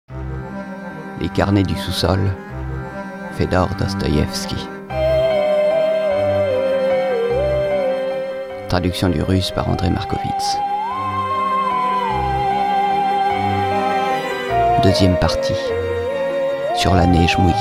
Les carnets du sous-sol, Fedor Dostoïevski. Traduction du russe par André Markovitz. Deuxième partie, sur la neige mouillée.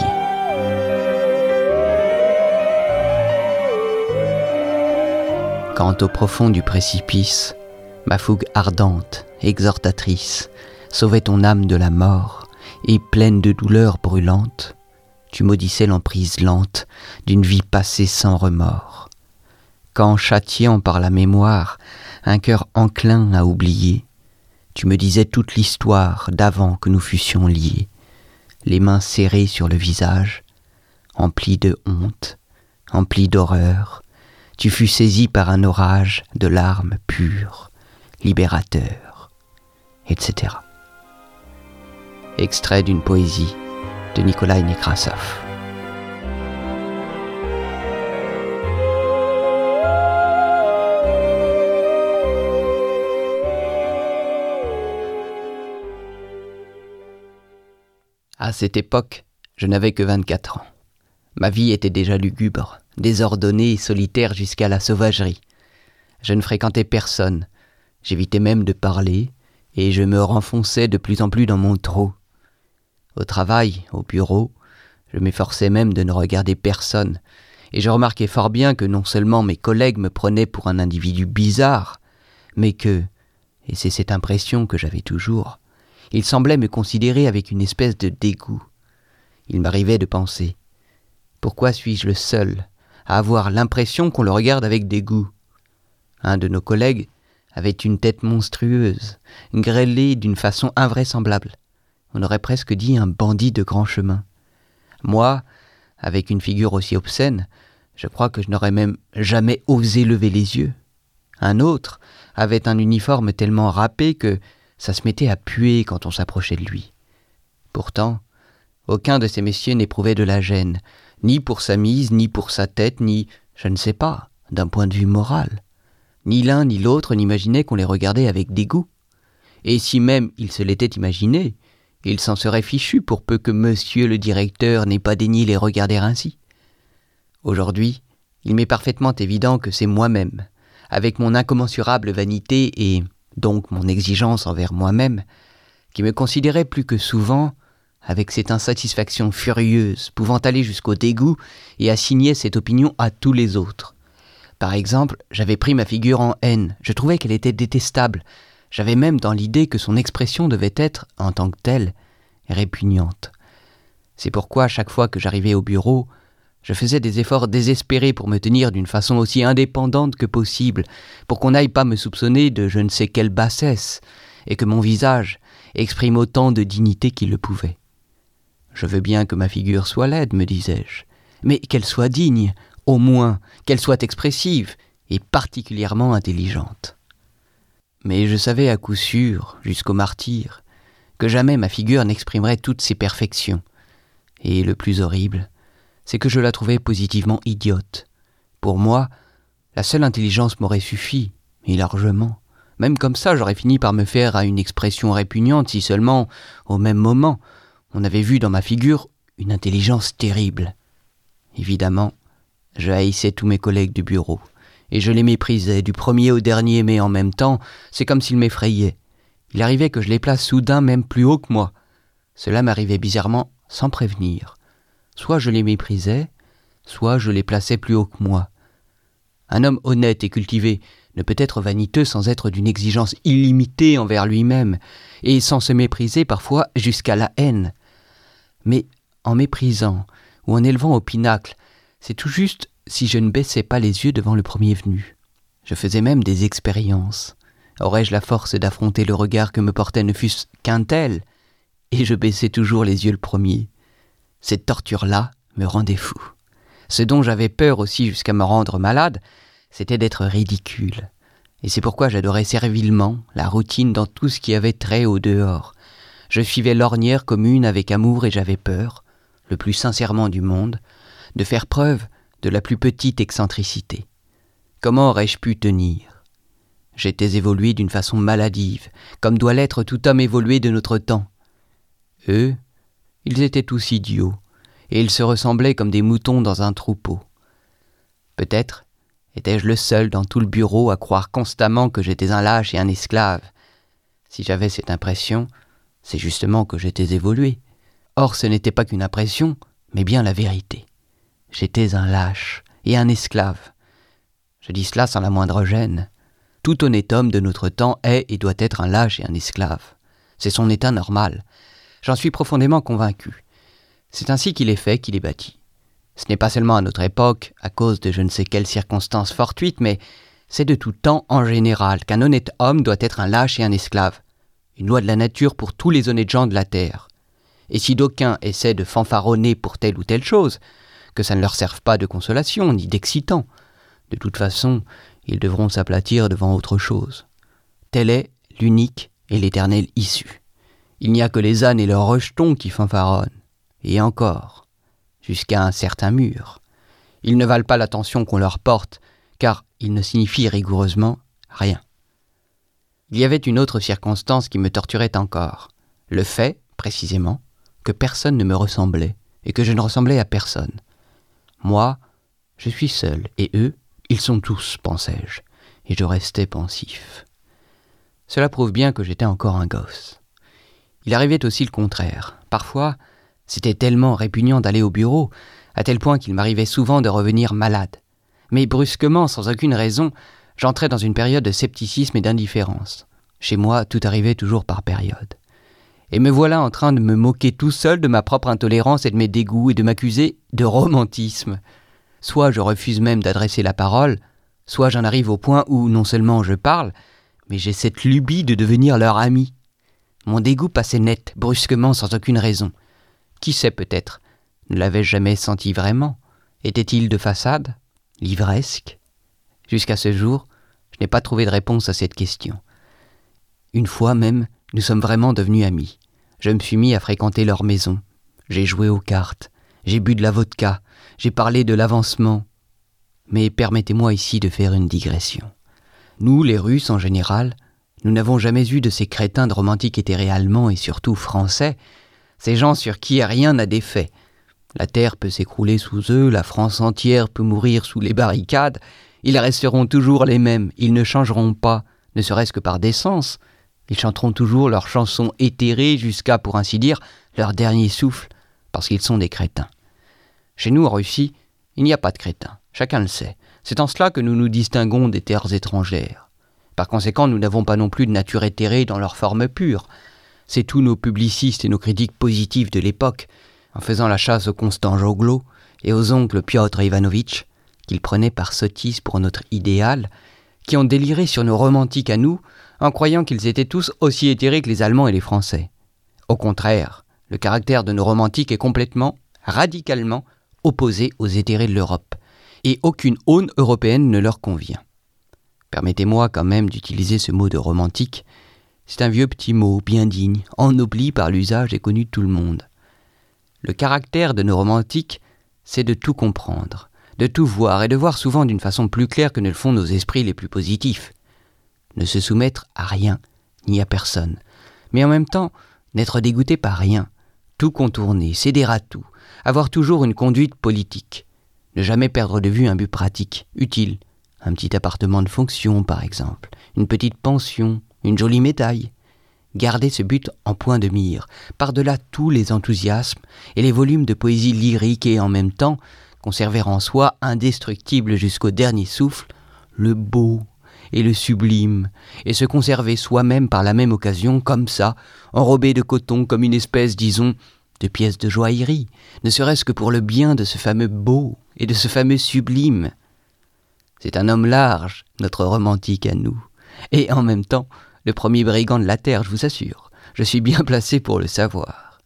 Quand au profond du précipice, ma fougue ardente, exhortatrice, sauvait ton âme de la mort, et pleine de douleurs brûlantes, tu maudissais l'emprise lente d'une vie passée sans remords. Quand, châtiant par la mémoire, un cœur enclin à oublier, tu me disais toute l'histoire d'avant que nous fussions liés, les mains serrées sur le visage, emplis de honte, emplis d'horreur, tu fus saisi par un orage de larmes pures, libérateur, etc. Extrait d'une poésie de Nikolai Nekrasov. À cette époque, je n'avais que 24 ans. Ma vie était déjà lugubre, désordonnée et solitaire jusqu'à la sauvagerie. Je ne fréquentais personne, j'évitais même de parler, et je me renfonçais de plus en plus dans mon trou. Au travail, au bureau, je m'efforçais même de ne regarder personne, et je remarquais fort bien que non seulement mes collègues me prenaient pour un individu bizarre, mais que, et c'est cette impression que j'avais toujours, ils semblaient me considérer avec une espèce de dégoût. Il m'arrivait de penser, pourquoi suis-je le seul à avoir l'impression qu'on le regarde avec dégoût ? Un de nos collègues avait une tête monstrueuse, grêlée d'une façon invraisemblable. On aurait presque dit un bandit de grand chemin. Moi, avec une figure aussi obscène, je crois que je n'aurais même jamais osé lever les yeux. Un autre avait un uniforme tellement râpé que ça se mettait à puer quand on s'approchait de lui. Pourtant, aucun de ces messieurs n'éprouvait de la gêne, ni pour sa mise, ni pour sa tête, ni, je ne sais pas, d'un point de vue moral. Ni l'un ni l'autre n'imaginaient qu'on les regardait avec dégoût. Et si même ils se l'étaient imaginé, ils s'en seraient fichus pour peu que monsieur le directeur n'ait pas daigné les regarder ainsi. Aujourd'hui, il m'est parfaitement évident que c'est moi-même, avec mon incommensurable vanité et donc mon exigence envers moi-même, qui me considérait plus que souvent avec cette insatisfaction furieuse, pouvant aller jusqu'au dégoût et assigner cette opinion à tous les autres. Par exemple, j'avais pris ma figure en haine, je trouvais qu'elle était détestable. J'avais même dans l'idée que son expression devait être, en tant que telle, répugnante. C'est pourquoi, chaque fois que j'arrivais au bureau, je faisais des efforts désespérés pour me tenir d'une façon aussi indépendante que possible, pour qu'on n'aille pas me soupçonner de je ne sais quelle bassesse, et que mon visage exprime autant de dignité qu'il le pouvait. Je veux bien que ma figure soit laide, me disais-je, mais qu'elle soit digne, au moins, qu'elle soit expressive, et particulièrement intelligente. Mais je savais à coup sûr, jusqu'au martyre, que jamais ma figure n'exprimerait toutes ses perfections. Et le plus horrible, c'est que je la trouvais positivement idiote. Pour moi, la seule intelligence m'aurait suffi, et largement. Même comme ça, j'aurais fini par me faire à une expression répugnante si seulement, au même moment, on avait vu dans ma figure une intelligence terrible. Évidemment, je haïssais tous mes collègues du bureau. Et je les méprisais, du premier au dernier, mais en même temps, c'est comme s'ils m'effrayaient. Il arrivait que je les place soudain même plus haut que moi. Cela m'arrivait bizarrement sans prévenir. Soit je les méprisais, soit je les plaçais plus haut que moi. Un homme honnête et cultivé ne peut être vaniteux sans être d'une exigence illimitée envers lui-même, et sans se mépriser parfois jusqu'à la haine. Mais en méprisant ou en élevant au pinacle, c'est tout juste si je ne baissais pas les yeux devant le premier venu. Je faisais même des expériences. Aurais-je la force d'affronter le regard que me portait ne fût-ce qu'un tel ? Et je baissais toujours les yeux le premier. Cette torture-là me rendait fou. Ce dont j'avais peur aussi jusqu'à me rendre malade, c'était d'être ridicule. Et c'est pourquoi j'adorais servilement la routine dans tout ce qui avait trait au dehors. Je suivais l'ornière commune avec amour et j'avais peur, le plus sincèrement du monde, de faire preuve de la plus petite excentricité. Comment aurais-je pu tenir ? J'étais évolué d'une façon maladive, comme doit l'être tout homme évolué de notre temps. Eux, ils étaient tous idiots, et ils se ressemblaient comme des moutons dans un troupeau. Peut-être étais-je le seul dans tout le bureau à croire constamment que j'étais un lâche et un esclave. Si j'avais cette impression, c'est justement que j'étais évolué. Or, ce n'était pas qu'une impression, mais bien la vérité. J'étais un lâche et un esclave. Je dis cela sans la moindre gêne. Tout honnête homme de notre temps est et doit être un lâche et un esclave. C'est son état normal. J'en suis profondément convaincu. C'est ainsi qu'il est fait, qu'il est bâti. Ce n'est pas seulement à notre époque, à cause de je ne sais quelles circonstances fortuites, mais c'est de tout temps en général qu'un honnête homme doit être un lâche et un esclave. Une loi de la nature pour tous les honnêtes gens de la terre. Et si d'aucuns essaient de fanfaronner pour telle ou telle chose, que ça ne leur serve pas de consolation ni d'excitant, de toute façon, ils devront s'aplatir devant autre chose. Telle est l'unique et l'éternelle issue. Il n'y a que les ânes et leurs rejetons qui fanfaronnent. Et encore, jusqu'à un certain mur. Ils ne valent pas l'attention qu'on leur porte, car ils ne signifient rigoureusement rien. Il y avait une autre circonstance qui me torturait encore. Le fait, précisément, que personne ne me ressemblait, et que je ne ressemblais à personne. Moi, je suis seul, et eux, ils sont tous, pensais-je, et je restais pensif. Cela prouve bien que j'étais encore un gosse. Il arrivait aussi le contraire. Parfois, c'était tellement répugnant d'aller au bureau, à tel point qu'il m'arrivait souvent de revenir malade. Mais brusquement, sans aucune raison, j'entrais dans une période de scepticisme et d'indifférence. Chez moi, tout arrivait toujours par période. Et me voilà en train de me moquer tout seul de ma propre intolérance et de mes dégoûts et de m'accuser de romantisme. Soit je refuse même d'adresser la parole, soit j'en arrive au point où non seulement je parle, mais j'ai cette lubie de devenir leur ami. Mon dégoût passait net, brusquement, sans aucune raison. Qui sait peut-être? Ne l'avais-je jamais senti vraiment? Était-il de façade? Livresque? Jusqu'à ce jour, je n'ai pas trouvé de réponse à cette question. Une fois même, nous sommes vraiment devenus amis. Je me suis mis à fréquenter leur maison. J'ai joué aux cartes, j'ai bu de la vodka, j'ai parlé de l'avancement. Mais permettez-moi ici de faire une digression. Nous, les Russes en général, nous n'avons jamais eu de ces crétins de romantiques éthérés allemands et surtout français, ces gens sur qui rien n'a d'effet. La terre peut s'écrouler sous eux, la France entière peut mourir sous les barricades, ils resteront toujours les mêmes, ils ne changeront pas, ne serait-ce que par décence. Ils chanteront toujours leurs chansons éthérées jusqu'à, pour ainsi dire, leur dernier souffle, parce qu'ils sont des crétins. Chez nous, en Russie, il n'y a pas de crétins, chacun le sait. C'est en cela que nous nous distinguons des terres étrangères. Par conséquent, nous n'avons pas non plus de nature éthérée dans leur forme pure. C'est tous nos publicistes et nos critiques positives de l'époque, en faisant la chasse aux Constant Joglot et aux oncles Piotr Ivanovitch, qu'ils prenaient par sottise pour notre idéal, qui ont déliré sur nos romantiques à nous, en croyant qu'ils étaient tous aussi éthérés que les Allemands et les Français. Au contraire, le caractère de nos romantiques est complètement, radicalement, opposé aux éthérés de l'Europe, et aucune aune européenne ne leur convient. Permettez-moi quand même d'utiliser ce mot de romantique. C'est un vieux petit mot, bien digne, ennobli par l'usage et connu de tout le monde. Le caractère de nos romantiques, c'est de tout comprendre, de tout voir, et de voir souvent d'une façon plus claire que ne le font nos esprits les plus positifs. Ne se soumettre à rien, ni à personne, mais en même temps, n'être dégoûté par rien, tout contourner, céder à tout, avoir toujours une conduite politique, ne jamais perdre de vue un but pratique, utile, un petit appartement de fonction par exemple, une petite pension, une jolie médaille. Garder ce but en point de mire, par-delà tous les enthousiasmes et les volumes de poésie lyrique et en même temps conserver en soi, indestructible jusqu'au dernier souffle, le beau et le sublime, et se conserver soi-même par la même occasion comme ça, enrobé de coton comme une espèce, disons, de pièce de joaillerie, ne serait-ce que pour le bien de ce fameux beau et de ce fameux sublime. C'est un homme large, notre romantique à nous, et en même temps, le premier brigand de la terre, je vous assure. Je suis bien placé pour le savoir.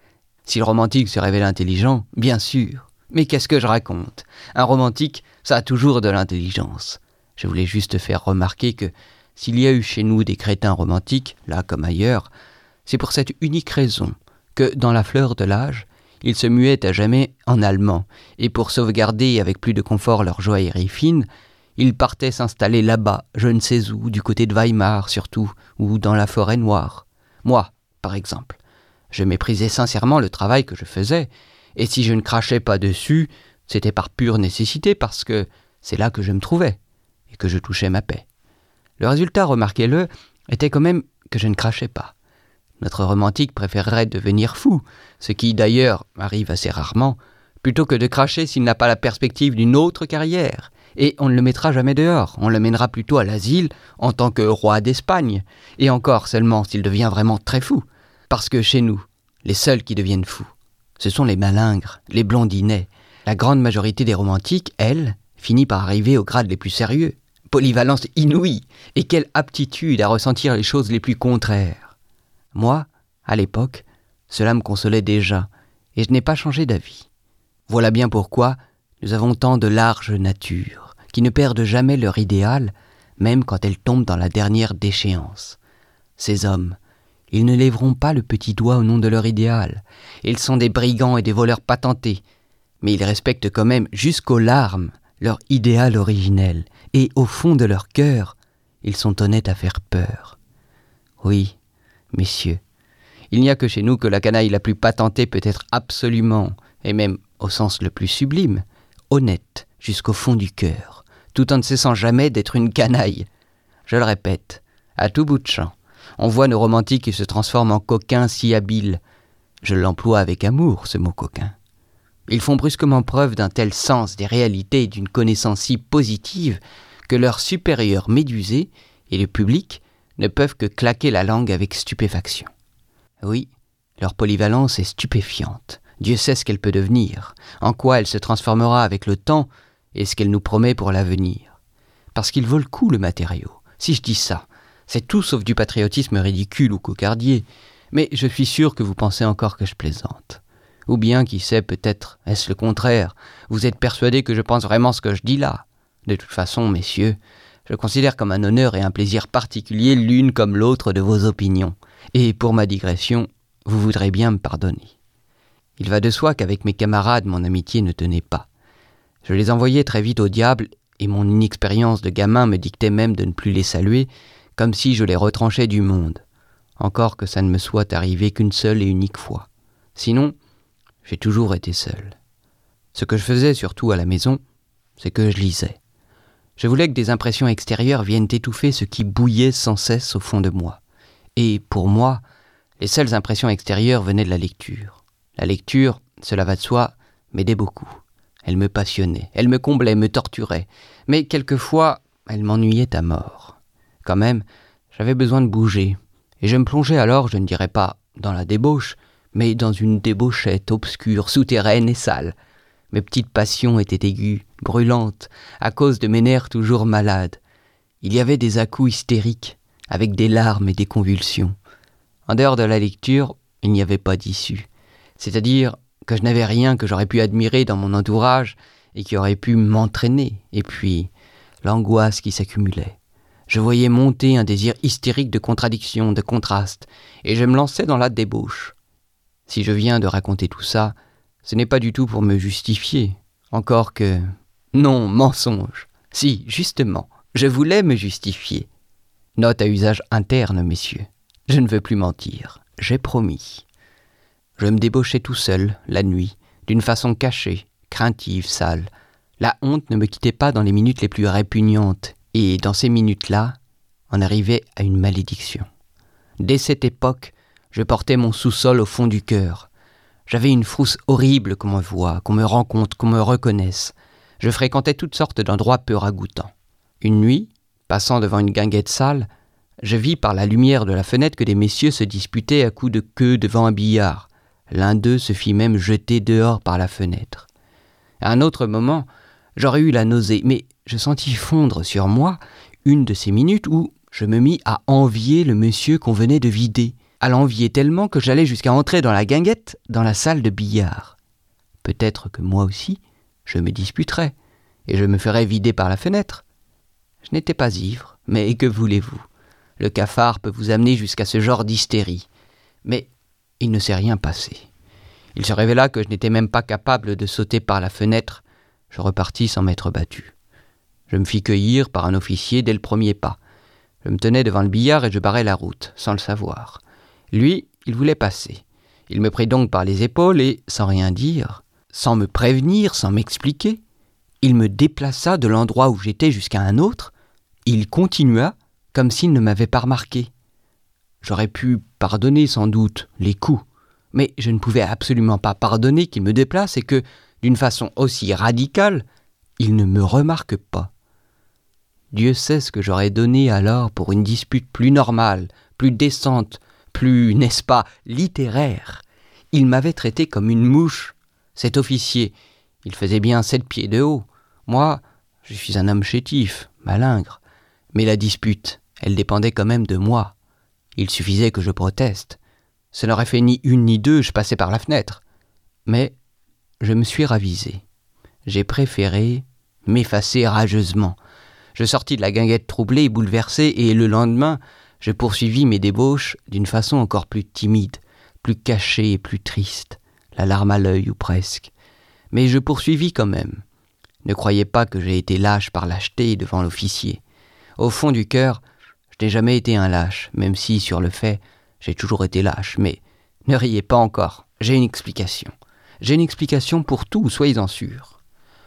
Si le romantique se révèle intelligent, bien sûr. Mais qu'est-ce que je raconte? Un romantique, ça a toujours de l'intelligence. Je voulais juste faire remarquer que s'il y a eu chez nous des crétins romantiques, là comme ailleurs, c'est pour cette unique raison que, dans la fleur de l'âge, ils se muaient à jamais en allemand, et pour sauvegarder avec plus de confort leur joaillerie fine, ils partaient s'installer là-bas, je ne sais où, du côté de Weimar surtout, ou dans la forêt noire. Moi, par exemple, Je méprisais sincèrement le travail que je faisais, et si je ne crachais pas dessus, c'était par pure nécessité, parce que c'est là que je me trouvais, et que je touchais ma paix. Le résultat, remarquez-le, était quand même que je ne crachais pas. Notre romantique préférerait devenir fou, ce qui d'ailleurs arrive assez rarement, plutôt que de cracher s'il n'a pas la perspective d'une autre carrière. Et on ne le mettra jamais dehors, on le mènera plutôt à l'asile en tant que roi d'Espagne, et encore seulement s'il devient vraiment très fou. Parce que chez nous, les seuls qui deviennent fous, ce sont les malingres, les blondinets. La grande majorité des romantiques, elle, finit par arriver aux grades les plus sérieux. Polyvalence inouïe, et quelle aptitude à ressentir les choses les plus contraires. Moi, à l'époque, cela me consolait déjà, et je n'ai pas changé d'avis. Voilà bien pourquoi nous avons tant de larges natures, qui ne perdent jamais leur idéal, même quand elles tombent dans la dernière déchéance. Ces hommes, ils ne lèveront pas le petit doigt au nom de leur idéal. Ils sont des brigands et des voleurs patentés, mais ils respectent quand même jusqu'aux larmes leur idéal originel, et au fond de leur cœur, ils sont honnêtes à faire peur. Oui, messieurs, il n'y a que chez nous que la canaille la plus patentée peut être absolument, et même au sens le plus sublime, honnête jusqu'au fond du cœur, tout en ne cessant jamais d'être une canaille. Je le répète, à tout bout de champ, on voit nos romantiques qui se transforment en coquins si habiles. Je l'emploie avec amour, ce mot coquin. Ils font brusquement preuve d'un tel sens des réalités et d'une connaissance si positive que leurs supérieurs médusés et le public ne peuvent que claquer la langue avec stupéfaction. Oui, leur polyvalence est stupéfiante. Dieu sait ce qu'elle peut devenir, en quoi elle se transformera avec le temps et ce qu'elle nous promet pour l'avenir. Parce qu'il vaut le coup, le matériau. Si je dis ça, c'est tout sauf du patriotisme ridicule ou cocardier, mais je suis sûr que vous pensez encore que je plaisante. Ou bien, qui sait, peut-être est-ce le contraire, vous êtes persuadés que je pense vraiment ce que je dis là. De toute façon, messieurs, je considère comme un honneur et un plaisir particulier l'une comme l'autre de vos opinions, et pour ma digression, vous voudrez bien me pardonner. Il va de soi qu'avec mes camarades, mon amitié ne tenait pas. Je les envoyais très vite au diable, et mon inexpérience de gamin me dictait même de ne plus les saluer, comme si je les retranchais du monde. Encore que ça ne me soit arrivé qu'une seule et unique fois. Sinon, j'ai toujours été seul. Ce que je faisais surtout à la maison, c'est que je lisais. Je voulais que des impressions extérieures viennent étouffer ce qui bouillait sans cesse au fond de moi. Et pour moi, les seules impressions extérieures venaient de la lecture. La lecture, cela va de soi, m'aidait beaucoup. Elle me passionnait, elle me comblait, me torturait. Mais quelquefois, elle m'ennuyait à mort. Quand même, j'avais besoin de bouger. Et je me plongeais alors, je ne dirais pas dans la débauche, mais dans une débauchette obscure, souterraine et sale. Mes petites passions étaient aiguës, brûlantes, à cause de mes nerfs toujours malades. Il y avait des à-coups hystériques, avec des larmes et des convulsions. En dehors de la lecture, il n'y avait pas d'issue. C'est-à-dire que je n'avais rien que j'aurais pu admirer dans mon entourage et qui aurait pu m'entraîner. Et puis, l'angoisse qui s'accumulait. Je voyais monter un désir hystérique de contradiction, de contraste, et je me lançais dans la débauche. Si je viens de raconter tout ça, ce n'est pas du tout pour me justifier. Encore que... Non, mensonge. Si, justement, je voulais me justifier. Note à usage interne, messieurs. Je ne veux plus mentir. J'ai promis. Je me débauchais tout seul, la nuit, d'une façon cachée, craintive, sale. La honte ne me quittait pas dans les minutes les plus répugnantes, et dans ces minutes-là, on arrivait à une malédiction. Dès cette époque, je portais mon sous-sol au fond du cœur. J'avais une frousse horrible qu'on me voie, qu'on me rencontre, qu'on me reconnaisse. Je fréquentais toutes sortes d'endroits peu ragoûtants. Une nuit, passant devant une guinguette sale, je vis par la lumière de la fenêtre que des messieurs se disputaient à coups de queue devant un billard. L'un d'eux se fit même jeter dehors par la fenêtre. À un autre moment, j'aurais eu la nausée, mais je sentis fondre sur moi une de ces minutes où je me mis à envier le monsieur qu'on venait de vider, à l'envier tellement que j'allais jusqu'à entrer dans la guinguette, dans la salle de billard. Peut-être que moi aussi, je me disputerais, et je me ferais vider par la fenêtre. Je n'étais pas ivre, mais que voulez-vous? Le cafard peut vous amener jusqu'à ce genre d'hystérie. Mais il ne s'est rien passé. Il se révéla que je n'étais même pas capable de sauter par la fenêtre. Je repartis sans m'être battu. Je me fis cueillir par un officier dès le premier pas. Je me tenais devant le billard et je barrais la route, sans le savoir. Lui, il voulait passer. Il me prit donc par les épaules et, sans rien dire, sans me prévenir, sans m'expliquer, il me déplaça de l'endroit où j'étais jusqu'à un autre. Il continua comme s'il ne m'avait pas remarqué. J'aurais pu pardonner sans doute les coups, mais je ne pouvais absolument pas pardonner qu'il me déplace et que, d'une façon aussi radicale, il ne me remarque pas. Dieu sait ce que j'aurais donné alors pour une dispute plus normale, plus décente, plus, n'est-ce pas, littéraire. Il m'avait traité comme une mouche. Cet officier, il faisait bien 7 pieds de haut. Moi, je suis un homme chétif, malingre. Mais la dispute, elle dépendait quand même de moi. Il suffisait que je proteste. Ça n'aurait fait ni une ni deux, je passais par la fenêtre. Mais je me suis ravisé. J'ai préféré m'effacer rageusement. Je sortis de la guinguette troublée et bouleversée, et le lendemain, je poursuivis mes débauches d'une façon encore plus timide, plus cachée et plus triste, la larme à l'œil ou presque. Mais je poursuivis quand même. Ne croyez pas que j'ai été lâche par lâcheté devant l'officier. Au fond du cœur, je n'ai jamais été un lâche, même si, sur le fait, j'ai toujours été lâche. Mais ne riez pas encore, j'ai une explication. J'ai une explication pour tout, soyez-en sûrs.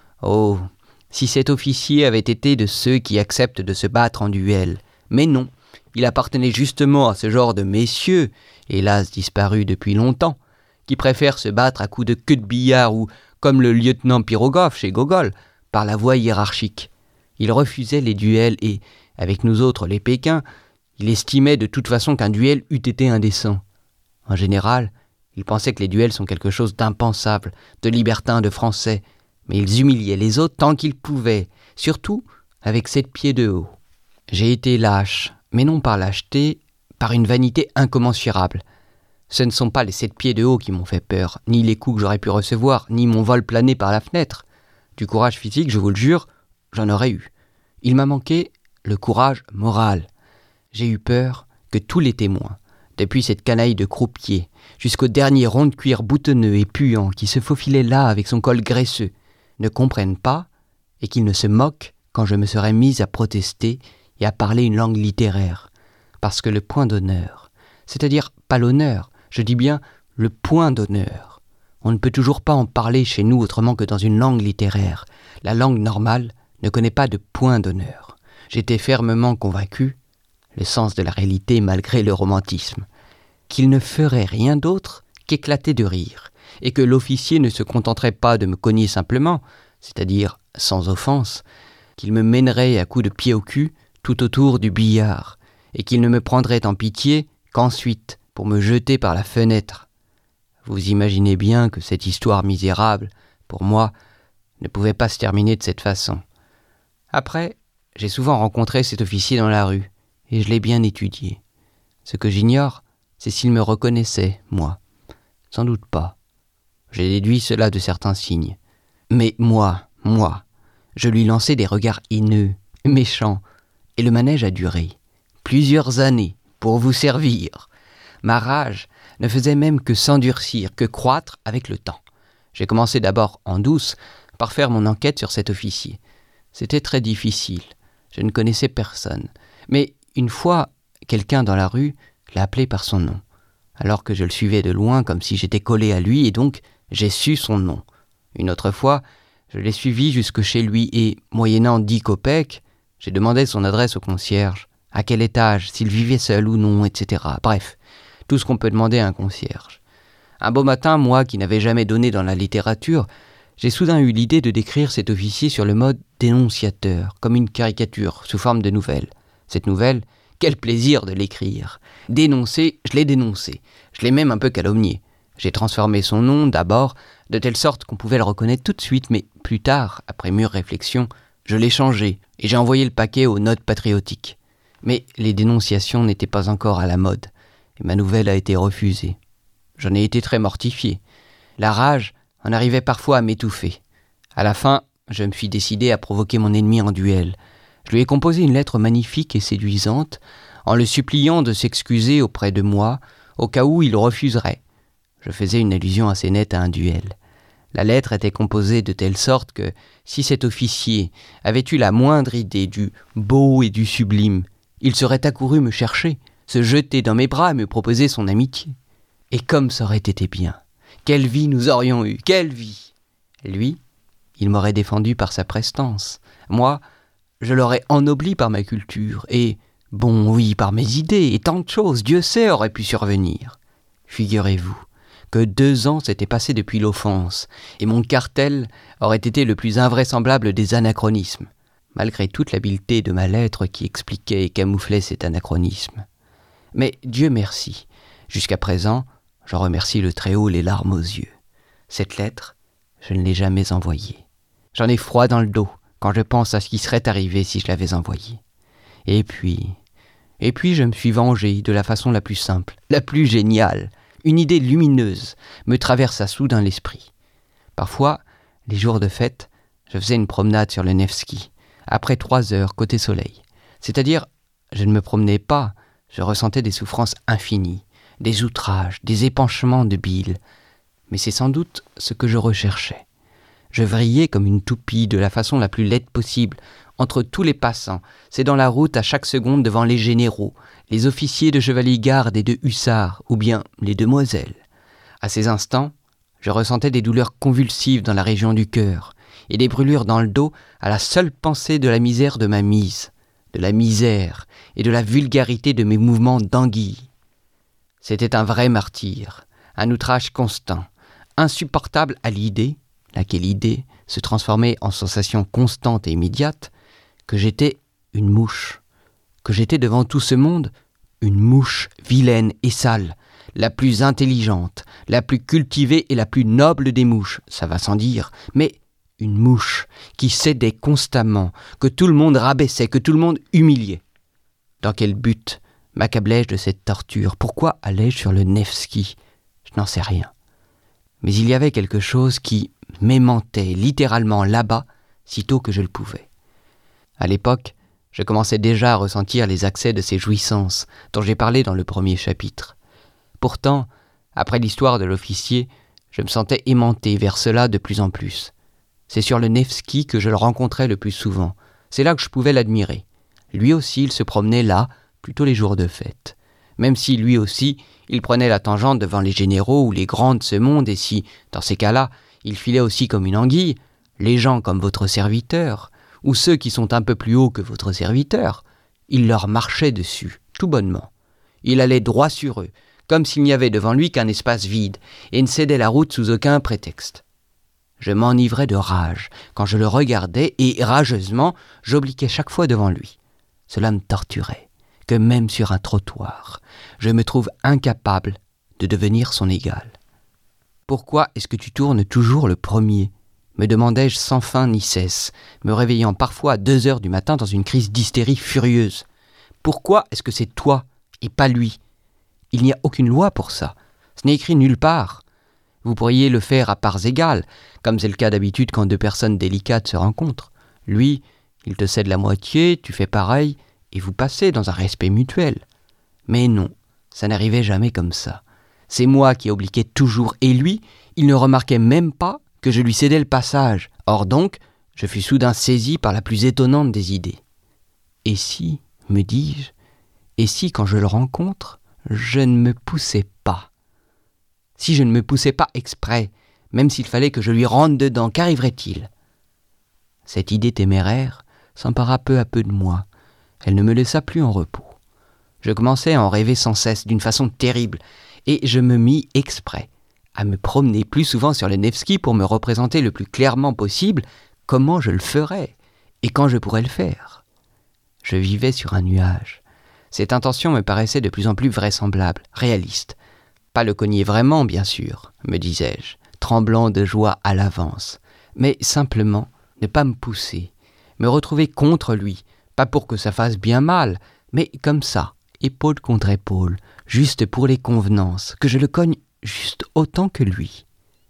Oh, si cet officier avait été de ceux qui acceptent de se battre en duel. Mais non, il appartenait justement à ce genre de messieurs, hélas disparus depuis longtemps, qui préfèrent se battre à coups de queue de billard ou, comme le lieutenant Pirogov chez Gogol, par la voie hiérarchique. Il refusait les duels et, avec nous autres les Pékins, il estimait de toute façon qu'un duel eût été indécent. En général, il pensait que les duels sont quelque chose d'impensable, de libertin, de français, mais ils humiliaient les autres tant qu'ils pouvaient, surtout avec 7 pieds de haut. J'ai été lâche, mais non par lâcheté, par une vanité incommensurable. Ce ne sont pas les 7 pieds de haut qui m'ont fait peur, ni les coups que j'aurais pu recevoir, ni mon vol plané par la fenêtre. Du courage physique, je vous le jure, j'en aurais eu. Il m'a manqué le courage moral. J'ai eu peur que tous les témoins, depuis cette canaille de croupier, jusqu'au dernier rond de cuir boutonneux et puant qui se faufilait là avec son col graisseux, ne comprennent pas et qu'ils ne se moquent quand je me serais mis à protester et à parler une langue littéraire. Parce que le point d'honneur, c'est-à-dire pas l'honneur, je dis bien le point d'honneur, on ne peut toujours pas en parler chez nous autrement que dans une langue littéraire. La langue normale ne connaît pas de point d'honneur. J'étais fermement convaincu, le sens de la réalité malgré le romantisme, qu'il ne ferait rien d'autre qu'éclater de rire, et que l'officier ne se contenterait pas de me cogner simplement, c'est-à-dire sans offense, qu'il me mènerait à coups de pied au cul tout autour du billard, et qu'il ne me prendrait en pitié qu'ensuite pour me jeter par la fenêtre. Vous imaginez bien que cette histoire misérable, pour moi, ne pouvait pas se terminer de cette façon. Après, j'ai souvent rencontré cet officier dans la rue, et je l'ai bien étudié. Ce que j'ignore, c'est s'il me reconnaissait, moi. Sans doute pas. J'ai déduit cela de certains signes. Mais moi, je lui lançais des regards haineux, méchants, et le manège a duré plusieurs années pour vous servir. Ma rage ne faisait même que s'endurcir, que croître avec le temps. J'ai commencé d'abord en douce par faire mon enquête sur cet officier. C'était très difficile. Je ne connaissais personne. Mais une fois, quelqu'un dans la rue l'a appelé par son nom, alors que je le suivais de loin comme si j'étais collé à lui, et donc j'ai su son nom. Une autre fois, je l'ai suivi jusque chez lui et, moyennant 10 kopecks, j'ai demandé son adresse au concierge, à quel étage, s'il vivait seul ou non, etc. Bref, tout ce qu'on peut demander à un concierge. Un beau matin, moi qui n'avais jamais donné dans la littérature, j'ai soudain eu l'idée de décrire cet officier sur le mode dénonciateur, comme une caricature, sous forme de nouvelle. Cette nouvelle, quel plaisir de l'écrire. Dénoncer, je l'ai dénoncé. Je l'ai même un peu calomnié. J'ai transformé son nom, d'abord, de telle sorte qu'on pouvait le reconnaître tout de suite, mais plus tard, après mûre réflexion, je l'ai changé, et j'ai envoyé le paquet aux notes patriotiques. Mais les dénonciations n'étaient pas encore à la mode, et ma nouvelle a été refusée. J'en ai été très mortifié. La rage en arrivait parfois à m'étouffer. À la fin, je me suis décidé à provoquer mon ennemi en duel. Je lui ai composé une lettre magnifique et séduisante, en le suppliant de s'excuser auprès de moi, au cas où il refuserait. Je faisais une allusion assez nette à un duel. La lettre était composée de telle sorte que, si cet officier avait eu la moindre idée du beau et du sublime, il serait accouru me chercher, se jeter dans mes bras et me proposer son amitié. Et comme ça aurait été bien. Quelle vie nous aurions eue, quelle vie! Lui, il m'aurait défendu par sa prestance. Moi, je l'aurais ennobli par ma culture. Et, bon, oui, par mes idées, et tant de choses, Dieu sait, auraient pu survenir. Figurez-vous que 2 ans s'étaient passés depuis l'offense, et mon cartel aurait été le plus invraisemblable des anachronismes, malgré toute l'habileté de ma lettre qui expliquait et camouflait cet anachronisme. Mais Dieu merci, jusqu'à présent, j'en remercie le Très-Haut les larmes aux yeux. Cette lettre, je ne l'ai jamais envoyée. J'en ai froid dans le dos quand je pense à ce qui serait arrivé si je l'avais envoyée. Et puis je me suis vengé de la façon la plus simple, la plus géniale. Une idée lumineuse me traversa soudain l'esprit. Parfois, les jours de fête, je faisais une promenade sur le Nevski, après 3 heures côté soleil. C'est-à-dire, je ne me promenais pas, je ressentais des souffrances infinies, des outrages, des épanchements de bile. Mais c'est sans doute ce que je recherchais. Je vrillais comme une toupie de la façon la plus laide possible, entre tous les passants, cédant la route à chaque seconde devant les généraux, les officiers de chevalier-garde et de hussards, ou bien les demoiselles. À ces instants, je ressentais des douleurs convulsives dans la région du cœur, et des brûlures dans le dos à la seule pensée de la misère de ma mise, de la misère et de la vulgarité de mes mouvements d'anguille. C'était un vrai martyre, un outrage constant, insupportable à l'idée, laquelle idée se transformait en sensation constante et immédiate, que j'étais une mouche, que j'étais devant tout ce monde une mouche vilaine et sale, la plus intelligente, la plus cultivée et la plus noble des mouches, ça va sans dire, mais une mouche qui cédait constamment, que tout le monde rabaissait, que tout le monde humiliait. Dans quel but m'accablais-je de cette torture? Pourquoi allais-je sur le Nevski? Je n'en sais rien. Mais il y avait quelque chose qui m'aimantait littéralement là-bas, sitôt que je le pouvais. À l'époque, je commençais déjà à ressentir les accès de ces jouissances dont j'ai parlé dans le premier chapitre. Pourtant, après l'histoire de l'officier, je me sentais aimanté vers cela de plus en plus. C'est sur le Nevski que je le rencontrais le plus souvent. C'est là que je pouvais l'admirer. Lui aussi, il se promenait là, plutôt les jours de fête. Même si, lui aussi, il prenait la tangente devant les généraux ou les grands de ce monde, et si, dans ces cas-là, il filait aussi comme une anguille, les gens comme votre serviteur, ou ceux qui sont un peu plus hauts que votre serviteur, il leur marchait dessus, tout bonnement. Il allait droit sur eux, comme s'il n'y avait devant lui qu'un espace vide, et ne cédait la route sous aucun prétexte. Je m'enivrais de rage quand je le regardais, et rageusement, j'obliquais chaque fois devant lui. Cela me torturait, que même sur un trottoir, je me trouve incapable de devenir son égal. « Pourquoi est-ce que tu tournes toujours le premier ?» me demandais-je sans fin ni cesse, me réveillant parfois à 2 heures du matin dans une crise d'hystérie furieuse. Pourquoi est-ce que c'est toi et pas lui? Il n'y a aucune loi pour ça. Ce n'est écrit nulle part. Vous pourriez le faire à parts égales, comme c'est le cas d'habitude quand 2 personnes délicates se rencontrent. Lui, il te cède la moitié, tu fais pareil, et vous passez dans un respect mutuel. Mais non, ça n'arrivait jamais comme ça. C'est moi qui obliquais toujours, et lui, il ne remarquait même pas que je lui cédais le passage. Or donc, je fus soudain saisi par la plus étonnante des idées. Et si, me dis-je, et si quand je le rencontre, je ne me poussais pas? Si je ne me poussais pas exprès, même s'il fallait que je lui rentre dedans, qu'arriverait-il? Cette idée téméraire s'empara peu à peu de moi. Elle ne me laissa plus en repos. Je commençais à en rêver sans cesse, d'une façon terrible, et je me mis exprès à me promener plus souvent sur le Nevski pour me représenter le plus clairement possible comment je le ferais et quand je pourrais le faire. Je vivais sur un nuage. Cette intention me paraissait de plus en plus vraisemblable, réaliste. Pas le cogner vraiment, bien sûr, me disais-je, tremblant de joie à l'avance, mais simplement ne pas me pousser, me retrouver contre lui, pas pour que ça fasse bien mal, mais comme ça, épaule contre épaule, juste pour les convenances, que je le cogne juste autant que lui.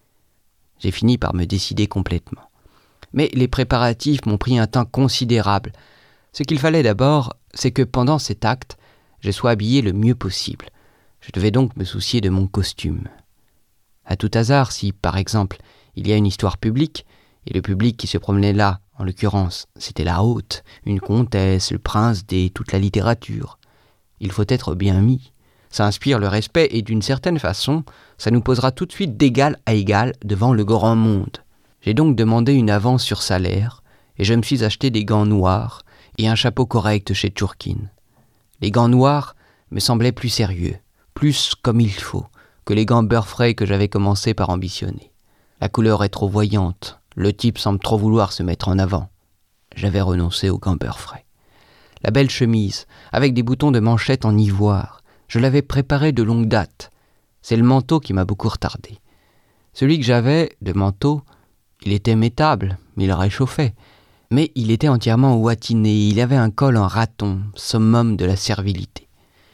J'ai fini par me décider complètement. Mais les préparatifs m'ont pris un temps considérable. Ce qu'il fallait d'abord, c'est que pendant cet acte, je sois habillé le mieux possible. Je devais donc me soucier de mon costume. À tout hasard, si, par exemple, il y a une histoire publique, et le public qui se promenait là, en l'occurrence, c'était la haute, une comtesse, le prince D, toute la littérature, il faut être bien mis. Ça inspire le respect et d'une certaine façon, ça nous posera tout de suite d'égal à égal devant le grand monde. J'ai donc demandé une avance sur salaire et je me suis acheté des gants noirs et un chapeau correct chez Tchourkine. Les gants noirs me semblaient plus sérieux, plus comme il faut, que les gants beurre frais que j'avais commencé par ambitionner. La couleur est trop voyante, le type semble trop vouloir se mettre en avant. J'avais renoncé aux gants beurre frais. La belle chemise, avec des boutons de manchette en ivoire, je l'avais préparée de longue date. C'est le manteau qui m'a beaucoup retardé. Celui que j'avais, de manteau, il était métable, il réchauffait. Mais il était entièrement ouatiné, il avait un col en raton, summum de la servilité.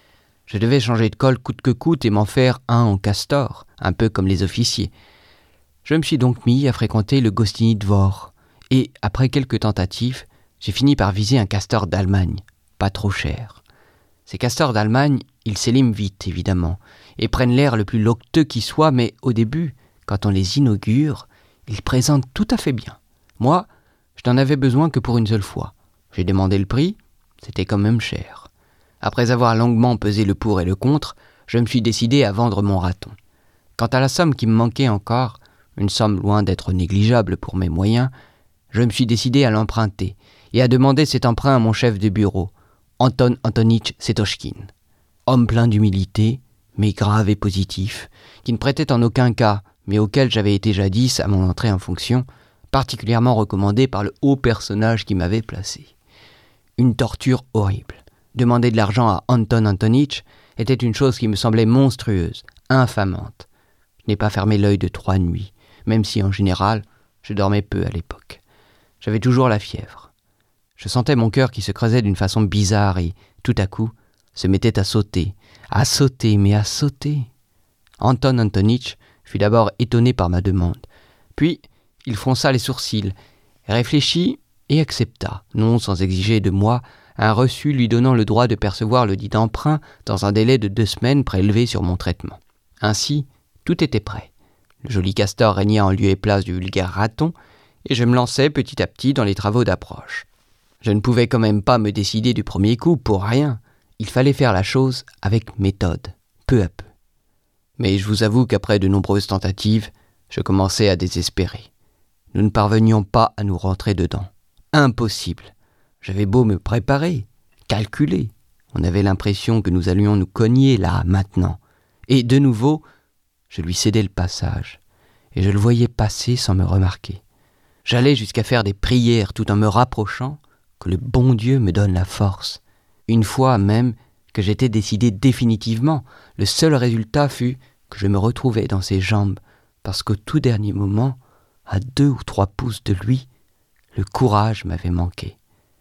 Je devais changer de col coûte que coûte et m'en faire un en castor, un peu comme les officiers. Je me suis donc mis à fréquenter le Gostiny Dvor, et après quelques tentatives, j'ai fini par viser un castor d'Allemagne, pas trop cher. Ces castors d'Allemagne, ils s'éliment vite, évidemment, et prennent l'air le plus loqueteux qui soit, mais au début, quand on les inaugure, ils présentent tout à fait bien. Moi, je n'en avais besoin que pour une seule fois. J'ai demandé le prix, c'était quand même cher. Après avoir longuement pesé le pour et le contre, je me suis décidé à vendre mon raton. Quant à la somme qui me manquait encore, une somme loin d'être négligeable pour mes moyens, je me suis décidé à l'emprunter et à demander cet emprunt à mon chef de bureau, Anton Antonitch Setochkine. Homme plein d'humilité, mais grave et positif, qui ne prêtait en aucun cas, mais auquel j'avais été jadis à mon entrée en fonction, particulièrement recommandé par le haut personnage qui m'avait placé. Une torture horrible. Demander de l'argent à Anton Antonitch était une chose qui me semblait monstrueuse, infamante. Je n'ai pas fermé l'œil de 3 nuits, même si en général, je dormais peu à l'époque. J'avais toujours la fièvre. Je sentais mon cœur qui se creusait d'une façon bizarre et, tout à coup, se mettait à sauter, mais à sauter. Anton Antonitch fut d'abord étonné par ma demande. Puis, il fronça les sourcils, réfléchit et accepta, non sans exiger de moi, un reçu lui donnant le droit de percevoir le dit emprunt dans un délai de 2 semaines prélevé sur mon traitement. Ainsi, tout était prêt. Le joli castor régnait en lieu et place du vulgaire raton, et je me lançais petit à petit dans les travaux d'approche. Je ne pouvais quand même pas me décider du premier coup pour rien. Il fallait faire la chose avec méthode, peu à peu. Mais je vous avoue qu'après de nombreuses tentatives, je commençais à désespérer. Nous ne parvenions pas à nous rentrer dedans. Impossible. J'avais beau me préparer, calculer. On avait l'impression que nous allions nous cogner là, maintenant. Et de nouveau, je lui cédais le passage. Et je le voyais passer sans me remarquer. J'allais jusqu'à faire des prières tout en me rapprochant que le bon Dieu me donne la force. Une fois même que j'étais décidé définitivement, le seul résultat fut que je me retrouvais dans ses jambes, parce qu'au tout dernier moment, à 2 ou 3 pouces de lui, le courage m'avait manqué.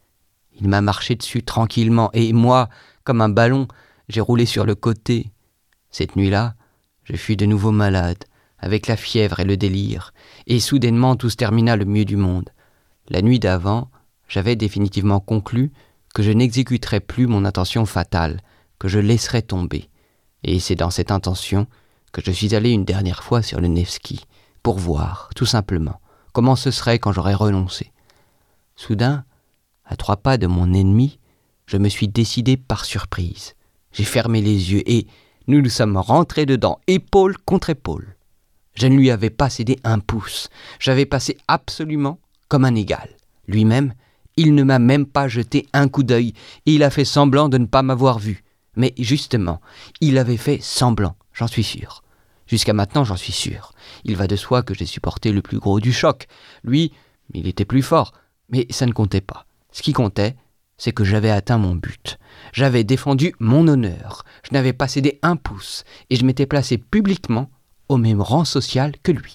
Il m'a marché dessus tranquillement, et moi, comme un ballon, j'ai roulé sur le côté. Cette nuit-là, je fus de nouveau malade, avec la fièvre et le délire, et soudainement tout se termina le mieux du monde. La nuit d'avant, j'avais définitivement conclu que je n'exécuterais plus mon intention fatale, que je laisserais tomber. Et c'est dans cette intention que je suis allé une dernière fois sur le Nevski, pour voir, tout simplement, comment ce serait quand j'aurais renoncé. Soudain, à 3 pas de mon ennemi, je me suis décidé par surprise. J'ai fermé les yeux et nous sommes rentrés dedans, épaule contre épaule. Je ne lui avais pas cédé un pouce. J'avais passé absolument comme un égal. Lui-même, il ne m'a même pas jeté un coup d'œil et il a fait semblant de ne pas m'avoir vu. Mais justement, il avait fait semblant, j'en suis sûr. Jusqu'à maintenant, j'en suis sûr. Il va de soi que j'ai supporté le plus gros du choc. Lui, il était plus fort, mais ça ne comptait pas. Ce qui comptait, c'est que j'avais atteint mon but. J'avais défendu mon honneur. Je n'avais pas cédé un pouce et je m'étais placé publiquement au même rang social que lui.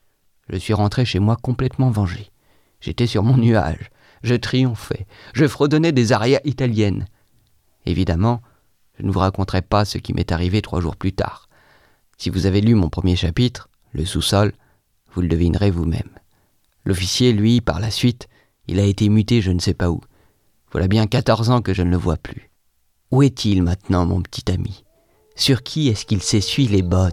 Je suis rentré chez moi complètement vengé. J'étais sur mon nuage. Je triomphais. Je fredonnais des arias italiennes. Évidemment, je ne vous raconterai pas ce qui m'est arrivé 3 jours plus tard. Si vous avez lu mon premier chapitre, Le sous-sol, vous le devinerez vous-même. L'officier, lui, par la suite, il a été muté je ne sais pas où. Voilà bien 14 ans que je ne le vois plus. Où est-il maintenant, mon petit ami ? Sur qui est-ce qu'il s'essuie les bottes ?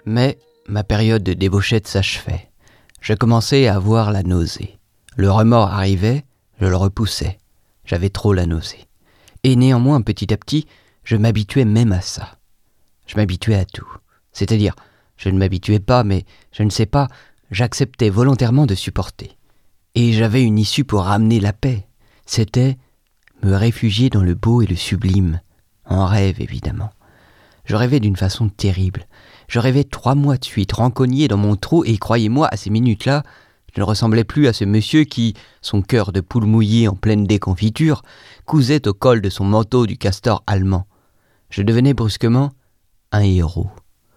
Mais ma période de débauchette s'achevait. Je commençais à avoir la nausée. Le remords arrivait, je le repoussais. J'avais trop la nausée. Et néanmoins, petit à petit, je m'habituais même à ça. Je m'habituais à tout. C'est-à-dire, je ne m'habituais pas, mais je ne sais pas, j'acceptais volontairement de supporter. Et j'avais une issue pour ramener la paix. C'était me réfugier dans le beau et le sublime. En rêve, évidemment. Je rêvais d'une façon terrible. Je rêvais 3 mois de suite, rancogné dans mon trou, et croyez-moi, à ces minutes-là, je ne ressemblais plus à ce monsieur qui, son cœur de poule mouillé en pleine déconfiture, cousait au col de son manteau du castor allemand. Je devenais brusquement un héros.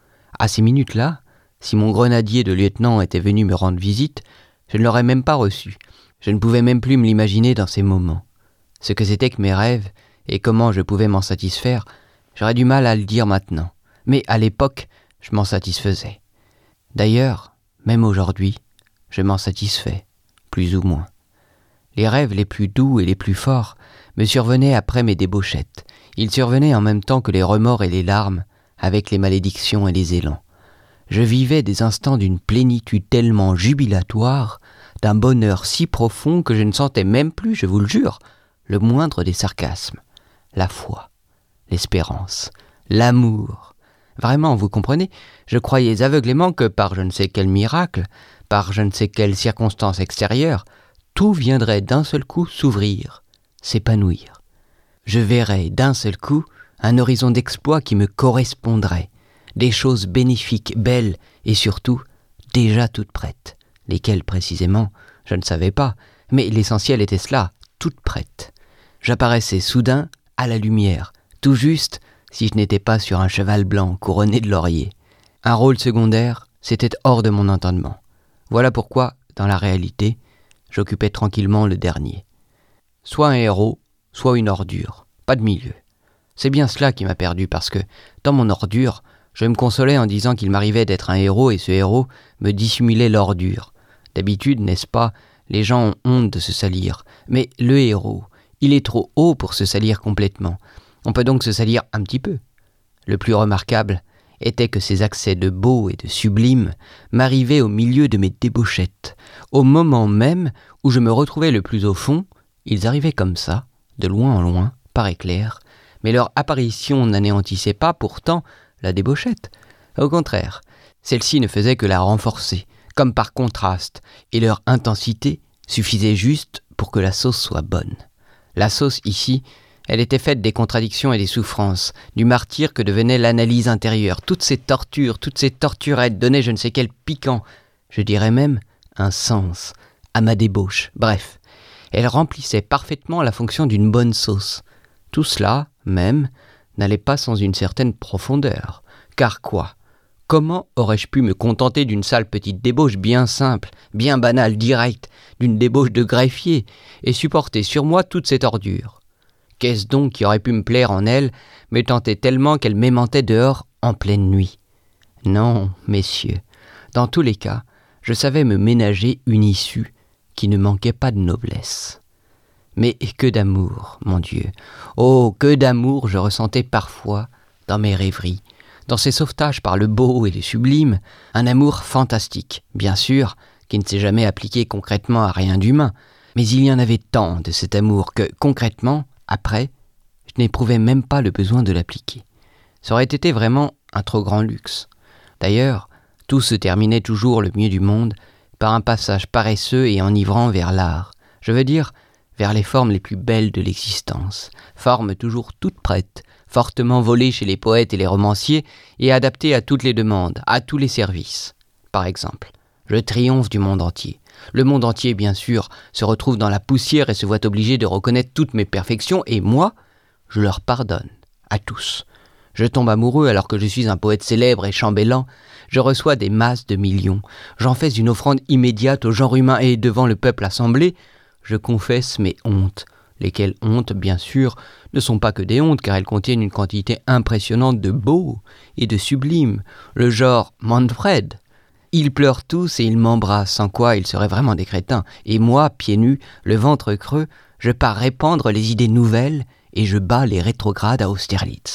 À ces minutes-là, si mon grenadier de lieutenant était venu me rendre visite, je ne l'aurais même pas reçu. Je ne pouvais même plus me l'imaginer dans ces moments. Ce que c'était que mes rêves, et comment je pouvais m'en satisfaire, j'aurais du mal à le dire maintenant. Mais à l'époque, je m'en satisfaisais. D'ailleurs, même aujourd'hui, je m'en satisfais, plus ou moins. Les rêves les plus doux et les plus forts me survenaient après mes débauchettes. Ils survenaient en même temps que les remords et les larmes, avec les malédictions et les élans. Je vivais des instants d'une plénitude tellement jubilatoire, d'un bonheur si profond que je ne sentais même plus, je vous le jure, le moindre des sarcasmes. La foi, l'espérance, l'amour. Vraiment, vous comprenez, je croyais aveuglément que par je ne sais quel miracle, par je ne sais quelle circonstance extérieure, tout viendrait d'un seul coup s'ouvrir, s'épanouir. Je verrais d'un seul coup un horizon d'exploits qui me correspondrait, des choses bénéfiques, belles et surtout déjà toutes prêtes. Lesquelles précisément, je ne savais pas, mais l'essentiel était cela, toutes prêtes. J'apparaissais soudain à la lumière, tout juste si je n'étais pas sur un cheval blanc couronné de lauriers. Un rôle secondaire, c'était hors de mon entendement. Voilà pourquoi, dans la réalité, j'occupais tranquillement le dernier. Soit un héros, soit une ordure, pas de milieu. C'est bien cela qui m'a perdu, parce que, dans mon ordure, je me consolais en disant qu'il m'arrivait d'être un héros, et ce héros me dissimulait l'ordure. D'habitude, n'est-ce pas, les gens ont honte de se salir, mais le héros, il est trop haut pour se salir complètement. On peut donc se salir un petit peu. Le plus remarquable était que ces accès de beau et de sublime m'arrivaient au milieu de mes débauchettes. Au moment même où je me retrouvais le plus au fond, ils arrivaient comme ça, de loin en loin, par éclairs, mais leur apparition n'anéantissait pas pourtant la débauchette. Au contraire, celle-ci ne faisait que la renforcer, comme par contraste, et leur intensité suffisait juste pour que la sauce soit bonne. La sauce, ici, elle était faite des contradictions et des souffrances, du martyre que devenait l'analyse intérieure. Toutes ces tortures, toutes ces torturettes donnaient je ne sais quel piquant, je dirais même un sens, à ma débauche. Bref, elle remplissait parfaitement la fonction d'une bonne sauce. Tout cela, même, n'allait pas sans une certaine profondeur. Car quoi ? Comment aurais-je pu me contenter d'une sale petite débauche bien simple, bien banale, directe, d'une débauche de greffier, et supporter sur moi toute cette ordure ? Qu'est-ce donc qui aurait pu me plaire en elle, me tentait tellement qu'elle m'aimantait dehors en pleine nuit ? Non, messieurs, dans tous les cas, je savais me ménager une issue qui ne manquait pas de noblesse. Mais que d'amour, mon Dieu, oh, que d'amour je ressentais parfois dans mes rêveries, dans ces sauvetages par le beau et le sublime, un amour fantastique, bien sûr, qui ne s'est jamais appliqué concrètement à rien d'humain, mais il y en avait tant de cet amour que, concrètement, après, je n'éprouvais même pas le besoin de l'appliquer. Ça aurait été vraiment un trop grand luxe. D'ailleurs, tout se terminait toujours le mieux du monde par un passage paresseux et enivrant vers l'art. Je veux dire, vers les formes les plus belles de l'existence, formes toujours toutes prêtes, fortement volées chez les poètes et les romanciers et adaptées à toutes les demandes, à tous les services. Par exemple, je triomphe du monde entier. Le monde entier, bien sûr, se retrouve dans la poussière et se voit obligé de reconnaître toutes mes perfections, et moi, je leur pardonne, à tous. Je tombe amoureux alors que je suis un poète célèbre et chambellan, je reçois des masses de millions, j'en fais une offrande immédiate au genre humain et devant le peuple assemblé, je confesse mes hontes, lesquelles hontes, bien sûr, ne sont pas que des hontes car elles contiennent une quantité impressionnante de beau et de sublime, le genre Manfred. Ils pleurent tous et ils m'embrassent, sans quoi ils seraient vraiment des crétins. Et moi, pieds nus, le ventre creux, je pars répandre les idées nouvelles et je bats les rétrogrades à Austerlitz.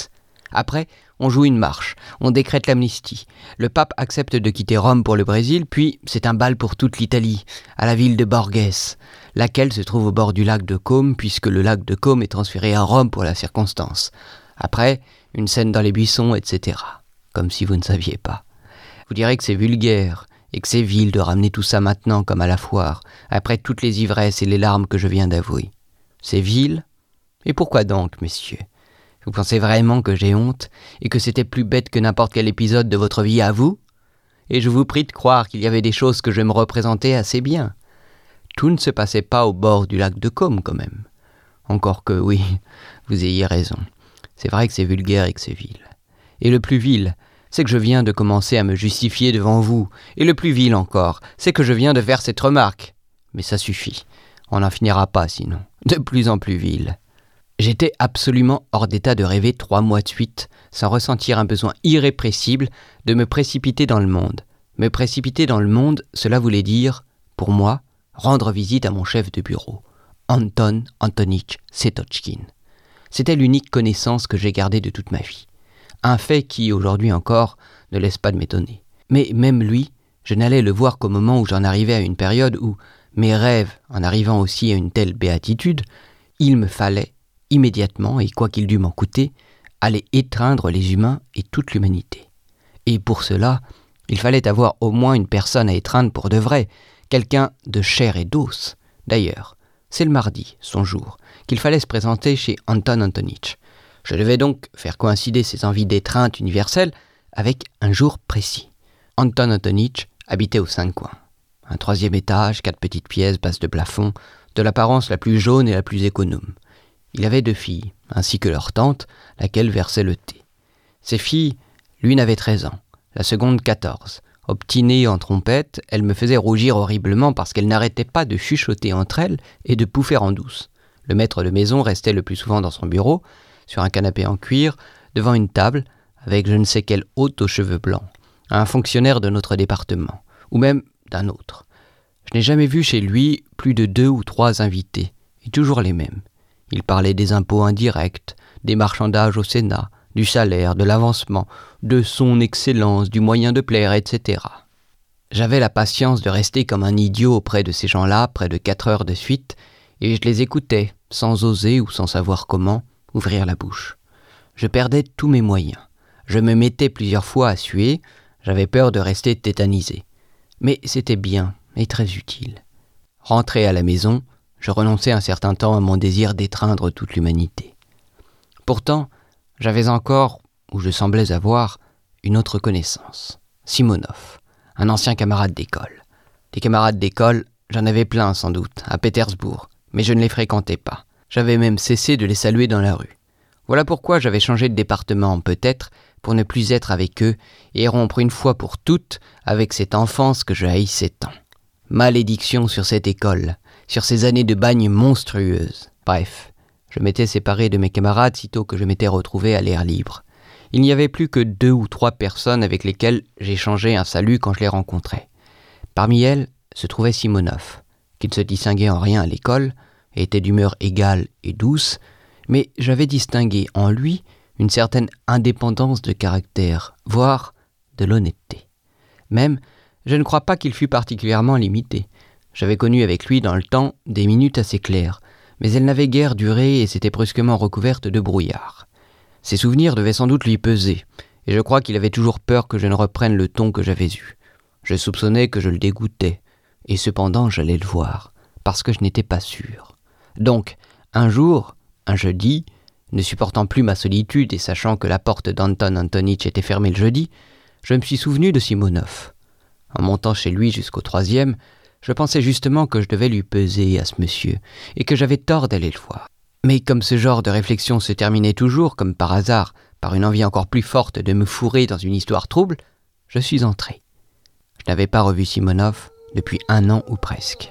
Après, on joue une marche, on décrète l'amnistie. Le pape accepte de quitter Rome pour le Brésil, puis c'est un bal pour toute l'Italie, à la ville de Borghese, laquelle se trouve au bord du lac de Côme, puisque le lac de Côme est transféré à Rome pour la circonstance. Après, une scène dans les buissons, etc. Comme si vous ne saviez pas. Vous direz que c'est vulgaire, et que c'est vil de ramener tout ça maintenant comme à la foire, après toutes les ivresses et les larmes que je viens d'avouer. C'est vil ? Et pourquoi donc, messieurs ? Vous pensez vraiment que j'ai honte, et que c'était plus bête que n'importe quel épisode de votre vie à vous ? Et je vous prie de croire qu'il y avait des choses que je me représentais assez bien. Tout ne se passait pas au bord du lac de Côme, quand même. Encore que, oui, vous ayez raison. C'est vrai que c'est vulgaire et que c'est vil. Et le plus vil, c'est que je viens de commencer à me justifier devant vous. Et le plus vil encore, c'est que je viens de faire cette remarque. Mais ça suffit. On n'en finira pas sinon. De plus en plus vil. J'étais absolument hors d'état de rêver 3 mois de suite, sans ressentir un besoin irrépressible de me précipiter dans le monde. Me précipiter dans le monde, cela voulait dire, pour moi, rendre visite à mon chef de bureau, Anton Antonitch Setochkin. C'était l'unique connaissance que j'ai gardée de toute ma vie. Un fait qui, aujourd'hui encore, ne laisse pas de m'étonner. Mais même lui, je n'allais le voir qu'au moment où j'en arrivais à une période où, mes rêves en arrivant aussi à une telle béatitude, il me fallait, immédiatement, et quoi qu'il dût m'en coûter, aller étreindre les humains et toute l'humanité. Et pour cela, il fallait avoir au moins une personne à étreindre pour de vrai, quelqu'un de chair et d'os. D'ailleurs, c'est le mardi, son jour, qu'il fallait se présenter chez Anton Antonitch. Je devais donc faire coïncider ses envies d'étreinte universelle avec un jour précis. Anton Antonitch habitait aux 5 coins. Un 3e étage, 4 petites pièces, basse de plafond, de l'apparence la plus jaune et la plus économe. Il avait 2 filles, ainsi que leur tante, laquelle versait le thé. Ces filles, l'une avait 13 ans, la seconde 14. Obstinée en trompette, elle me faisait rougir horriblement parce qu'elle n'arrêtait pas de chuchoter entre elles et de pouffer en douce. Le maître de maison restait le plus souvent dans son bureau, sur un canapé en cuir, devant une table, avec je ne sais quel hôte aux cheveux blancs, un fonctionnaire de notre département, ou même d'un autre. Je n'ai jamais vu chez lui plus de 2 ou 3 invités, et toujours les mêmes. Il parlait des impôts indirects, des marchandages au Sénat, du salaire, de l'avancement, de son excellence, du moyen de plaire, etc. J'avais la patience de rester comme un idiot auprès de ces gens-là près de 4 heures de suite, et je les écoutais, sans oser ou sans savoir comment, ouvrir la bouche. Je perdais tous mes moyens. Je me mettais plusieurs fois à suer, j'avais peur de rester tétanisé. Mais c'était bien et très utile. Rentré à la maison, je renonçais un certain temps à mon désir d'étreindre toute l'humanité. Pourtant, j'avais encore, ou je semblais avoir, une autre connaissance. Simonov, un ancien camarade d'école. Des camarades d'école, j'en avais plein sans doute, à Pétersbourg, mais je ne les fréquentais pas. J'avais même cessé de les saluer dans la rue. Voilà pourquoi j'avais changé de département, peut-être, pour ne plus être avec eux et rompre une fois pour toutes avec cette enfance que je haïssais tant. Malédiction sur cette école, sur ces années de bagne monstrueuses. Bref, je m'étais séparé de mes camarades sitôt que je m'étais retrouvé à l'air libre. Il n'y avait plus que 2 ou 3 personnes avec lesquelles j'échangeais un salut quand je les rencontrais. Parmi elles se trouvait Simonov, qui ne se distinguait en rien à l'école, et était d'humeur égale et douce, mais j'avais distingué en lui une certaine indépendance de caractère, voire de l'honnêteté. Même, je ne crois pas qu'il fût particulièrement limité. J'avais connu avec lui dans le temps des minutes assez claires, mais elles n'avaient guère duré et s'étaient brusquement recouvertes de brouillard. Ses souvenirs devaient sans doute lui peser, et je crois qu'il avait toujours peur que je ne reprenne le ton que j'avais eu. Je soupçonnais que je le dégoûtais, et cependant j'allais le voir, parce que je n'étais pas sûr. Donc, un jour, un jeudi, ne supportant plus ma solitude et sachant que la porte d'Anton Antonitch était fermée le jeudi, je me suis souvenu de Simonov. En montant chez lui jusqu'au 3e, je pensais justement que je devais lui peser à ce monsieur, et que j'avais tort d'aller le voir. Mais comme ce genre de réflexion se terminait toujours, comme par hasard, par une envie encore plus forte de me fourrer dans une histoire trouble, je suis entré. Je n'avais pas revu Simonov depuis 1 an ou presque.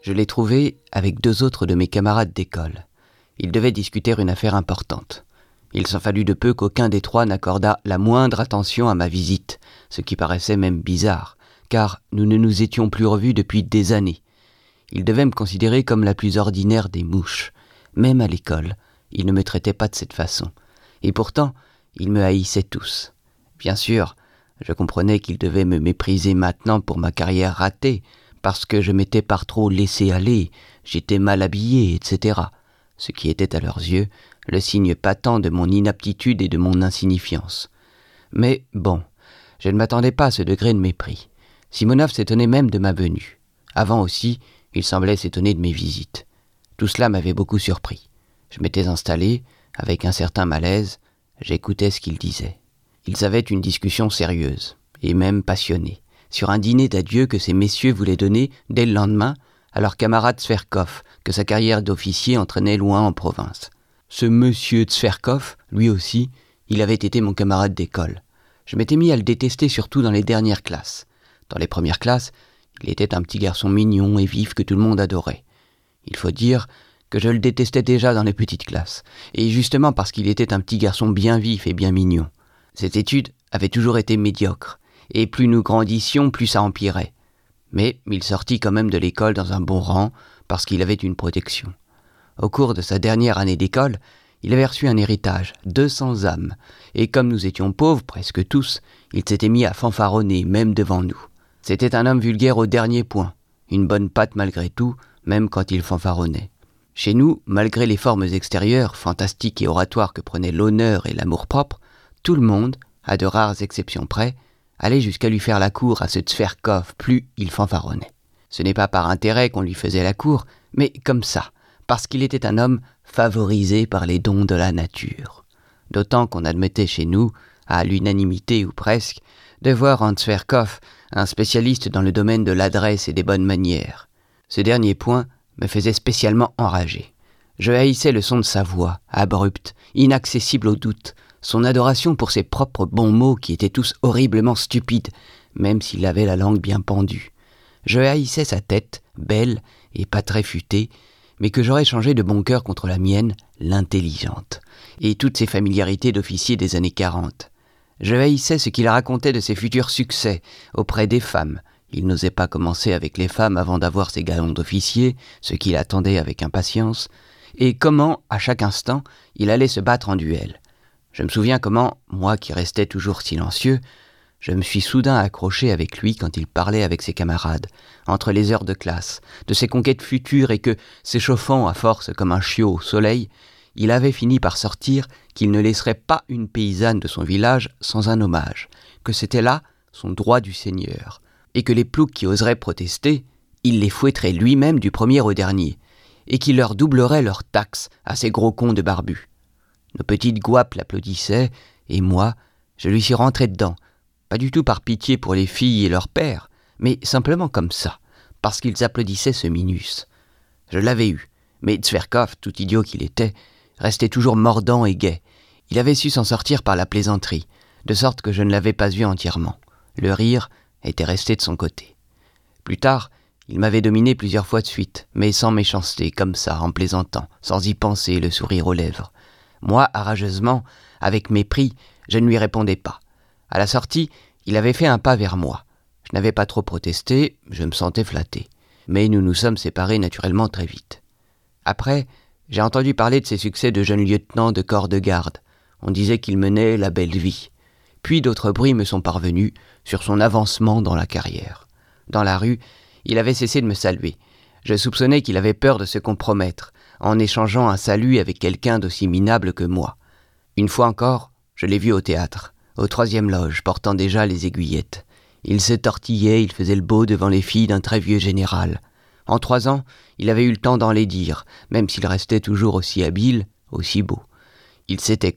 Je l'ai trouvé avec 2 autres de mes camarades d'école. Ils devaient discuter une affaire importante. Il s'en fallut de peu qu'aucun des 3 n'accordât la moindre attention à ma visite, ce qui paraissait même bizarre, car nous ne nous étions plus revus depuis des années. Ils devaient me considérer comme la plus ordinaire des mouches. Même à l'école, ils ne me traitaient pas de cette façon. Et pourtant, ils me haïssaient tous. Bien sûr, je comprenais qu'ils devaient me mépriser maintenant pour ma carrière ratée, parce que je m'étais par trop laissé aller, j'étais mal habillé, etc. Ce qui était à leurs yeux le signe patent de mon inaptitude et de mon insignifiance. Mais bon, je ne m'attendais pas à ce degré de mépris. Simonov s'étonnait même de ma venue. Avant aussi, il semblait s'étonner de mes visites. Tout cela m'avait beaucoup surpris. Je m'étais installé, avec un certain malaise, j'écoutais ce qu'ils disaient. Ils avaient une discussion sérieuse, et même passionnée, sur un dîner d'adieu que ces messieurs voulaient donner dès le lendemain à leur camarade Tverkov, que sa carrière d'officier entraînait loin en province. Ce monsieur Tverkov, lui aussi, il avait été mon camarade d'école. Je m'étais mis à le détester surtout dans les dernières classes. Dans les premières classes, il était un petit garçon mignon et vif que tout le monde adorait. Il faut dire que je le détestais déjà dans les petites classes, et justement parce qu'il était un petit garçon bien vif et bien mignon. Cette étude avait toujours été médiocre, et plus nous grandissions, plus ça empirait. Mais il sortit quand même de l'école dans un bon rang, parce qu'il avait une protection. Au cours de sa dernière année d'école, il avait reçu un héritage, 200 âmes, et comme nous étions pauvres, presque tous, il s'était mis à fanfaronner, même devant nous. C'était un homme vulgaire au dernier point, une bonne patte malgré tout, même quand il fanfaronnait. Chez nous, malgré les formes extérieures, fantastiques et oratoires que prenaient l'honneur et l'amour-propre, tout le monde, à de rares exceptions près, allait jusqu'à lui faire la cour à ce Tverkov, plus il fanfaronnait. Ce n'est pas par intérêt qu'on lui faisait la cour, mais comme ça, parce qu'il était un homme favorisé par les dons de la nature. D'autant qu'on admettait chez nous, à l'unanimité ou presque, de voir en Tverkov un spécialiste dans le domaine de l'adresse et des bonnes manières. Ce dernier point me faisait spécialement enrager. Je haïssais le son de sa voix, abrupte, inaccessible au doute, son adoration pour ses propres bons mots qui étaient tous horriblement stupides, même s'il avait la langue bien pendue. Je haïssais sa tête, belle et pas très futée, mais que j'aurais changé de bon cœur contre la mienne, l'intelligente, et toutes ses familiarités d'officier des années 40. Je haïssais ce qu'il racontait de ses futurs succès auprès des femmes. Il n'osait pas commencer avec les femmes avant d'avoir ses galons d'officier, ce qu'il attendait avec impatience, et comment, à chaque instant, il allait se battre en duel. Je me souviens comment, moi qui restais toujours silencieux, je me suis soudain accroché avec lui quand il parlait avec ses camarades, entre les heures de classe, de ses conquêtes futures et que, s'échauffant à force comme un chiot au soleil, il avait fini par sortir qu'il ne laisserait pas une paysanne de son village sans un hommage, que c'était là son droit du seigneur, et que les ploucs qui oseraient protester, il les fouetterait lui-même du premier au dernier, et qu'il leur doublerait leurs taxes à ces gros cons de barbus. Nos petites guapes l'applaudissaient, et moi, je lui suis rentré dedans, pas du tout par pitié pour les filles et leur père, mais simplement comme ça, parce qu'ils applaudissaient ce Minus. Je l'avais eu, mais Tverkov, tout idiot qu'il était, restait toujours mordant et gai. Il avait su s'en sortir par la plaisanterie, de sorte que je ne l'avais pas eu entièrement. Le rire était resté de son côté. Plus tard, il m'avait dominé plusieurs fois de suite, mais sans méchanceté, comme ça, en plaisantant, sans y penser, le sourire aux lèvres. Moi, harageusement, avec mépris, je ne lui répondais pas. À la sortie, il avait fait un pas vers moi. Je n'avais pas trop protesté, je me sentais flatté. Mais nous nous sommes séparés naturellement très vite. Après, j'ai entendu parler de ses succès de jeune lieutenant de corps de garde. On disait qu'il menait la belle vie. Puis d'autres bruits me sont parvenus sur son avancement dans la carrière. Dans la rue, il avait cessé de me saluer. Je soupçonnais qu'il avait peur de se compromettre, en échangeant un salut avec quelqu'un d'aussi minable que moi. Une fois encore, je l'ai vu au théâtre, au 3e loge, portant déjà les aiguillettes. Il se tortillait, il faisait le beau devant les filles d'un très vieux général. En 3 ans, il avait eu le temps d'en les dire, même s'il restait toujours aussi habile, aussi beau. Il s'était,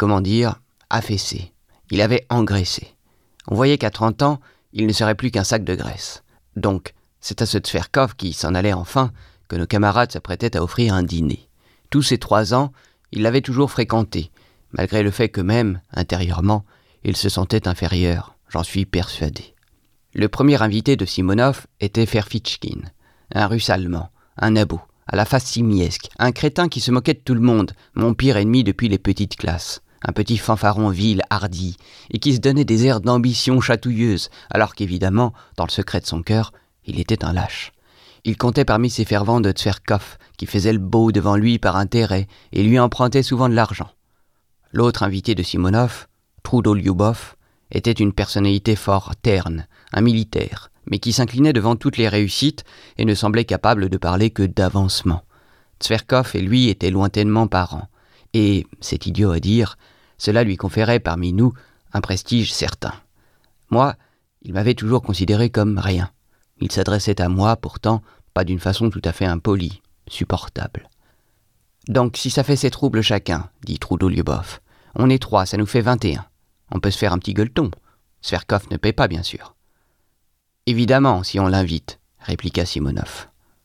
affaissé. Il avait engraissé. On voyait qu'à 30 ans, il ne serait plus qu'un sac de graisse. Donc, c'est à ce Tverkov qui s'en allait enfin que nos camarades s'apprêtaient à offrir un dîner. Tous ces 3 ans, il l'avait toujours fréquenté, malgré le fait que même, intérieurement, il se sentait inférieur, j'en suis persuadé. Le premier invité de Simonov était Ferfitchkin, un Russe allemand, un abo, à la face simiesque, un crétin qui se moquait de tout le monde, mon pire ennemi depuis les petites classes. Un petit fanfaron vil, hardi, et qui se donnait des airs d'ambition chatouilleuse, alors qu'évidemment, dans le secret de son cœur, il était un lâche. Il comptait parmi ses fervents de Tverkov, qui faisait le beau devant lui par intérêt, et lui empruntait souvent de l'argent. L'autre invité de Simonov, Trudolyubov, était une personnalité fort terne, un militaire, mais qui s'inclinait devant toutes les réussites et ne semblait capable de parler que d'avancement. Tverkov et lui étaient lointainement parents, et, c'est idiot à dire, cela lui conférait parmi nous un prestige certain. Moi, il m'avait toujours considéré comme rien. Il s'adressait à moi, pourtant, pas d'une façon tout à fait impolie, supportable. « Donc, si ça fait 7 roubles chacun, dit Trudolyubov, on est 3, ça nous fait 21. On peut se faire un petit gueuleton. Tverkov ne paie pas, bien sûr. »« Évidemment, si on l'invite, » répliqua Simonov.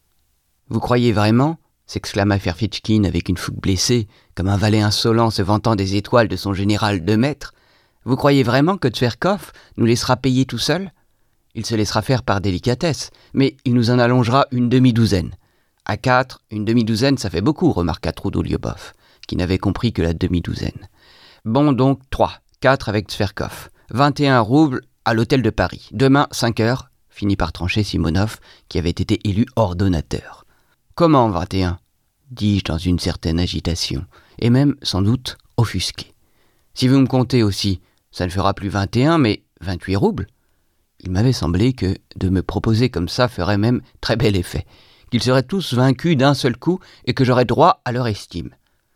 « Vous croyez vraiment ?» s'exclama Ferfitchkin avec une fougue blessée, comme un valet insolent se vantant des étoiles de son général de maître. « Vous croyez vraiment que Tverkov nous laissera payer tout seul ? Il se laissera faire par délicatesse, mais il nous en allongera une demi-douzaine. À 4, une demi-douzaine, ça fait beaucoup, remarqua Trudolyubov, qui n'avait compris que la demi-douzaine. Bon donc, 3, 4 avec Tverkov. 21 roubles à l'hôtel de Paris. Demain, 5 heures, finit par trancher Simonov, qui avait été élu ordonnateur. Comment 21 ? Dis-je dans une certaine agitation, et même, sans doute, offusqué. Si vous me comptez aussi, ça ne fera plus 21, mais 28 roubles. Il m'avait semblé que de me proposer comme ça ferait même très bel effet, qu'ils seraient tous vaincus d'un seul coup et que j'aurais droit à leur estime.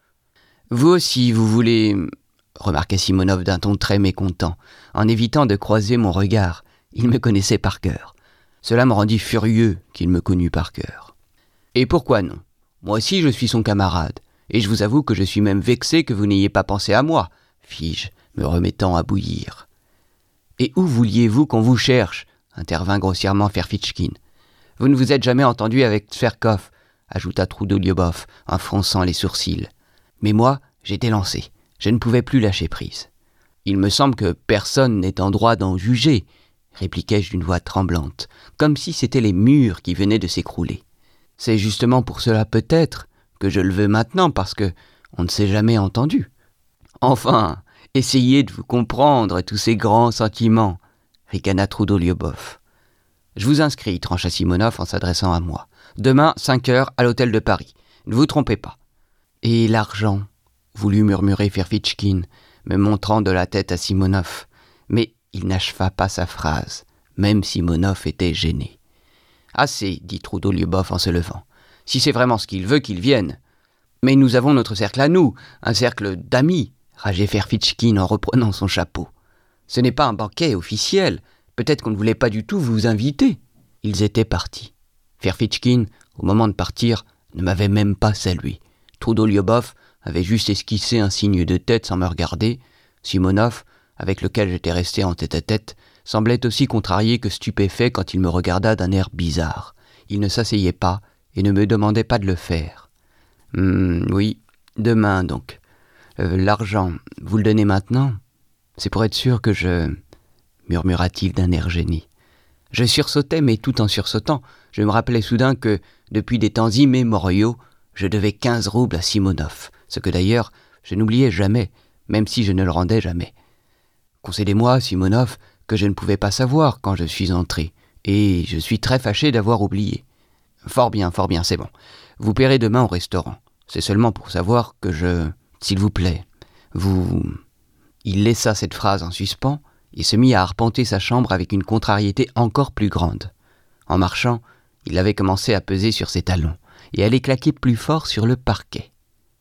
Vous aussi, vous voulez... remarqua Simonov d'un ton très mécontent, en évitant de croiser mon regard. Il me connaissait par cœur. Cela me rendit furieux qu'il me connût par cœur. Et pourquoi non ? Moi aussi je suis son camarade, et je vous avoue que je suis même vexé que vous n'ayez pas pensé à moi, fis-je, me remettant à bouillir. Et où vouliez-vous qu'on vous cherche ? Intervint grossièrement Ferfitchkin. Vous ne vous êtes jamais entendu avec Tverkov, ajouta Trudolyubov, en fronçant les sourcils. Mais moi, j'étais lancé. Je ne pouvais plus lâcher prise. Il me semble que personne n'est en droit d'en juger, répliquai-je d'une voix tremblante, comme si c'étaient les murs qui venaient de s'écrouler. C'est justement pour cela peut-être que je le veux maintenant, parce que on ne s'est jamais entendu. Enfin, essayez de vous comprendre tous ces grands sentiments, ricana Trudolyubov. Je vous inscris, trancha Simonov en s'adressant à moi. Demain, 5 heures, à l'hôtel de Paris. Ne vous trompez pas. Et l'argent, voulut murmurer Ferfitchkin, me montrant de la tête à Simonov. Mais il n'acheva pas sa phrase, même Simonov était gêné. « Assez, dit Trudolyubov en se levant. Si c'est vraiment ce qu'il veut, qu'il vienne. Mais nous avons notre cercle à nous, un cercle d'amis, rageait Ferfitchkin en reprenant son chapeau. Ce n'est pas un banquet officiel. Peut-être qu'on ne voulait pas du tout vous inviter. Ils étaient partis. Ferfitchkin, au moment de partir, ne m'avait même pas salué. Trudolyubov avait juste esquissé un signe de tête sans me regarder. Simonov, avec lequel j'étais resté en tête-à-tête, semblait aussi contrarié que stupéfait quand il me regarda d'un air bizarre. Il ne s'asseyait pas et ne me demandait pas de le faire. « Oui, demain donc. L'argent, vous le donnez maintenant ? C'est pour être sûr que je... » murmura-t-il d'un air gêné. Je sursautais, mais tout en sursautant, je me rappelais soudain que, depuis des temps immémoriaux, je devais 15 roubles à Simonov, ce que d'ailleurs je n'oubliais jamais, même si je ne le rendais jamais. Concédez-moi, Simonov, que je ne pouvais pas savoir quand je suis entré, et je suis très fâché d'avoir oublié. Fort bien, c'est bon. Vous paierez demain au restaurant. C'est seulement pour savoir que je... S'il vous plaît, vous... Il laissa cette phrase en suspens et se mit à arpenter sa chambre avec une contrariété encore plus grande. En marchant, il avait commencé à peser sur ses talons et à les claquer plus fort sur le parquet.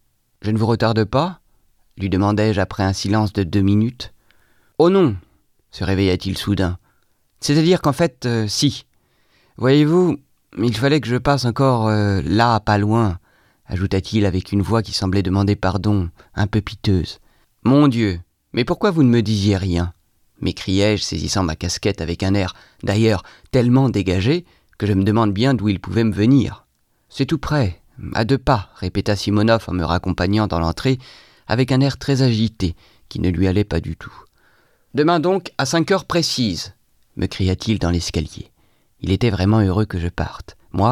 « Je ne vous retarde pas ?» lui demandai-je après un silence de 2 minutes. « Oh non !» se réveilla-t-il soudain. « C'est-à-dire qu'en fait, si. Voyez-vous, il fallait que je passe encore là, pas loin, » ajouta-t-il avec une voix qui semblait demander pardon, un peu piteuse. « Mon Dieu, mais pourquoi vous ne me disiez rien ?» m'écriai-je, saisissant ma casquette avec un air, d'ailleurs, tellement dégagé que je me demande bien d'où il pouvait me venir. « C'est tout près, à 2 pas, » répéta Simonov en me raccompagnant dans l'entrée, avec un air très agité, qui ne lui allait pas du tout. « Demain donc, à 5 heures précises !» me cria-t-il dans l'escalier. Il était vraiment heureux que je parte. Moi,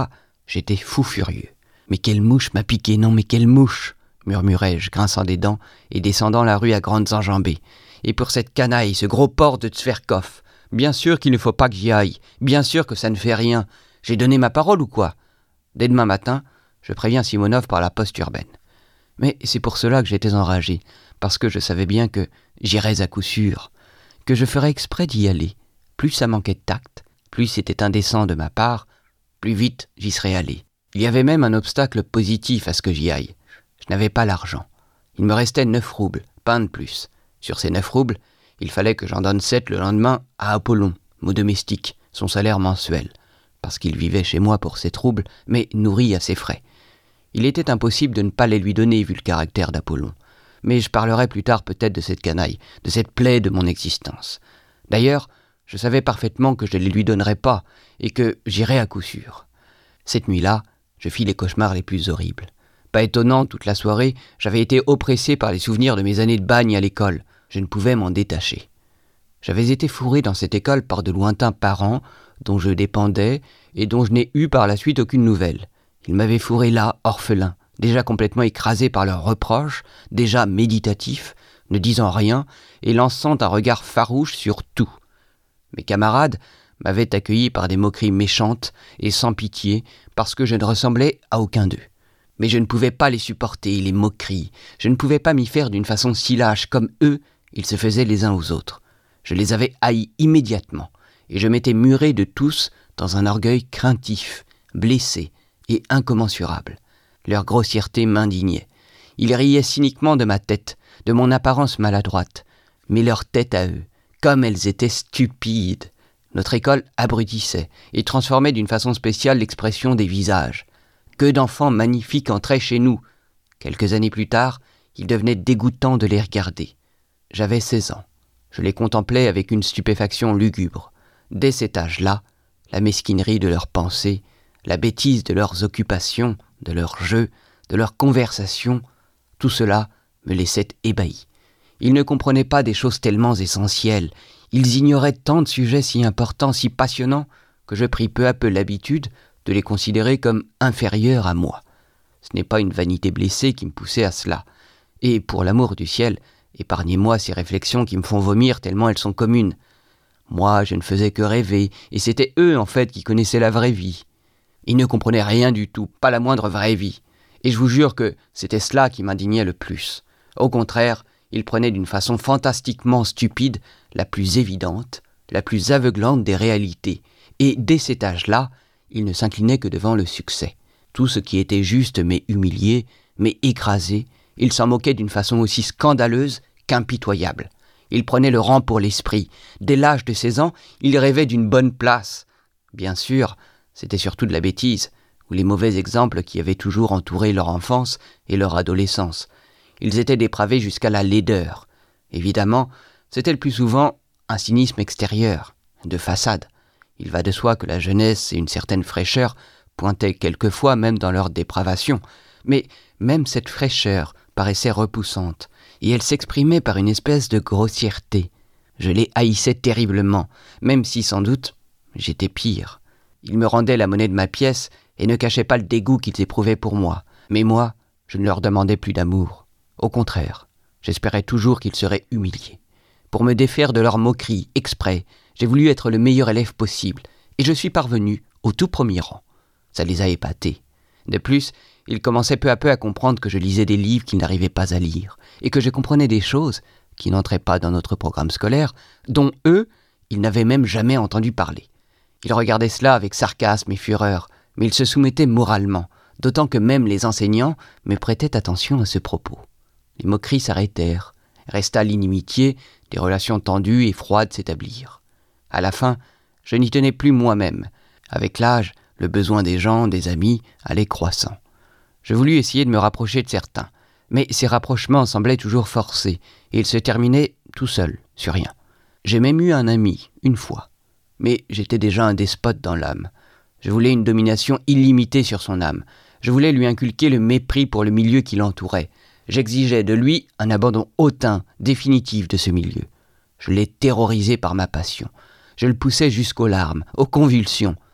J'étais fou furieux. « Mais quelle mouche m'a piqué, non mais quelle mouche !» murmurai-je, grinçant des dents et descendant la rue à grandes enjambées. « Et pour cette canaille, ce gros porc de Tverkov, bien sûr qu'il ne faut pas que j'y aille, bien sûr que ça ne fait rien. J'ai donné ma parole ou quoi ? Dès demain matin, je préviens Simonov par la poste urbaine. » Mais c'est pour cela que j'étais enragé, parce que je savais bien que j'irais à coup sûr, que je ferais exprès d'y aller. Plus ça manquait de tact, plus c'était indécent de ma part, plus vite j'y serais allé. Il y avait même un obstacle positif à ce que j'y aille. Je n'avais pas l'argent. Il me restait 9 roubles, pas un de plus. Sur ces 9 roubles, il fallait que j'en donne 7 le lendemain à Apollon, mon domestique, son salaire mensuel, parce qu'il vivait chez moi pour 7 roubles, mais nourri à ses frais. Il était impossible de ne pas les lui donner vu le caractère d'Apollon. Mais je parlerai plus tard peut-être de cette canaille, de cette plaie de mon existence. D'ailleurs, je savais parfaitement que je ne les lui donnerais pas et que j'irais à coup sûr. Cette nuit-là, je fis les cauchemars les plus horribles. Pas étonnant, toute la soirée, j'avais été oppressé par les souvenirs de mes années de bagne à l'école. Je ne pouvais m'en détacher. J'avais été fourré dans cette école par de lointains parents dont je dépendais et dont je n'ai eu par la suite aucune nouvelle. Ils m'avaient fourré là, orphelin, déjà complètement écrasé par leurs reproches, déjà méditatif, ne disant rien et lançant un regard farouche sur tout. Mes camarades m'avaient accueilli par des moqueries méchantes et sans pitié parce que je ne ressemblais à aucun d'eux. Mais je ne pouvais pas les supporter, les moqueries. Je ne pouvais pas m'y faire d'une façon si lâche comme eux, ils se faisaient les uns aux autres. Je les avais haïs immédiatement et je m'étais muré de tous dans un orgueil craintif, blessé et incommensurable. Leur grossièreté m'indignait. Ils riaient cyniquement de ma tête, de mon apparence maladroite. Mais leur tête à eux, comme elles étaient stupides. Notre école abrutissait et transformait d'une façon spéciale l'expression des visages. Que d'enfants magnifiques entraient chez nous. Quelques années plus tard, il devenait dégoûtant de les regarder. J'avais 16 ans. Je les contemplais avec une stupéfaction lugubre. Dès cet âge-là, la mesquinerie de leurs pensées, la bêtise de leurs occupations, de leurs jeux, de leurs conversations, tout cela me laissait ébahi. Ils ne comprenaient pas des choses tellement essentielles. Ils ignoraient tant de sujets si importants, si passionnants, que je pris peu à peu l'habitude de les considérer comme inférieurs à moi. Ce n'est pas une vanité blessée qui me poussait à cela. Et pour l'amour du ciel, épargnez-moi ces réflexions qui me font vomir tellement elles sont communes. Moi, je ne faisais que rêver, et c'était eux, en fait, qui connaissaient la vraie vie. Ils ne comprenaient rien du tout, pas la moindre vraie vie. Et je vous jure que c'était cela qui m'indignait le plus. Au contraire, ils prenaient d'une façon fantastiquement stupide la plus évidente, la plus aveuglante des réalités. Et dès cet âge-là, ils ne s'inclinaient que devant le succès. Tout ce qui était juste mais humilié, mais écrasé, ils s'en moquaient d'une façon aussi scandaleuse qu'impitoyable. Ils prenaient le rang pour l'esprit. Dès l'âge de 16 ans, ils rêvaient d'une bonne place. Bien sûr, c'était surtout de la bêtise, ou les mauvais exemples qui avaient toujours entouré leur enfance et leur adolescence. Ils étaient dépravés jusqu'à la laideur. Évidemment, c'était le plus souvent un cynisme extérieur, de façade. Il va de soi que la jeunesse et une certaine fraîcheur pointaient quelquefois même dans leur dépravation. Mais même cette fraîcheur paraissait repoussante, et elle s'exprimait par une espèce de grossièreté. Je les haïssais terriblement, même si sans doute j'étais pire. Ils me rendaient la monnaie de ma pièce et ne cachaient pas le dégoût qu'ils éprouvaient pour moi. Mais moi, je ne leur demandais plus d'amour. Au contraire, j'espérais toujours qu'ils seraient humiliés. Pour me défaire de leurs moqueries, exprès, j'ai voulu être le meilleur élève possible, et je suis parvenu au tout premier rang. Ça les a épatés. De plus, ils commençaient peu à peu à comprendre que je lisais des livres qu'ils n'arrivaient pas à lire, et que je comprenais des choses qui n'entraient pas dans notre programme scolaire, dont eux, ils n'avaient même jamais entendu parler. Ils regardaient cela avec sarcasme et fureur, mais ils se soumettaient moralement, d'autant que même les enseignants me prêtaient attention à ce propos. Les moqueries s'arrêtèrent, resta l'inimitié, des relations tendues et froides s'établirent. À la fin, je n'y tenais plus moi-même. Avec l'âge, le besoin des gens, des amis, allait croissant. Je voulus essayer de me rapprocher de certains, mais ces rapprochements semblaient toujours forcés, et ils se terminaient tout seuls, sur rien. J'ai même eu un ami, une fois. Mais j'étais déjà un despote dans l'âme. Je voulais une domination illimitée sur son âme. Je voulais lui inculquer le mépris pour le milieu qui l'entourait. J'exigeais de lui un abandon hautain, définitif de ce milieu. Je l'ai terrorisé par ma passion. Je le poussais jusqu'aux larmes, aux convulsions.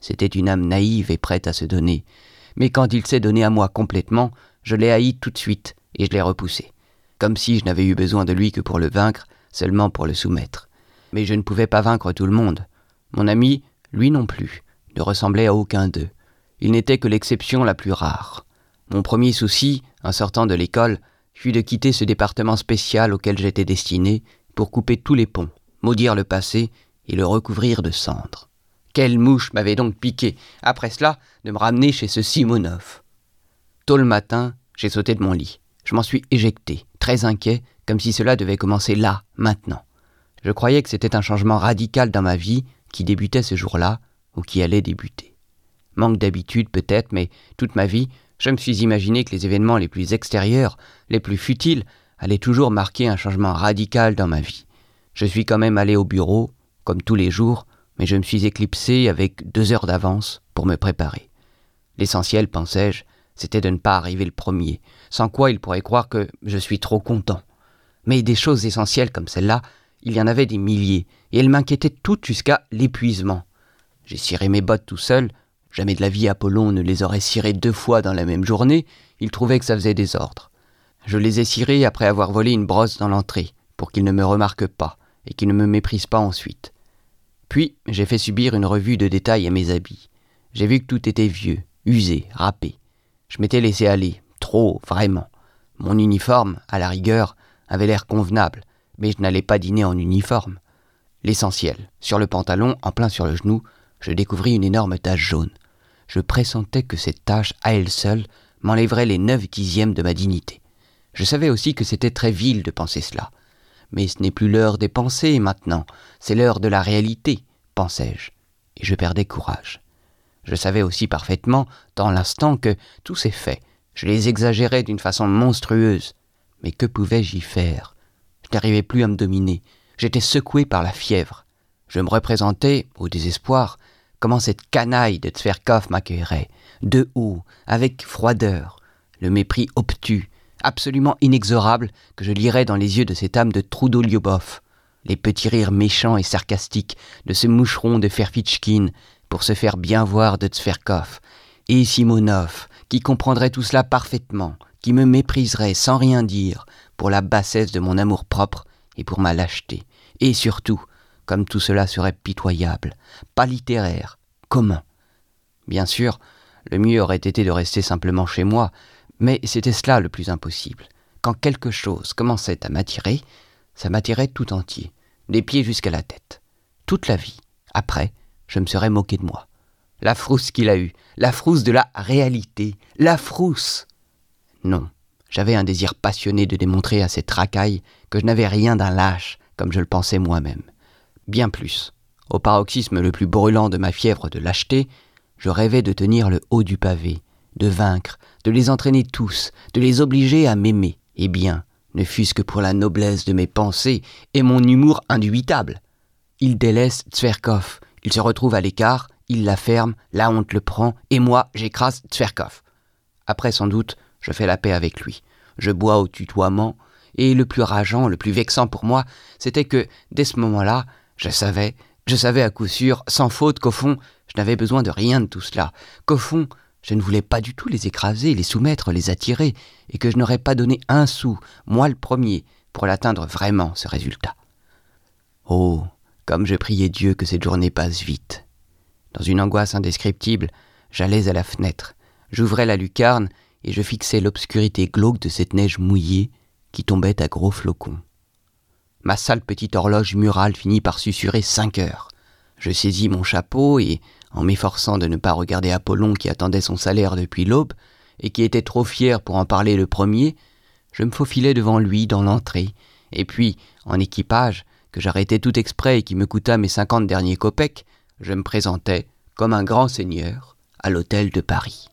C'était une âme naïve et prête à se donner. Mais quand il s'est donné à moi complètement, je l'ai haï tout de suite et je l'ai repoussé. Comme si je n'avais eu besoin de lui que pour le vaincre, seulement pour le soumettre. Mais je ne pouvais pas vaincre tout le monde. Mon ami, lui non plus, ne ressemblait à aucun d'eux. Il n'était que l'exception la plus rare. Mon premier souci, en sortant de l'école, fut de quitter ce département spécial auquel j'étais destiné pour couper tous les ponts, maudire le passé et le recouvrir de cendres. Quelle mouche m'avait donc piqué, après cela, de me ramener chez ce Simonov. Tôt le matin, j'ai sauté de mon lit. Je m'en suis éjecté, très inquiet, comme si cela devait commencer là, maintenant. Je croyais que c'était un changement radical dans ma vie qui débutait ce jour-là ou qui allait débuter. Manque d'habitude peut-être, mais toute ma vie, je me suis imaginé que les événements les plus extérieurs, les plus futiles, allaient toujours marquer un changement radical dans ma vie. Je suis quand même allé au bureau, comme tous les jours, mais je me suis éclipsé avec 2 heures d'avance pour me préparer. L'essentiel, pensais-je, c'était de ne pas arriver le premier, sans quoi il pourrait croire que je suis trop content. Mais des choses essentielles comme celle-là, il y en avait des milliers, et elles m'inquiétaient toutes jusqu'à l'épuisement. J'ai ciré mes bottes tout seul. Jamais de la vie Apollon ne les aurait cirées 2 fois dans la même journée, il trouvait que ça faisait désordre. Je les ai cirées après avoir volé une brosse dans l'entrée, pour qu'ils ne me remarquent pas, et qu'ils ne me méprisent pas ensuite. Puis, j'ai fait subir une revue de détail à mes habits. J'ai vu que tout était vieux, usé, râpé. Je m'étais laissé aller, trop, vraiment. Mon uniforme, à la rigueur, avait l'air convenable, mais je n'allais pas dîner en uniforme. L'essentiel, sur le pantalon, en plein sur le genou, je découvris une énorme tache jaune. Je pressentais que cette tache, à elle seule, m'enlèverait les 9/10 de ma dignité. Je savais aussi que c'était très vil de penser cela. Mais ce n'est plus l'heure des pensées maintenant, c'est l'heure de la réalité, pensais-je, et je perdais courage. Je savais aussi parfaitement, dans l'instant, que tous ces faits, je les exagérais d'une façon monstrueuse. Mais que pouvais-je y faire ? Je n'arrivais plus à me dominer, j'étais secoué par la fièvre. Je me représentais, au désespoir, comment cette canaille de Tverkov m'accueillerait, de haut, avec froideur, le mépris obtus, absolument inexorable, que je lirais dans les yeux de cette âme de Trudoliubov, les petits rires méchants et sarcastiques de ce moucheron de Ferfitchkin pour se faire bien voir de Tverkov, et Simonov, qui comprendrait tout cela parfaitement, qui me mépriserait sans rien dire pour la bassesse de mon amour-propre et pour ma lâcheté, et surtout, comme tout cela serait pitoyable, pas littéraire, commun. Bien sûr, le mieux aurait été de rester simplement chez moi, mais c'était cela le plus impossible. Quand quelque chose commençait à m'attirer, ça m'attirait tout entier, des pieds jusqu'à la tête. Toute la vie, après, je me serais moqué de moi. La frousse qu'il a eue, la frousse de la réalité, la frousse. Non, j'avais un désir passionné de démontrer à cette racaille que je n'avais rien d'un lâche, comme je le pensais moi-même. Bien plus, au paroxysme le plus brûlant de ma fièvre de lâcheté, je rêvais de tenir le haut du pavé, de vaincre, de les entraîner tous, de les obliger à m'aimer, et bien, ne fût-ce que pour la noblesse de mes pensées et mon humour indubitable. Il délaisse Tverkov, il se retrouve à l'écart, il la ferme, la honte le prend, et moi, j'écrase Tverkov. Après, sans doute, je fais la paix avec lui. Je bois au tutoiement, et le plus rageant, le plus vexant pour moi, c'était que, dès ce moment-là, je savais à coup sûr, sans faute, qu'au fond, je n'avais besoin de rien de tout cela, qu'au fond, je ne voulais pas du tout les écraser, les soumettre, les attirer, et que je n'aurais pas donné un sou, moi le premier, pour l'atteindre vraiment, ce résultat. Oh, comme je priais Dieu que cette journée passe vite. Dans une angoisse indescriptible, j'allais à la fenêtre, j'ouvrais la lucarne et je fixais l'obscurité glauque de cette neige mouillée qui tombait à gros flocons. Ma sale petite horloge murale finit par susurrer 5 heures. Je saisis mon chapeau et, en m'efforçant de ne pas regarder Apollon qui attendait son salaire depuis l'aube et qui était trop fier pour en parler le premier, je me faufilai devant lui dans l'entrée, et puis, en équipage, que j'arrêtai tout exprès et qui me coûta mes 50 derniers kopecks, je me présentai, comme un grand seigneur, à l'hôtel de Paris.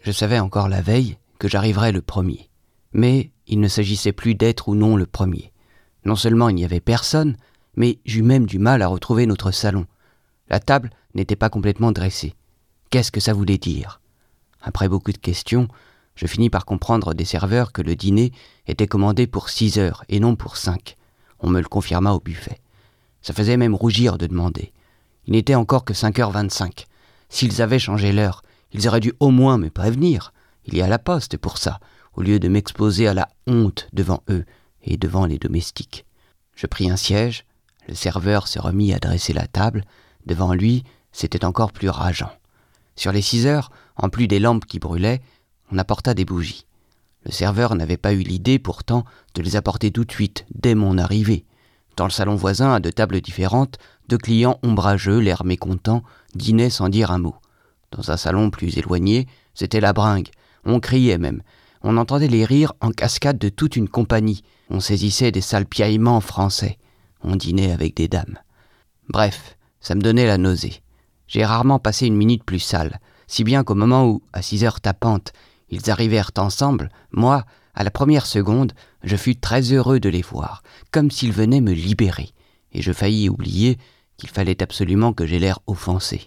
Je savais encore la veille que j'arriverais le premier. Mais il ne s'agissait plus d'être ou non le premier. Non seulement il n'y avait personne, mais j'eus même du mal à retrouver notre salon. La table n'était pas complètement dressée. Qu'est-ce que ça voulait dire ? Après beaucoup de questions, je finis par comprendre des serveurs que le dîner était commandé pour 6 heures et non pour 5. On me le confirma au buffet. Ça faisait même rougir de demander. Il n'était encore que 5h25. S'ils avaient changé l'heure, ils auraient dû au moins me prévenir. Il y a la poste pour ça, au lieu de m'exposer à la honte devant eux et devant les domestiques. Je pris un siège, le serveur se remit à dresser la table. Devant lui, c'était encore plus rageant. Sur les 6 heures, en plus des lampes qui brûlaient, on apporta des bougies. Le serveur n'avait pas eu l'idée, pourtant, de les apporter tout de suite, dès mon arrivée. Dans le salon voisin, à 2 tables différentes, 2 clients ombrageux, l'air mécontents, dînaient sans dire un mot. Dans un salon plus éloigné, c'était la bringue. On criait même. On entendait les rires en cascade de toute une compagnie. On saisissait des sales piaillements français. On dînait avec des dames. Bref, ça me donnait la nausée. J'ai rarement passé une minute plus sale, si bien qu'au moment où, à 6 heures tapantes, ils arrivèrent ensemble, moi, à la première seconde, je fus très heureux de les voir, comme s'ils venaient me libérer, et je faillis oublier qu'il fallait absolument que j'aie l'air offensé.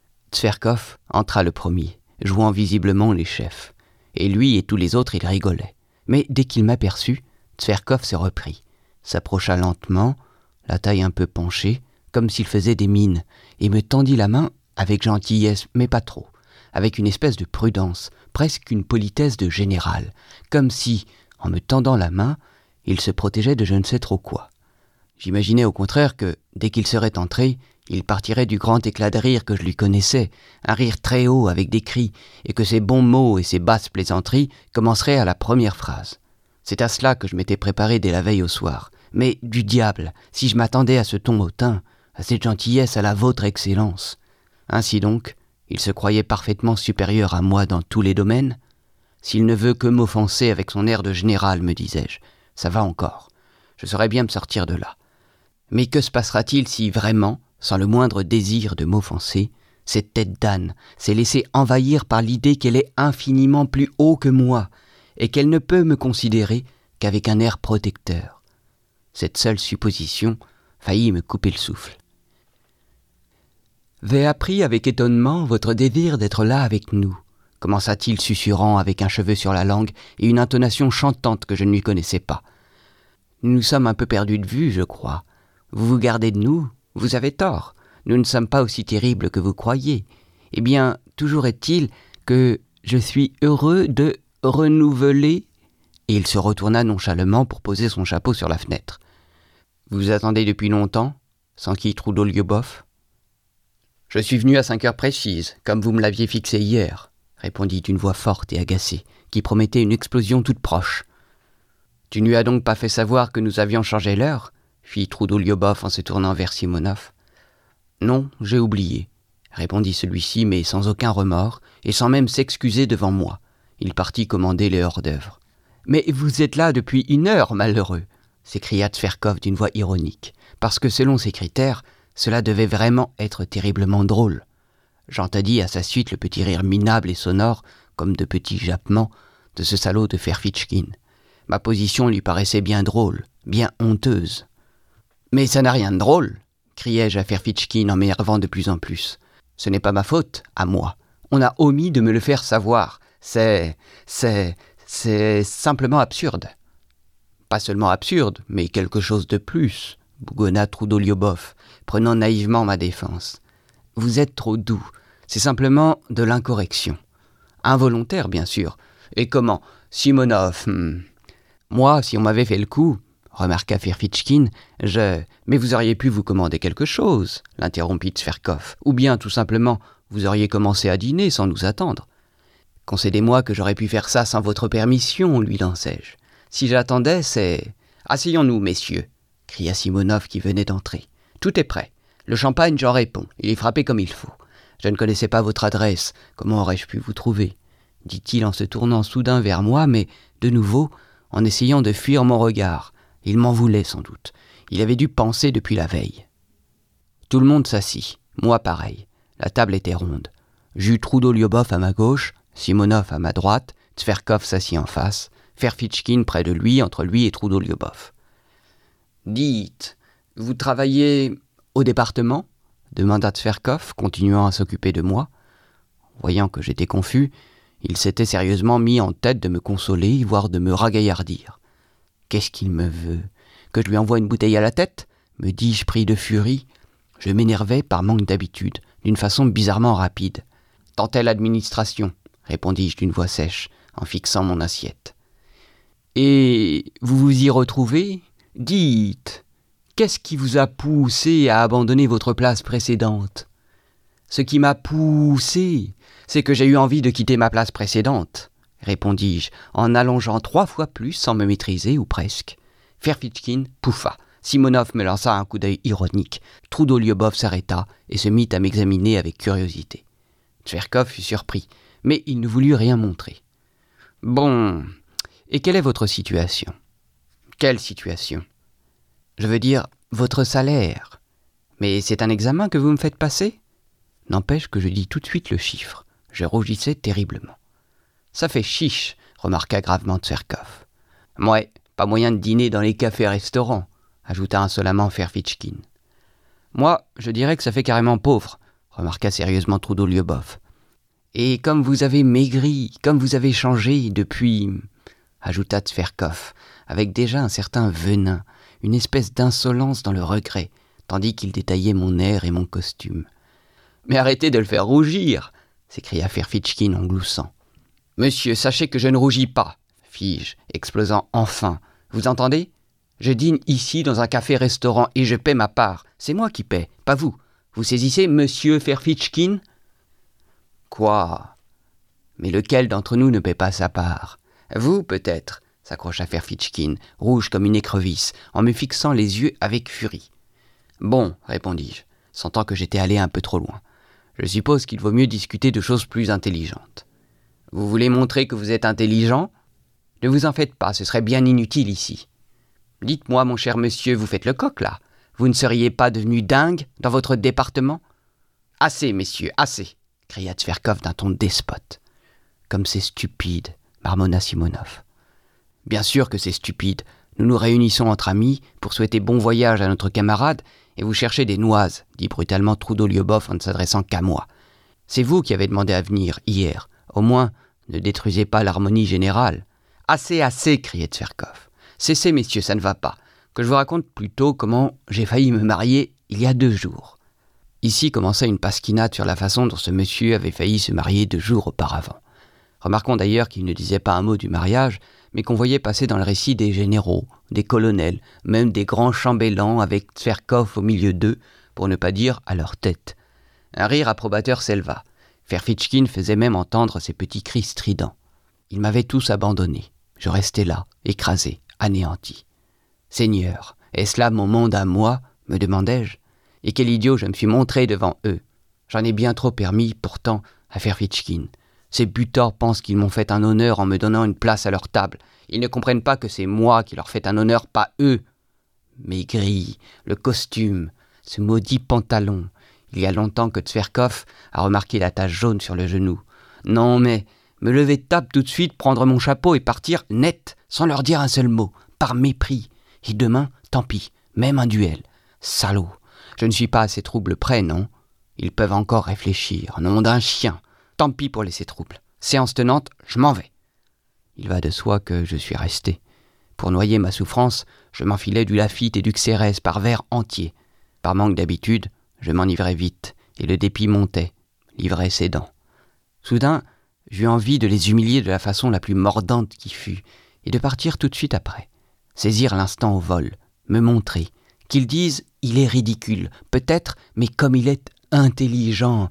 Tverkov entra le premier, jouant visiblement les chefs, et lui et tous les autres, ils rigolaient. Mais dès qu'il m'aperçut, Tverkov se reprit, s'approcha lentement, la taille un peu penchée, comme s'il faisait des mines, et me tendit la main avec gentillesse, mais pas trop, avec une espèce de prudence, presque une politesse de général, comme si, en me tendant la main, il se protégeait de je ne sais trop quoi. J'imaginais au contraire que, dès qu'il serait entré, il partirait du grand éclat de rire que je lui connaissais, un rire très haut avec des cris, et que ses bons mots et ses basses plaisanteries commenceraient à la première phrase. C'est à cela que je m'étais préparé dès la veille au soir. Mais du diable, si je m'attendais à ce ton hautain, à cette gentillesse à la vôtre excellence. Ainsi donc, il se croyait parfaitement supérieur à moi dans tous les domaines. S'il ne veut que m'offenser avec son air de général, me disais-je, ça va encore. Je saurais bien me sortir de là. Mais que se passera-t-il si vraiment, sans le moindre désir de m'offenser, cette tête d'âne s'est laissée envahir par l'idée qu'elle est infiniment plus haut que moi et qu'elle ne peut me considérer qu'avec un air protecteur. Cette seule supposition faillit me couper le souffle. « J'ai appris avec étonnement votre désir d'être là avec nous, » commença-t-il susurrant avec un cheveu sur la langue et une intonation chantante que je ne lui connaissais pas. « Nous nous sommes un peu perdus de vue, je crois. Vous vous gardez de nous, vous avez tort. Nous ne sommes pas aussi terribles que vous croyez. Eh bien, toujours est-il que je suis heureux de renouveler... » Et il se retourna nonchalamment pour poser son chapeau sur la fenêtre. « Vous attendez depuis longtemps, s'enquit Trudolyubov. « Je suis venu à 5 heures précises, comme vous me l'aviez fixé hier, » répondit une voix forte et agacée, qui promettait une explosion toute proche. « Tu ne lui as donc pas fait savoir que nous avions changé l'heure » fit Trudolyubov en se tournant vers Simonov. « Non, j'ai oublié, » répondit celui-ci, mais sans aucun remords, et sans même s'excuser devant moi. Il partit commander les hors-d'œuvre. « Mais vous êtes là depuis 1 heure, malheureux !» s'écria Tverkov d'une voix ironique, parce que selon ses critères, cela devait vraiment être terriblement drôle. J'entendis à sa suite le petit rire minable et sonore, comme de petits jappements, de ce salaud de Ferfitchkin. Ma position lui paraissait bien drôle, bien honteuse. « Mais ça n'a rien de drôle !» criai-je à Ferfitchkin en m'énervant de plus en plus. « Ce n'est pas ma faute, à moi. On a omis de me le faire savoir. C'est simplement absurde. » « Pas seulement absurde, mais quelque chose de plus, » bougonna Trudolyubov, prenant naïvement ma défense. « Vous êtes trop doux. C'est simplement de l'incorrection. Involontaire, bien sûr. Et comment ? Simonov, Moi, si on m'avait fait le coup, remarqua Ferfitchkin, Mais vous auriez pu vous commander quelque chose, l'interrompit Tverkov. Ou bien, tout simplement, vous auriez commencé à dîner sans nous attendre. Concédez-moi que j'aurais pu faire ça sans votre permission, lui lançai-je. Si j'attendais, c'est... Asseyons-nous, messieurs, cria Simonov qui venait d'entrer. Tout est prêt. Le champagne, j'en réponds. Il est frappé comme il faut. Je ne connaissais pas votre adresse. Comment aurais-je pu vous trouver ? Dit-il en se tournant soudain vers moi, mais, de nouveau, en essayant de fuir mon regard. Il m'en voulait sans doute. Il avait dû penser depuis la veille. Tout le monde s'assit. Moi pareil. La table était ronde. J'eus Trudolyubov à ma gauche, Simonov à ma droite, Tverkov s'assit en face, Ferfitchkin près de lui, entre lui et Trudolyubov. « Dites, vous travaillez au département ?» demanda Tverkov, continuant à s'occuper de moi. Voyant que j'étais confus, il s'était sérieusement mis en tête de me consoler, voire de me ragaillardir. « Qu'est-ce qu'il me veut ? Que je lui envoie une bouteille à la tête ?» me dis-je pris de furie. Je m'énervais par manque d'habitude, d'une façon bizarrement rapide. « Tant est l'administration !» répondis-je d'une voix sèche, en fixant mon assiette. « Et vous vous y retrouvez ? Dites, qu'est-ce qui vous a poussé à abandonner votre place précédente ? » « Ce qui m'a poussé, c'est que j'ai eu envie de quitter ma place précédente, » répondis-je, en allongeant 3 fois plus sans me maîtriser, ou presque. Ferfitchkin pouffa. Simonov me lança un coup d'œil ironique. Trudolyubov s'arrêta et se mit à m'examiner avec curiosité. Tverkov fut surpris, mais il ne voulut rien montrer. « Bon, et quelle est votre situation ?»« Quelle situation ?»« Je veux dire, votre salaire. Mais c'est un examen que vous me faites passer ?» N'empêche que je dis tout de suite le chiffre. Je rougissais terriblement. « Ça fait chiche », remarqua gravement Tverkov. « Mouais, pas moyen de dîner dans les cafés-restaurants », ajouta insolemment Ferfitchkin. « Moi, je dirais que ça fait carrément pauvre », remarqua sérieusement Trudolyubov. « Et comme vous avez maigri, comme vous avez changé depuis... » ajouta Tverkov, avec déjà un certain venin, une espèce d'insolence dans le regret, tandis qu'il détaillait mon air et mon costume. « Mais arrêtez de le faire rougir !» s'écria Ferfitchkin en gloussant. « Monsieur, sachez que je ne rougis pas, fis-je, explosant enfin. Vous entendez ? Je dîne ici dans un café-restaurant et je paie ma part. C'est moi qui paie, pas vous. Vous saisissez, monsieur Ferfitchkin ? Quoi ? Mais lequel d'entre nous ne paie pas sa part ? Vous, peut-être, s'accrocha Ferfitchkin, rouge comme une écrevisse, en me fixant les yeux avec furie. Bon, répondis-je, sentant que j'étais allé un peu trop loin. Je suppose qu'il vaut mieux discuter de choses plus intelligentes. Vous voulez montrer que vous êtes intelligent ? Ne vous en faites pas, ce serait bien inutile ici. Dites-moi, mon cher monsieur, vous faites le coq, là ? Vous ne seriez pas devenu dingue dans votre département ? Assez, messieurs, assez ! Cria Tverkov d'un ton despote. Comme c'est stupide, marmonna Simonov. Bien sûr que c'est stupide. Nous nous réunissons entre amis pour souhaiter bon voyage à notre camarade et vous cherchez des noises, dit brutalement Trudolyubov en ne s'adressant qu'à moi. C'est vous qui avez demandé à venir hier. Au moins, ne détruisez pas l'harmonie générale. Assez, assez, criait Tverkov. Cessez, messieurs, ça ne va pas. Que je vous raconte plutôt comment j'ai failli me marier il y a 2 jours. Ici commençait une pasquinade sur la façon dont ce monsieur avait failli se marier 2 jours auparavant. Remarquons d'ailleurs qu'il ne disait pas un mot du mariage, mais qu'on voyait passer dans le récit des généraux, des colonels, même des grands chambellans avec Tverkov au milieu d'eux, pour ne pas dire à leur tête. Un rire approbateur s'éleva. Ferfitchkin faisait même entendre ses petits cris stridents. Ils m'avaient tous abandonné. Je restais là, écrasé, anéanti. « Seigneur, est-ce là mon monde à moi ?» me demandai-je. Et quel idiot je me suis montré devant eux. J'en ai bien trop permis, pourtant, à Ferfitchkin. Ces butords pensent qu'ils m'ont fait un honneur en me donnant une place à leur table. Ils ne comprennent pas que c'est moi qui leur fais un honneur, pas eux. Maigri, le costume, ce maudit pantalon. Il y a longtemps que Tverkov a remarqué la tache jaune sur le genou. Non, mais me lever de table tout de suite, prendre mon chapeau et partir net, sans leur dire un seul mot, par mépris. Et demain, tant pis, même un duel. Salaud, je ne suis pas à ces troubles près, non ? Ils peuvent encore réfléchir, nom d'un chien. Tant pis pour les ces troubles. Séance tenante, je m'en vais. Il va de soi que je suis resté. Pour noyer ma souffrance, je m'enfilais du Lafite et du Xérès par verre entier. Par manque d'habitude, je m'enivrais vite, et le dépit montait, l'ivresse aidant. Soudain, j'eus envie de les humilier de la façon la plus mordante qui fût, et de partir tout de suite après. Saisir l'instant au vol, me montrer, qu'ils disent « il est ridicule », peut-être, mais comme il est intelligent,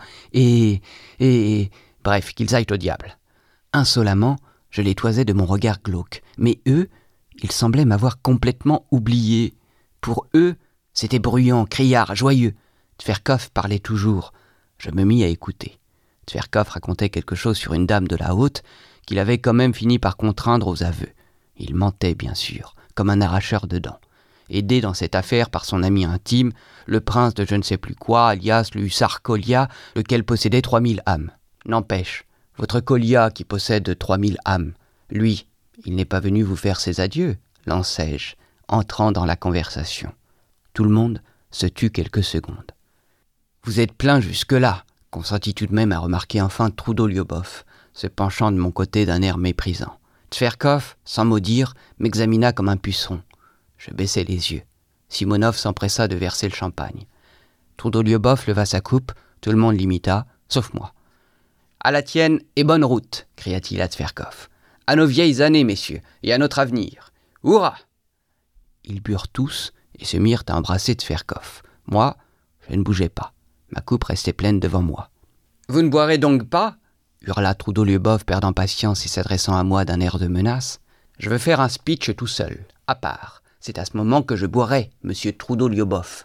bref, qu'ils aillent au diable. Insolemment, je les toisais de mon regard glauque, mais eux, ils semblaient m'avoir complètement oublié. Pour eux, c'était bruyant, criard, joyeux. Tverkov parlait toujours. Je me mis à écouter. Tverkov racontait quelque chose sur une dame de la haute qu'il avait quand même fini par contraindre aux aveux. Il mentait, bien sûr, comme un arracheur de dents. Aidé dans cette affaire par son ami intime, le prince de je ne sais plus quoi, alias le hussard Kolia, lequel possédait 3000 âmes. N'empêche, Votre Colia qui possède 3000 âmes, lui, il n'est pas venu vous faire ses adieux, lançai-je, entrant dans la conversation. Tout le monde se tut quelques secondes. Vous êtes plein jusque-là, consentit tout de même à remarquer enfin Trudolyubov, se penchant de mon côté d'un air méprisant. Tverkov, sans mot dire, m'examina comme un puceron. Je baissai les yeux. Simonov s'empressa de verser le champagne. Trudolyubov leva sa coupe, tout le monde l'imita, sauf moi. « À la tienne et bonne route !» cria-t-il à Tverkov. « À nos vieilles années, messieurs, et à notre avenir. Hurrah !» Ils burent tous et se mirent à embrasser Tverkov. Moi, je ne bougeais pas. Ma coupe restait pleine devant moi. « Vous ne boirez donc pas ?» hurla Trudolyubov, perdant patience et s'adressant à moi d'un air de menace. « Je veux faire un speech tout seul, à part. C'est à ce moment que je boirai, monsieur Trudolyubov. »«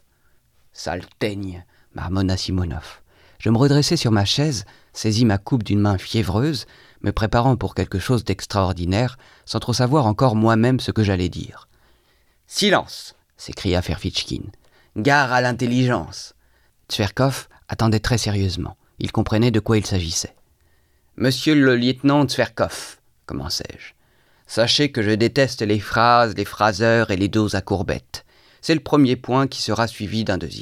Sale teigne !» marmonna Simonov. Je me redressai sur ma chaise, saisis ma coupe d'une main fiévreuse, me préparant pour quelque chose d'extraordinaire, sans trop savoir encore moi-même ce que j'allais dire. « Silence !» s'écria Ferfitchkin. « Gare à l'intelligence !» Tverkov attendait très sérieusement. Il comprenait de quoi il s'agissait. « Monsieur le lieutenant Tverkov, commençai-je, sachez que je déteste les phrases, les phraseurs et les dos à courbettes. C'est le premier point qui sera suivi d'un deuxième. »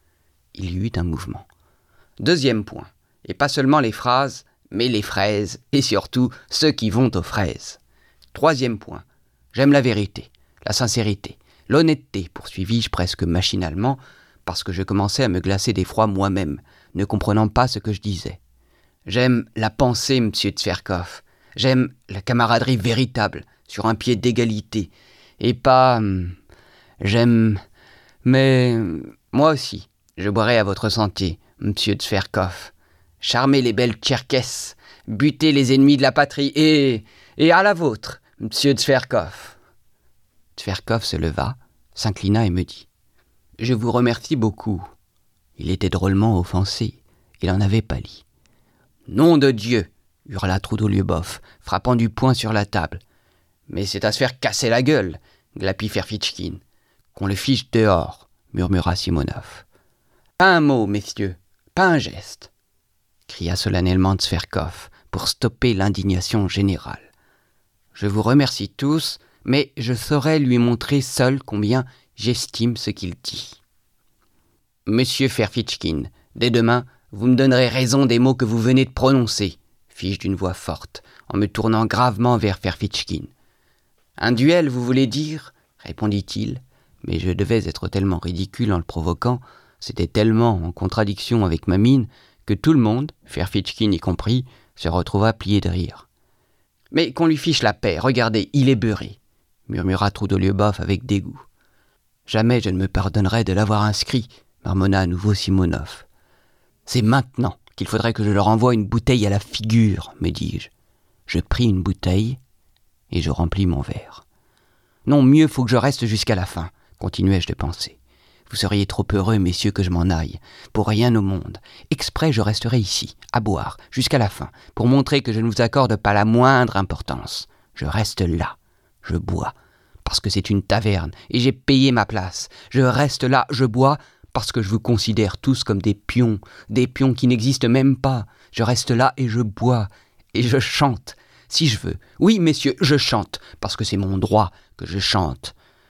Il y eut un mouvement. Deuxième point, et pas seulement les phrases, mais les fraises, et surtout ceux qui vont aux fraises. Troisième point, j'aime la vérité, la sincérité, l'honnêteté, poursuivis-je presque machinalement, parce que je commençais à me glacer d'effroi moi-même, ne comprenant pas ce que je disais. J'aime la pensée, monsieur Tverkov. J'aime la camaraderie véritable, sur un pied d'égalité. Et pas... j'aime... Mais... moi aussi, je boirai à votre santé, monsieur Tverkov. Charmer les belles Tcherkesses, buter les ennemis de la patrie et à la vôtre, monsieur Tverkov. Tverkov se leva, s'inclina et me dit « Je vous remercie beaucoup. » Il était drôlement offensé. Il en avait pâli. « Nom de Dieu !» hurla Trudolyubov, frappant du poing sur la table. « Mais c'est à se faire casser la gueule !» glapit Ferfitchkin. « Qu'on le fiche dehors !» murmura Simonov. « Pas un mot, messieurs, pas un geste !» cria solennellement Tverkov pour stopper l'indignation générale. « Je vous remercie tous, mais je saurai lui montrer seul combien j'estime ce qu'il dit. » « Monsieur Ferfitchkin, dès demain, vous me donnerez raison des mots que vous venez de prononcer, » fis-je d'une voix forte, en me tournant gravement vers Ferfitchkin. « Un duel, vous voulez dire ?» répondit-il, mais je devais être tellement ridicule en le provoquant, c'était tellement en contradiction avec ma mine, que tout le monde, Ferfitchkin y compris, se retrouva plié de rire. « Mais qu'on lui fiche la paix, regardez, il est beurré !» murmura Trudolyubov avec dégoût. « Jamais je ne me pardonnerai de l'avoir inscrit !» marmonna à nouveau Simonov. « C'est maintenant qu'il faudrait que je leur envoie une bouteille à la figure, me dis-je. Je pris une bouteille et je remplis mon verre. Non, mieux faut que je reste jusqu'à la fin, continuai-je de penser. Vous seriez trop heureux, messieurs, que je m'en aille. Pour rien au monde. Exprès, je resterai ici, à boire, jusqu'à la fin, pour montrer que je ne vous accorde pas la moindre importance. Je reste là. Je bois, parce que c'est une taverne, et j'ai payé ma place. Je reste là, je bois, parce que je vous considère tous comme des pions qui n'existent même pas. Je reste là et je bois, et je chante, si je veux. Oui, messieurs, je chante, parce que c'est mon droit que je chante.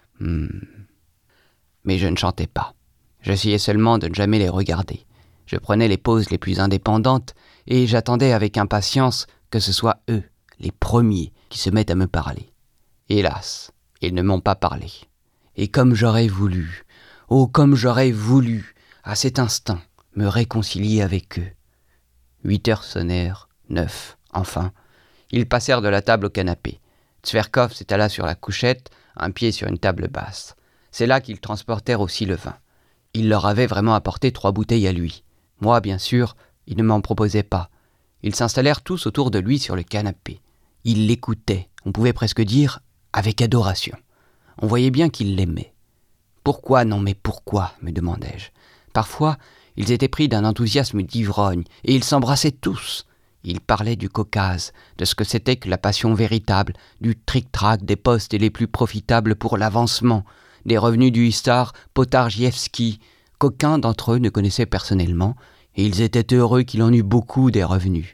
Mais je ne chantais pas. J'essayais seulement de ne jamais les regarder. Je prenais les poses les plus indépendantes, et j'attendais avec impatience que ce soit eux, les premiers, qui se mettent à me parler. Hélas, ils ne m'ont pas parlé. Et comme j'aurais voulu, oh comme j'aurais voulu, à cet instant, me réconcilier avec eux. 8 heures sonnèrent, 9, enfin. Ils passèrent de la table au canapé. Tverkov s'étala sur la couchette, un pied sur une table basse. C'est là qu'ils transportèrent aussi le vin. Il leur avait vraiment apporté 3 bouteilles à lui. Moi, bien sûr, il ne m'en proposait pas. Ils s'installèrent tous autour de lui sur le canapé. Ils l'écoutaient, on pouvait presque dire, avec adoration. On voyait bien qu'ils l'aimaient. Pourquoi, non mais pourquoi, me demandai-je. Parfois, ils étaient pris d'un enthousiasme d'ivrogne, et ils s'embrassaient tous. Ils parlaient du Caucase, de ce que c'était que la passion véritable, du tric-trac des postes les plus profitables pour l'avancement, des revenus du hussard Potargievski, qu'aucun d'entre eux ne connaissait personnellement, et ils étaient heureux qu'il en eût beaucoup des revenus.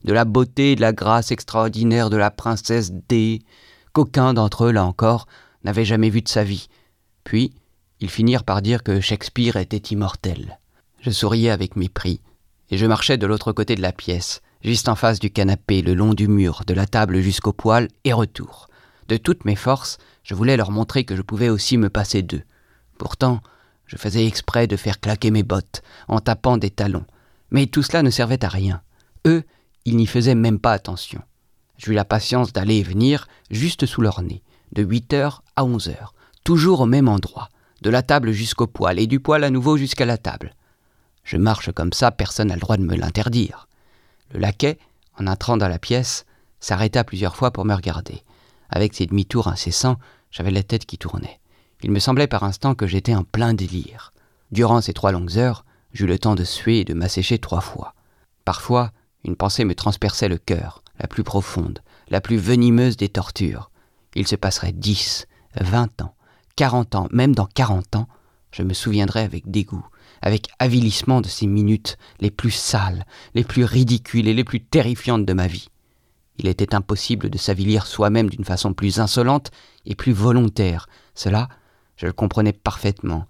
de la beauté et de la grâce extraordinaire de la princesse D, qu'aucun d'entre eux, là encore, n'avait jamais vu de sa vie. Puis, ils finirent par dire que Shakespeare était immortel. Je souriais avec mépris, et je marchais de l'autre côté de la pièce, juste en face du canapé, le long du mur, de la table jusqu'au poêle et retour. De toutes mes forces, je voulais leur montrer que je pouvais aussi me passer d'eux. Pourtant, je faisais exprès de faire claquer mes bottes, en tapant des talons. Mais tout cela ne servait à rien. Eux, ils n'y faisaient même pas attention. J'eus la patience d'aller et venir, juste sous leur nez, de 8h à 11h, toujours au même endroit, de la table jusqu'au poêle, et du poêle à nouveau jusqu'à la table. Je marche comme ça, personne n'a le droit de me l'interdire. Le laquais, en entrant dans la pièce, s'arrêta plusieurs fois pour me regarder. Avec ses demi-tours incessants, j'avais la tête qui tournait. Il me semblait par instants que j'étais en plein délire. Durant ces 3 longues heures, j'eus le temps de suer et de m'assécher 3 fois. Parfois, une pensée me transperçait le cœur, la plus profonde, la plus venimeuse des tortures. Il se passerait 10, 20 ans, 40 ans, même dans 40 ans, je me souviendrai avec dégoût, avec avilissement de ces minutes les plus sales, les plus ridicules et les plus terrifiantes de ma vie. Il était impossible de s'avilir soi-même d'une façon plus insolente et plus volontaire. Cela, je le comprenais parfaitement,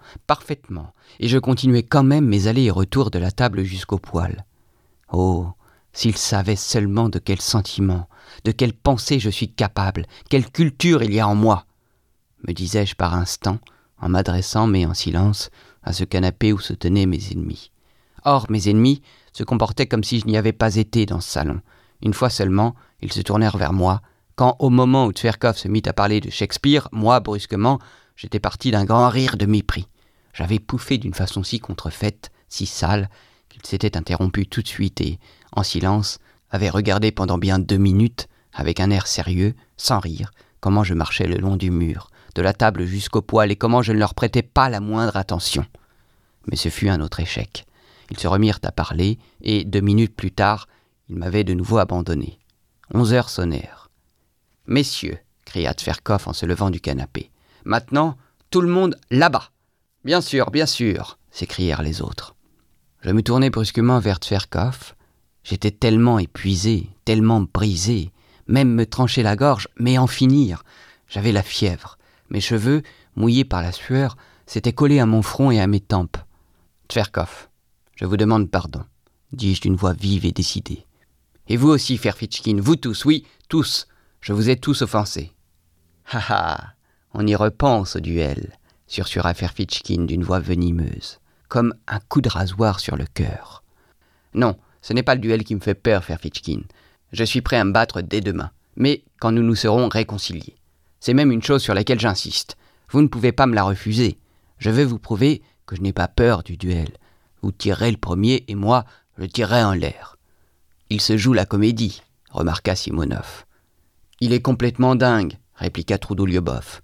et je continuais quand même mes allers et retours de la table jusqu'au poêle. Oh, s'ils savaient seulement de quel sentiment, de quelle pensée je suis capable, quelle culture il y a en moi, me disais-je par instant, en m'adressant, mais en silence, à ce canapé où se tenaient mes ennemis. Or, mes ennemis se comportaient comme si je n'y avais pas été dans ce salon. Une fois seulement, ils se tournèrent vers moi, quand, au moment où Tverkov se mit à parler de Shakespeare, moi, brusquement, j'étais parti d'un grand rire de mépris. J'avais pouffé d'une façon si contrefaite, si sale, qu'il s'était interrompu tout de suite et, en silence, avait regardé pendant bien 2 minutes, avec un air sérieux, sans rire, comment je marchais le long du mur, de la table jusqu'au poêle, et comment je ne leur prêtais pas la moindre attention. Mais ce fut un autre échec. Ils se remirent à parler, et 2 minutes plus tard, ils m'avaient de nouveau abandonné. 11h sonnèrent. « Messieurs, cria Tverkov en se levant du canapé, maintenant, tout le monde là-bas. Bien sûr, s'écrièrent les autres. Je me tournai brusquement vers Tverkov. J'étais tellement épuisé, tellement brisé, même me trancher la gorge, mais en finir. J'avais la fièvre. Mes cheveux, mouillés par la sueur, s'étaient collés à mon front et à mes tempes. « Tverkov, je vous demande pardon, dis-je d'une voix vive et décidée. Et vous aussi, Ferfitchkin, vous tous, oui, tous, je vous ai tous offensés. »« Ha ha, on y repense au duel, » sursura Ferfitchkin d'une voix venimeuse, comme un coup de rasoir sur le cœur. « Non, ce n'est pas le duel qui me fait peur, Ferfitchkin. Je suis prêt à me battre dès demain, mais quand nous nous serons réconciliés. C'est même une chose sur laquelle j'insiste. Vous ne pouvez pas me la refuser. Je veux vous prouver que je n'ai pas peur du duel. Vous tirerez le premier et moi, je tirerai en l'air. »« Il se joue la comédie, » remarqua Simonov. « Il est complètement dingue, » répliqua Trudoliubov.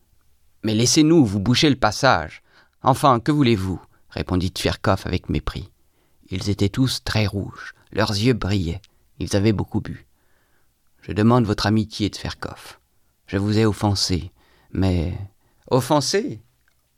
« Mais laissez-nous vous boucher le passage. Enfin, que voulez-vous » répondit Tverkov avec mépris. Ils étaient tous très rouges, leurs yeux brillaient. Ils avaient beaucoup bu. « Je demande votre amitié, Tverkov. Je vous ai offensé, mais... »« Offensé ? Vous ?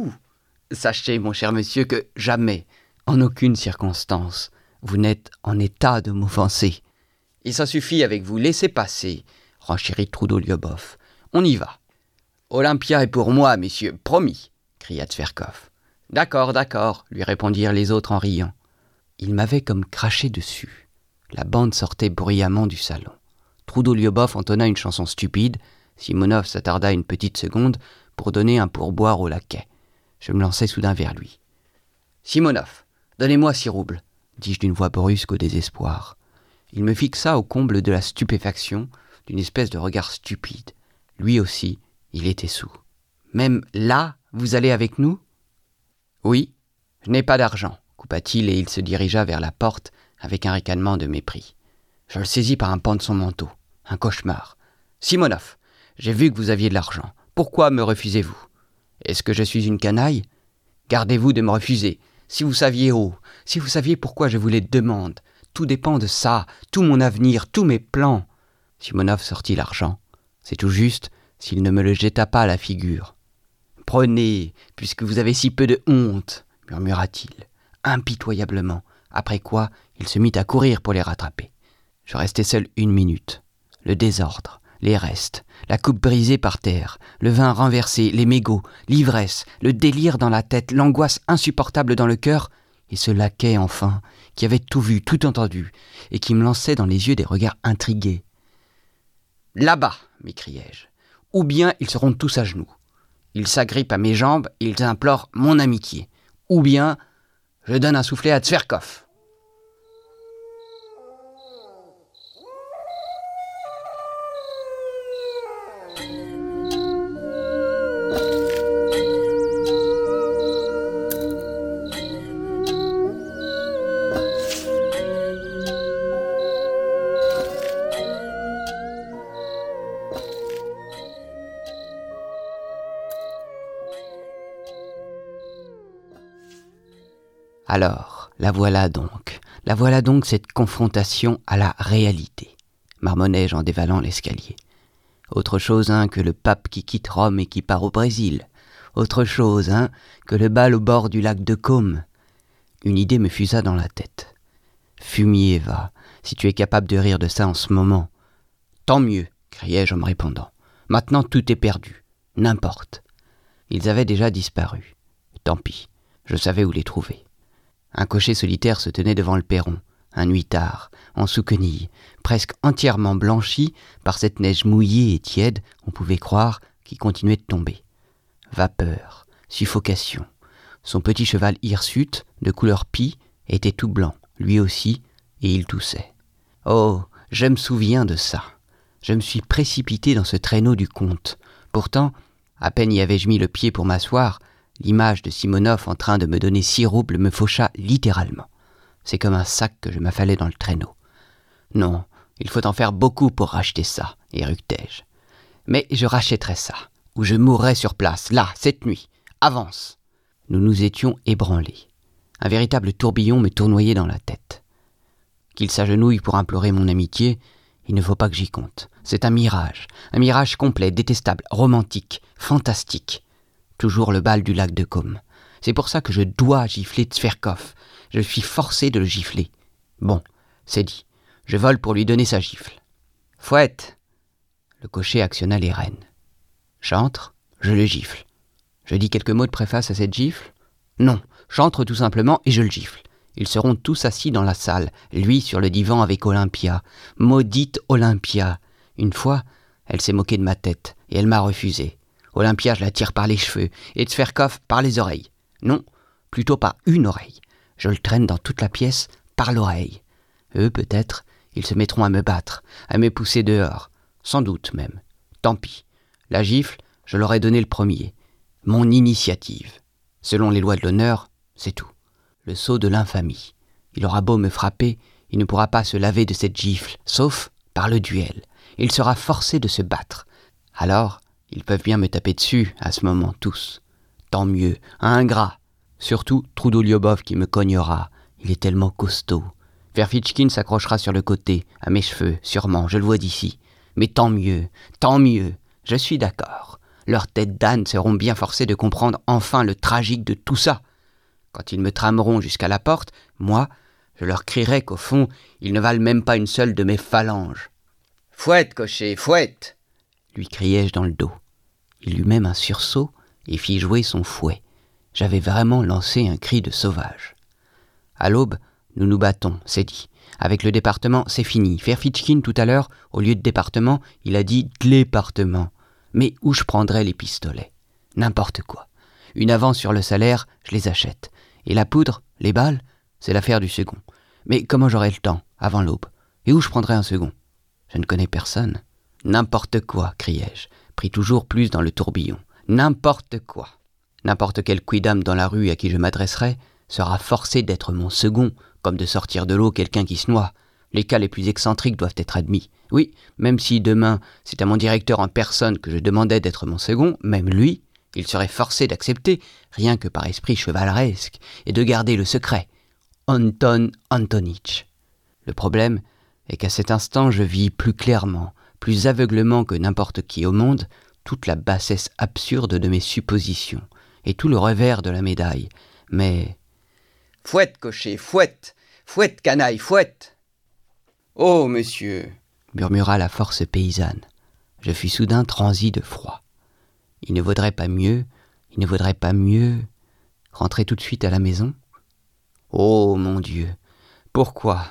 Sachez, mon cher monsieur, que jamais, en aucune circonstance, vous n'êtes en état de m'offenser. Et ça suffit avec vous, laissez passer, renchérit Trudoliubov. On y va. Olympia est pour moi, messieurs, promis, cria Tverkov. D'accord, lui répondirent les autres en riant. Il m'avait comme craché dessus. La bande sortait bruyamment du salon. Trudoliubov entonna une chanson stupide. Simonov s'attarda une petite seconde pour donner un pourboire au laquais. Je me lançai soudain vers lui. « Simonov, donnez-moi 6 roubles, dis-je d'une voix brusque au désespoir. Il me fixa au comble de la stupéfaction, d'une espèce de regard stupide. Lui aussi, il était soûl. « Même là, vous allez avec nous ?»« Oui, je n'ai pas d'argent, » coupa-t-il et il se dirigea vers la porte avec un ricanement de mépris. Je le saisis par un pan de son manteau. Un cauchemar. « Simonov, j'ai vu que vous aviez de l'argent. Pourquoi me refusez-vous ? Est-ce que je suis une canaille ? Gardez-vous de me refuser. Si vous saviez si vous saviez pourquoi je vous les demande. Tout dépend de ça, tout mon avenir, tous mes plans. » Simonov sortit l'argent. C'est tout juste s'il ne me le jeta pas à la figure. « Prenez, puisque vous avez si peu de honte, » murmura-t-il, impitoyablement, après quoi il se mit à courir pour les rattraper. Je restai seul 1 minute. Le désordre, les restes, la coupe brisée par terre, le vin renversé, les mégots, l'ivresse, le délire dans la tête, l'angoisse insupportable dans le cœur, et ce laquais enfin, qui avait tout vu, tout entendu, et qui me lançait dans les yeux des regards intrigués. « Là-bas !» m'écriai-je. « Ou bien ils seront tous à genoux. Ils s'agrippent à mes jambes et ils implorent mon amitié. Ou bien je donne un soufflet à Tverkov. » Alors, la voilà donc cette confrontation à la réalité, marmonnai-je en dévalant l'escalier. Autre chose que le pape qui quitte Rome et qui part au Brésil. Autre chose que le bal au bord du lac de Côme. Une idée me fusa dans la tête. Fumier, va, si tu es capable de rire de ça en ce moment. Tant mieux, criai-je en me répondant. Maintenant tout est perdu, n'importe. Ils avaient déjà disparu. Tant pis, je savais où les trouver. Un cocher solitaire se tenait devant le perron, un nuitard, en sous-quenille, presque entièrement blanchi par cette neige mouillée et tiède, on pouvait croire, qui continuait de tomber. Vapeur, suffocation. Son petit cheval hirsute, de couleur pie, était tout blanc, lui aussi, et il toussait. Oh, je me souviens de ça. Je me suis précipité dans ce traîneau du comte. Pourtant, à peine y avais-je mis le pied pour m'asseoir, l'image de Simonov en train de me donner 6 roubles me faucha littéralement. C'est comme un sac que je m'affalais dans le traîneau. Non, il faut en faire beaucoup pour racheter ça, éructai-je. Mais je rachèterai ça, ou je mourrai sur place, là, cette nuit. Avance. Nous nous étions ébranlés. Un véritable tourbillon me tournoyait dans la tête. Qu'il s'agenouille pour implorer mon amitié, il ne faut pas que j'y compte. C'est un mirage complet, détestable, romantique, fantastique. Toujours le bal du lac de Côme. C'est pour ça que je dois gifler Tverkov. Je suis forcé de le gifler. Bon, c'est dit. Je vole pour lui donner sa gifle. Fouette. Le cocher actionna les rênes. J'entre, je le gifle. Je dis quelques mots de préface à cette gifle ? Non, j'entre tout simplement et je le gifle. Ils seront tous assis dans la salle, lui sur le divan avec Olympia. Maudite Olympia. Une fois, elle s'est moquée de ma tête et elle m'a refusé. Olympia, je la tire par les cheveux, et Tverkov par les oreilles. Non, plutôt par une oreille. Je le traîne dans toute la pièce par l'oreille. Eux, peut-être, ils se mettront à me battre, à me pousser dehors. Sans doute même. Tant pis. La gifle, je leur ai donné le premier. Mon initiative. Selon les lois de l'honneur, c'est tout. Le sceau de l'infamie. Il aura beau me frapper, il ne pourra pas se laver de cette gifle, sauf par le duel. Il sera forcé de se battre. Alors, ils peuvent bien me taper dessus, à ce moment, tous. Tant mieux, un ingrat. Surtout Trudolyubov qui me cognera. Il est tellement costaud. Verfitchkin s'accrochera sur le côté, à mes cheveux, sûrement, je le vois d'ici. Mais tant mieux, je suis d'accord. Leurs têtes d'âne seront bien forcées de comprendre enfin le tragique de tout ça. Quand ils me trameront jusqu'à la porte, moi, je leur crierai qu'au fond, ils ne valent même pas une seule de mes phalanges. « Fouette, cocher, fouette !» lui criai-je dans le dos. Il eut même un sursaut et fit jouer son fouet. J'avais vraiment lancé un cri de sauvage. À l'aube, nous nous battons, c'est dit. Avec le département, c'est fini. Verfitchkin, tout à l'heure, au lieu de département, il a dit « département ». Mais où je prendrais les pistolets ? N'importe quoi. Une avance sur le salaire, je les achète. Et la poudre, les balles, c'est l'affaire du second. Mais comment j'aurai le temps, avant l'aube ? Et où je prendrai un second ? Je ne connais personne. N'importe quoi, criai-je, pris toujours plus dans le tourbillon. N'importe quoi. N'importe quel quidam dans la rue à qui je m'adresserai sera forcé d'être mon second, comme de sortir de l'eau quelqu'un qui se noie. Les cas les plus excentriques doivent être admis. Oui, même si demain, c'est à mon directeur en personne que je demandais d'être mon second, même lui, il serait forcé d'accepter, rien que par esprit chevaleresque, et de garder le secret. Anton Antonitch. Le problème est qu'à cet instant, je vis plus clairement, plus aveuglement que n'importe qui au monde, toute la bassesse absurde de mes suppositions, et tout le revers de la médaille. Mais... « Fouette, cocher, fouette ! Fouette, canaille, fouette !» Oh, monsieur, murmura la force paysanne. Je fus soudain transi de froid. Il ne vaudrait pas mieux rentrer tout de suite à la maison? Oh, mon Dieu, pourquoi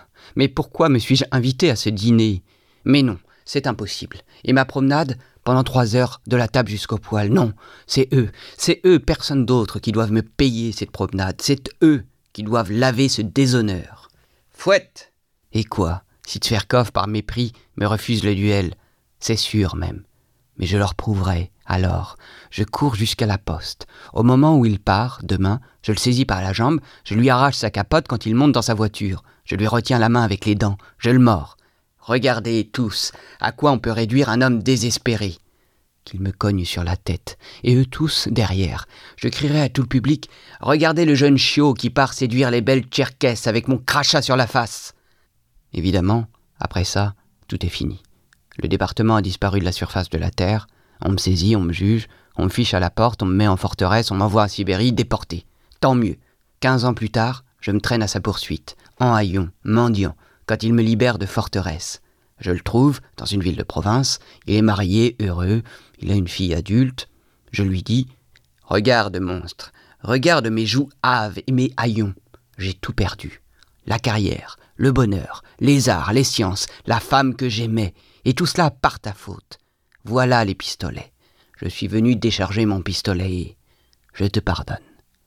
me suis-je invité à ce dîner? Mais non, c'est impossible. Et ma promenade, pendant 3 heures, de la table jusqu'au poêle, non, c'est eux, personne d'autre qui doivent me payer cette promenade, c'est eux qui doivent laver ce déshonneur. Fouette! Et quoi, si Tverkov, par mépris, me refuse le duel? C'est sûr même. Mais je leur prouverai, alors. Je cours jusqu'à la poste. Au moment où il part, demain, je le saisis par la jambe, je lui arrache sa capote quand il monte dans sa voiture. Je lui retiens la main avec les dents, je le mords. Regardez tous à quoi on peut réduire un homme désespéré. Qu'il me cogne sur la tête, et eux tous derrière. Je crierai à tout le public, regardez le jeune chiot qui part séduire les belles tcherkesses avec mon crachat sur la face. Évidemment, après ça, tout est fini. Le département a disparu de la surface de la terre, on me saisit, on me juge, on me fiche à la porte, on me met en forteresse, on m'envoie à Sibérie, déporté. Tant mieux. 15 ans plus tard, je me traîne à sa poursuite, en haillon, mendiant, quand il me libère de forteresse. Je le trouve, dans une ville de province, il est marié, heureux, il a une fille adulte. Je lui dis « Regarde, monstre, regarde mes joues hâves et mes haillons. J'ai tout perdu. La carrière, le bonheur, les arts, les sciences, la femme que j'aimais, et tout cela par ta faute. Voilà les pistolets. Je suis venu décharger mon pistolet et je te pardonne. »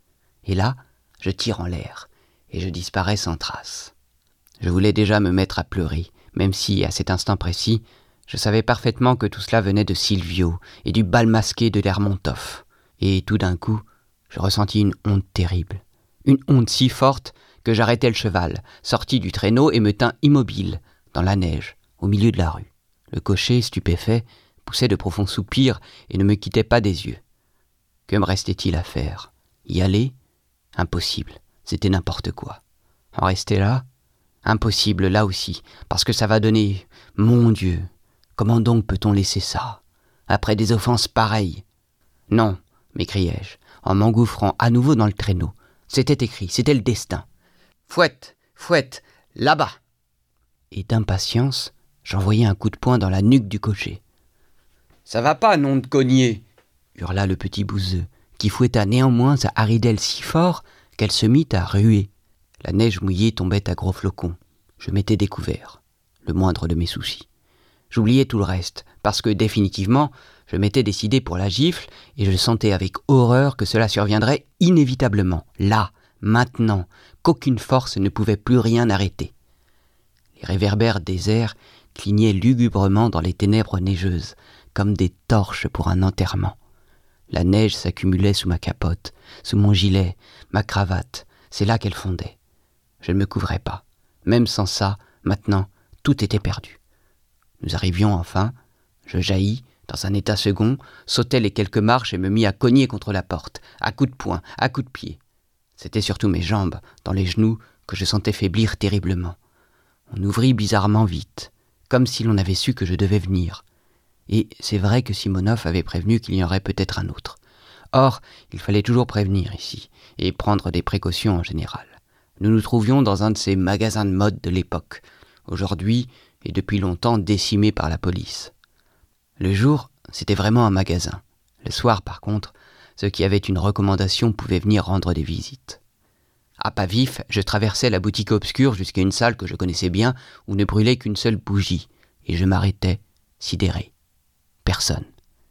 Et là, je tire en l'air, et je disparais sans trace. Je voulais déjà me mettre à pleurer, même si, à cet instant précis, je savais parfaitement que tout cela venait de Silvio et du bal masqué de Lermontov. Et tout d'un coup, je ressentis une honte terrible. Une honte si forte que j'arrêtai le cheval, sortis du traîneau et me tins immobile, dans la neige, au milieu de la rue. Le cocher, stupéfait, poussait de profonds soupirs et ne me quittait pas des yeux. Que me restait-il à faire? Y aller? Impossible, c'était n'importe quoi. En rester là? Impossible là aussi, parce que ça va donner... Mon Dieu, comment donc peut-on laisser ça, après des offenses pareilles? Non, m'écriai-je, en m'engouffrant à nouveau dans le traîneau. C'était écrit, c'était le destin. Fouette, fouette, là-bas. Et d'impatience, j'envoyai un coup de poing dans la nuque du cocher. Ça va pas, nom de cogner, hurla le petit bouseux, qui fouetta néanmoins sa haridelle si fort qu'elle se mit à ruer. La neige mouillée tombait à gros flocons. Je m'étais découvert, le moindre de mes soucis. J'oubliais tout le reste, parce que définitivement, je m'étais décidé pour la gifle, et je sentais avec horreur que cela surviendrait inévitablement, là, maintenant, qu'aucune force ne pouvait plus rien arrêter. Les réverbères déserts clignaient lugubrement dans les ténèbres neigeuses, comme des torches pour un enterrement. La neige s'accumulait sous ma capote, sous mon gilet, ma cravate, c'est là qu'elle fondait. Je ne me couvrais pas. Même sans ça, maintenant, tout était perdu. Nous arrivions enfin, je jaillis, dans un état second, sautai les quelques marches et me mis à cogner contre la porte, à coups de poing, à coups de pied. C'était surtout mes jambes, dans les genoux, que je sentais faiblir terriblement. On ouvrit bizarrement vite, comme si l'on avait su que je devais venir. Et c'est vrai que Simonov avait prévenu qu'il y en aurait peut-être un autre. Or, il fallait toujours prévenir ici, et prendre des précautions en général. Nous nous trouvions dans un de ces magasins de mode de l'époque, aujourd'hui et depuis longtemps décimé par la police. Le jour, c'était vraiment un magasin. Le soir, par contre, ceux qui avaient une recommandation pouvaient venir rendre des visites. À pas vif, je traversais la boutique obscure jusqu'à une salle que je connaissais bien où ne brûlait qu'une seule bougie, et je m'arrêtais, sidéré. Personne.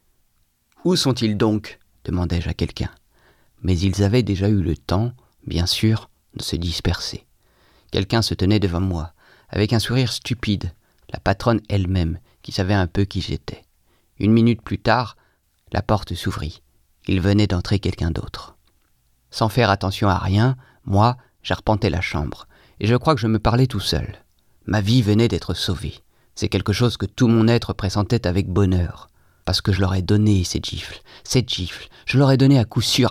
« Où sont-ils donc ?» demandai-je à quelqu'un. Mais ils avaient déjà eu le temps, bien sûr, de se disperser. Quelqu'un se tenait devant moi, avec un sourire stupide, la patronne elle-même, qui savait un peu qui j'étais. 1 minute plus tard, la porte s'ouvrit. Il venait d'entrer quelqu'un d'autre. Sans faire attention à rien, moi, j'arpentais la chambre, et je crois que je me parlais tout seul. Ma vie venait d'être sauvée. C'est quelque chose que tout mon être pressentait avec bonheur, parce que je leur ai donné cette gifle, je leur ai donné à coup sûr.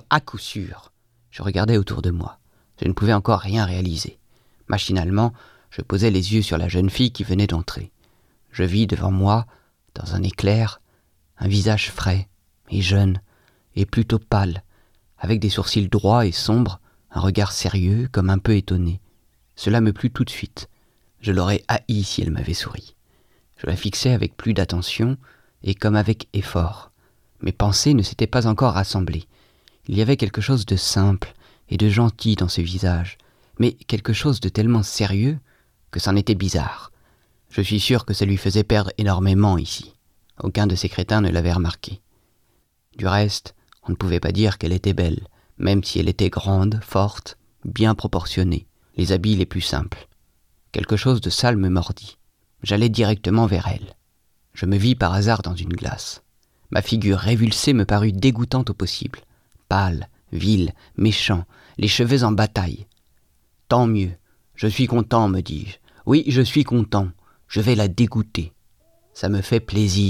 Je regardais autour de moi. Je ne pouvais encore rien réaliser. Machinalement, je posai les yeux sur la jeune fille qui venait d'entrer. Je vis devant moi, dans un éclair, un visage frais et jeune, et plutôt pâle, avec des sourcils droits et sombres, un regard sérieux comme un peu étonné. Cela me plut tout de suite. Je l'aurais haï si elle m'avait souri. Je la fixais avec plus d'attention et comme avec effort. Mes pensées ne s'étaient pas encore rassemblées. Il y avait quelque chose de simple et de gentil dans ce visage, mais quelque chose de tellement sérieux que c'en était bizarre. Je suis sûr que ça lui faisait perdre énormément ici. Aucun de ces crétins ne l'avait remarqué. Du reste, on ne pouvait pas dire qu'elle était belle, même si elle était grande, forte, bien proportionnée, les habits les plus simples. Quelque chose de sale me mordit. J'allai directement vers elle. Je me vis par hasard dans une glace. Ma figure révulsée me parut dégoûtante au possible. Pâle, vil, méchant, les cheveux en bataille. « Tant mieux, je suis content, me dis-je. Oui, je suis content, je vais la dégoûter. Ça me fait plaisir. »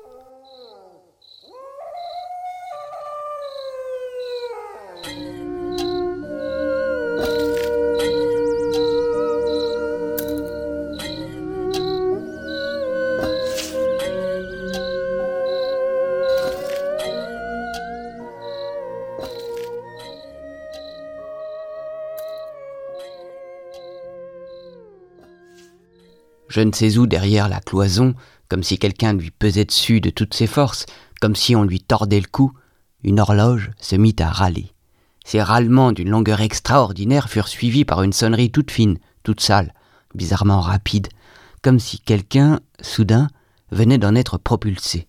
Je ne sais où, derrière la cloison, comme si quelqu'un lui pesait dessus de toutes ses forces, comme si on lui tordait le cou, une horloge se mit à râler. Ces râlements d'une longueur extraordinaire furent suivis par une sonnerie toute fine, toute sale, bizarrement rapide, comme si quelqu'un, soudain, venait d'en être propulsé.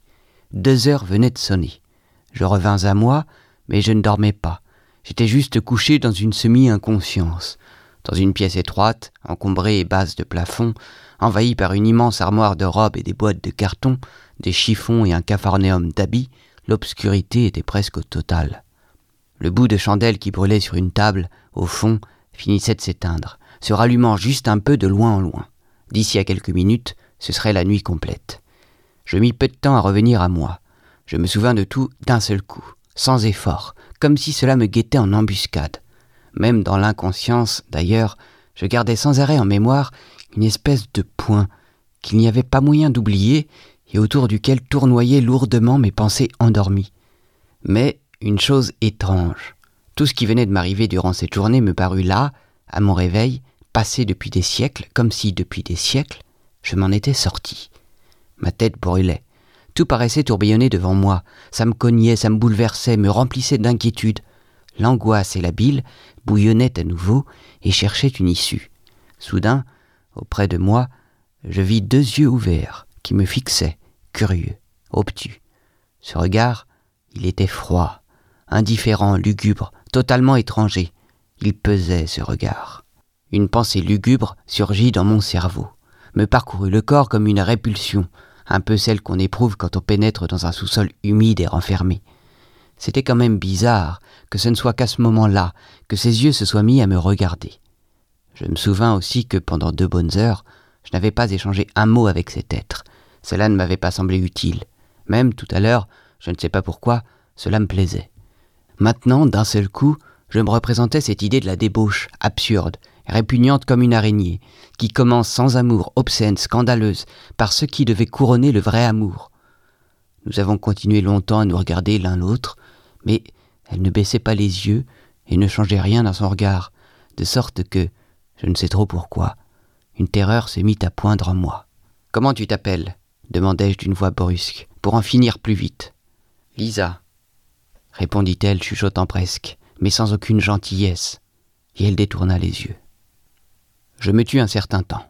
2 heures venaient de sonner. Je revins à moi, mais je ne dormais pas. J'étais juste couché dans une semi-inconscience, dans une pièce étroite, encombrée et basse de plafond, envahie par une immense armoire de robes et des boîtes de carton, des chiffons et un capharnaüm d'habits, l'obscurité était presque totale. Le bout de chandelle qui brûlait sur une table, au fond, finissait de s'éteindre, se rallumant juste un peu de loin en loin. D'ici à quelques minutes, ce serait la nuit complète. Je mis peu de temps à revenir à moi. Je me souvins de tout d'un seul coup, sans effort, comme si cela me guettait en embuscade. Même dans l'inconscience, d'ailleurs, je gardais sans arrêt en mémoire une espèce de point qu'il n'y avait pas moyen d'oublier et autour duquel tournoyaient lourdement mes pensées endormies. Mais une chose étrange, tout ce qui venait de m'arriver durant cette journée me parut là, à mon réveil, passé depuis des siècles, comme si depuis des siècles, je m'en étais sorti. Ma tête brûlait. Tout paraissait tourbillonner devant moi. Ça me cognait, ça me bouleversait, me remplissait d'inquiétude. L'angoisse et la bile bouillonnaient à nouveau et cherchaient une issue. Soudain, auprès de moi, je vis 2 yeux ouverts qui me fixaient, curieux, obtus. Ce regard, il était froid, indifférent, lugubre, totalement étranger. Il pesait, ce regard. Une pensée lugubre surgit dans mon cerveau, me parcourut le corps comme une répulsion, un peu celle qu'on éprouve quand on pénètre dans un sous-sol humide et renfermé. C'était quand même bizarre que ce ne soit qu'à ce moment-là que ses yeux se soient mis à me regarder. Je me souvins aussi que pendant 2 bonnes heures, je n'avais pas échangé un mot avec cet être. Cela ne m'avait pas semblé utile. Même tout à l'heure, je ne sais pas pourquoi, cela me plaisait. Maintenant, d'un seul coup, je me représentais cette idée de la débauche, absurde, répugnante comme une araignée, qui commence sans amour, obscène, scandaleuse, par ce qui devait couronner le vrai amour. Nous avons continué longtemps à nous regarder l'un l'autre, mais elle ne baissait pas les yeux et ne changeait rien dans son regard, de sorte que, je ne sais trop pourquoi, une terreur se mit à poindre en moi. « Comment tu t'appelles » demandai-je d'une voix brusque, pour en finir plus vite. « Lisa » répondit-elle, chuchotant presque, mais sans aucune gentillesse, et elle détourna les yeux. Je me tus un certain temps.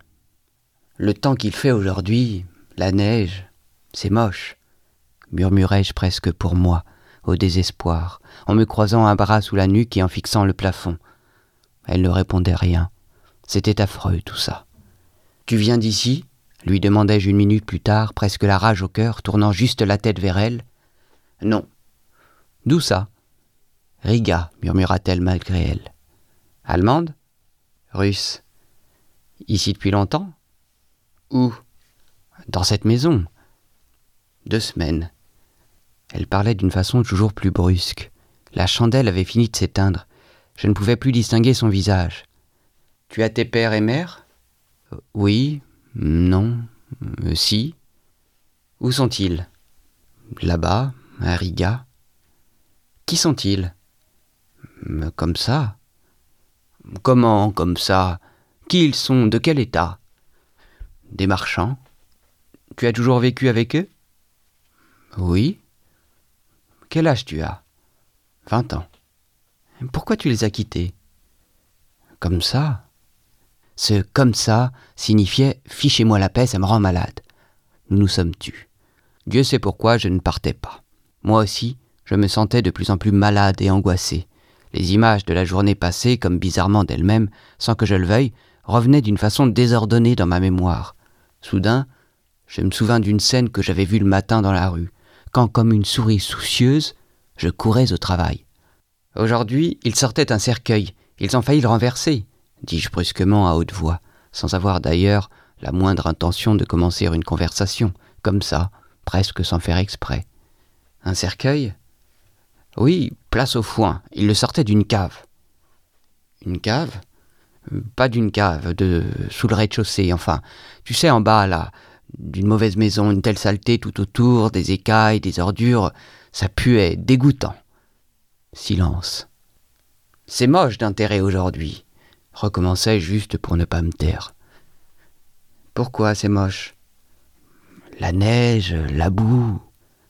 Le temps qu'il fait aujourd'hui, la neige, c'est moche, murmurai-je presque pour moi, au désespoir, en me croisant un bras sous la nuque et en fixant le plafond. Elle ne répondait rien. C'était affreux tout ça. « Tu viens d'ici » lui demandai-je une minute plus tard, presque la rage au cœur, tournant juste la tête vers elle. « Non. »« D'où ça ?»« Riga, murmura-t-elle malgré elle. »« Allemande ?»« Russe. »« Ici depuis longtemps ?»« Où ?»« Dans cette maison. »« 2 semaines. » Elle parlait d'une façon toujours plus brusque. La chandelle avait fini de s'éteindre. Je ne pouvais plus distinguer son visage. « Tu as tes père et mère ?»« Oui, non, si. »« Où sont-ils ?»« Là-bas, à Riga. »« Qui sont-ils ?»« Comme ça. »« Comment, comme ça ? Qui ils sont ? De quel état ? Des marchands. Tu as toujours vécu avec eux? Oui. Quel âge tu as? 20 ans. Pourquoi tu les as quittés? Comme ça. Ce « comme ça » signifiait « fichez-moi la paix, ça me rend malade ». Nous nous sommes tus. Dieu sait pourquoi je ne partais pas. Moi aussi, je me sentais de plus en plus malade et angoissé. Les images de la journée passée, comme bizarrement d'elles-mêmes, sans que je le veuille, revenaient d'une façon désordonnée dans ma mémoire. Soudain, je me souvins d'une scène que j'avais vue le matin dans la rue, quand, comme une souris soucieuse, je courais au travail. Aujourd'hui, ils sortaient un cercueil. Ils ont failli le renverser, dis-je brusquement à haute voix, sans avoir d'ailleurs la moindre intention de commencer une conversation, comme ça, presque sans faire exprès. Un cercueil? Oui, place au foin. Ils le sortaient d'une cave. Une cave? Pas d'une cave, sous le rez-de-chaussée, enfin. Tu sais, en bas, là, d'une mauvaise maison, une telle saleté tout autour, des écailles, des ordures, ça puait, dégoûtant. Silence. C'est moche d'enterrer aujourd'hui, recommençai juste pour ne pas me taire. Pourquoi c'est moche? La neige, la boue.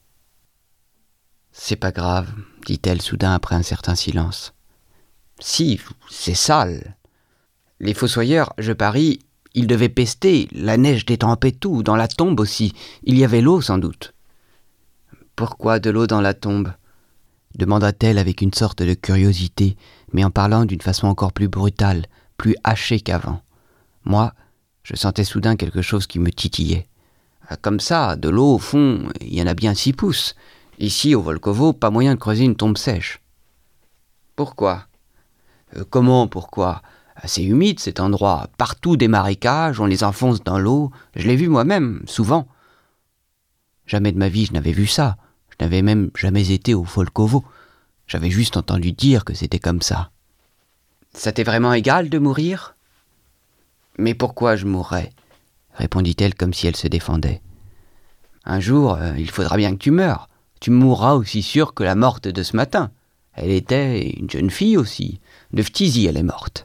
C'est pas grave, dit-elle soudain après un certain silence. Si, c'est sale. Les fossoyeurs, je parie, ils devaient pester, la neige détrempait tout, dans la tombe aussi. Il y avait l'eau sans doute. Pourquoi de l'eau dans la tombe? Demanda-t-elle avec une sorte de curiosité, mais en parlant d'une façon encore plus brutale, plus hachée qu'avant. Moi, je sentais soudain quelque chose qui me titillait. Comme ça, de l'eau, au fond, il y en a bien 6 pouces. Ici, au Volkovo, pas moyen de creuser une tombe sèche. Pourquoi? Comment pourquoi? C'est humide cet endroit, partout des marécages, on les enfonce dans l'eau, je l'ai vu moi-même, souvent. Jamais de ma vie je n'avais vu ça, je n'avais même jamais été au Volkovo, j'avais juste entendu dire que c'était comme ça. Ça t'est vraiment égal de mourir? Mais pourquoi je mourrais? Répondit-elle comme si elle se défendait. Un jour, il faudra bien que tu meures. Tu mourras aussi sûr que la morte de ce matin. Elle était une jeune fille aussi. De phtisie, elle est morte.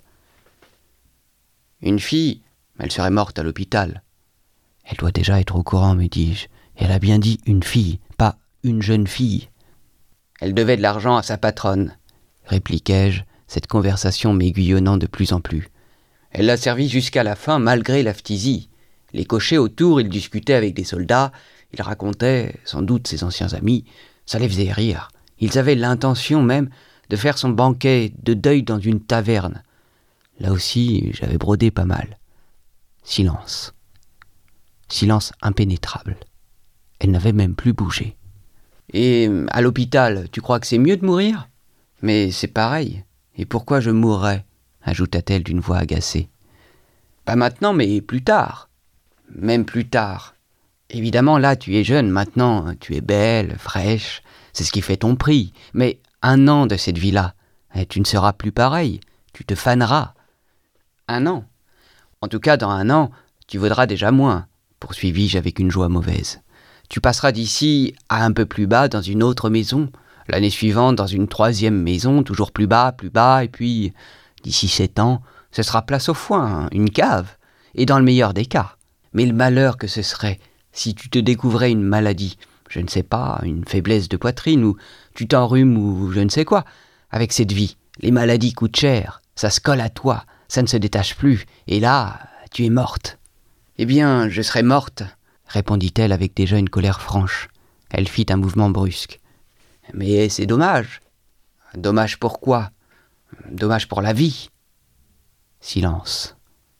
Une fille, elle serait morte à l'hôpital. Elle doit déjà être au courant, me dis-je. Elle a bien dit une fille, pas une jeune fille. Elle devait de l'argent à sa patronne, répliquai-je, cette conversation m'aiguillonnant de plus en plus. Elle l'a servi jusqu'à la fin, malgré la phtisie. Les cochers autour, ils discutaient avec des soldats, ils racontaient, sans doute ses anciens amis, ça les faisait rire. Ils avaient l'intention même de faire son banquet de deuil dans une taverne. Là aussi, j'avais brodé pas mal. Silence. Silence impénétrable. Elle n'avait même plus bougé. Et à l'hôpital, tu crois que c'est mieux de mourir? Mais c'est pareil. Et pourquoi je mourrais? Ajouta-t-elle d'une voix agacée. Pas maintenant, mais plus tard. Même plus tard. Évidemment, là, tu es jeune, maintenant, tu es belle, fraîche, c'est ce qui fait ton prix. Mais 1 an de cette vie-là, tu ne seras plus pareil, tu te faneras. 1 an. En tout cas, dans 1 an, tu vaudras déjà moins, poursuivis-je avec une joie mauvaise. Tu passeras d'ici à un peu plus bas dans une autre maison, l'année suivante dans une 3e maison, toujours plus bas, et puis, d'ici 7 ans, ce sera place au foin, une cave, et dans le meilleur des cas. Mais le malheur que ce serait, si tu te découvrais une maladie, je ne sais pas, une faiblesse de poitrine, ou tu t'enrhumes, ou je ne sais quoi. Avec cette vie, les maladies coûtent cher, ça se colle à toi, ça ne se détache plus, et là, tu es morte. Eh bien, je serais morte, répondit-elle avec déjà une colère franche. Elle fit un mouvement brusque. Mais c'est dommage. Dommage pourquoi? Dommage pour la vie. Silence.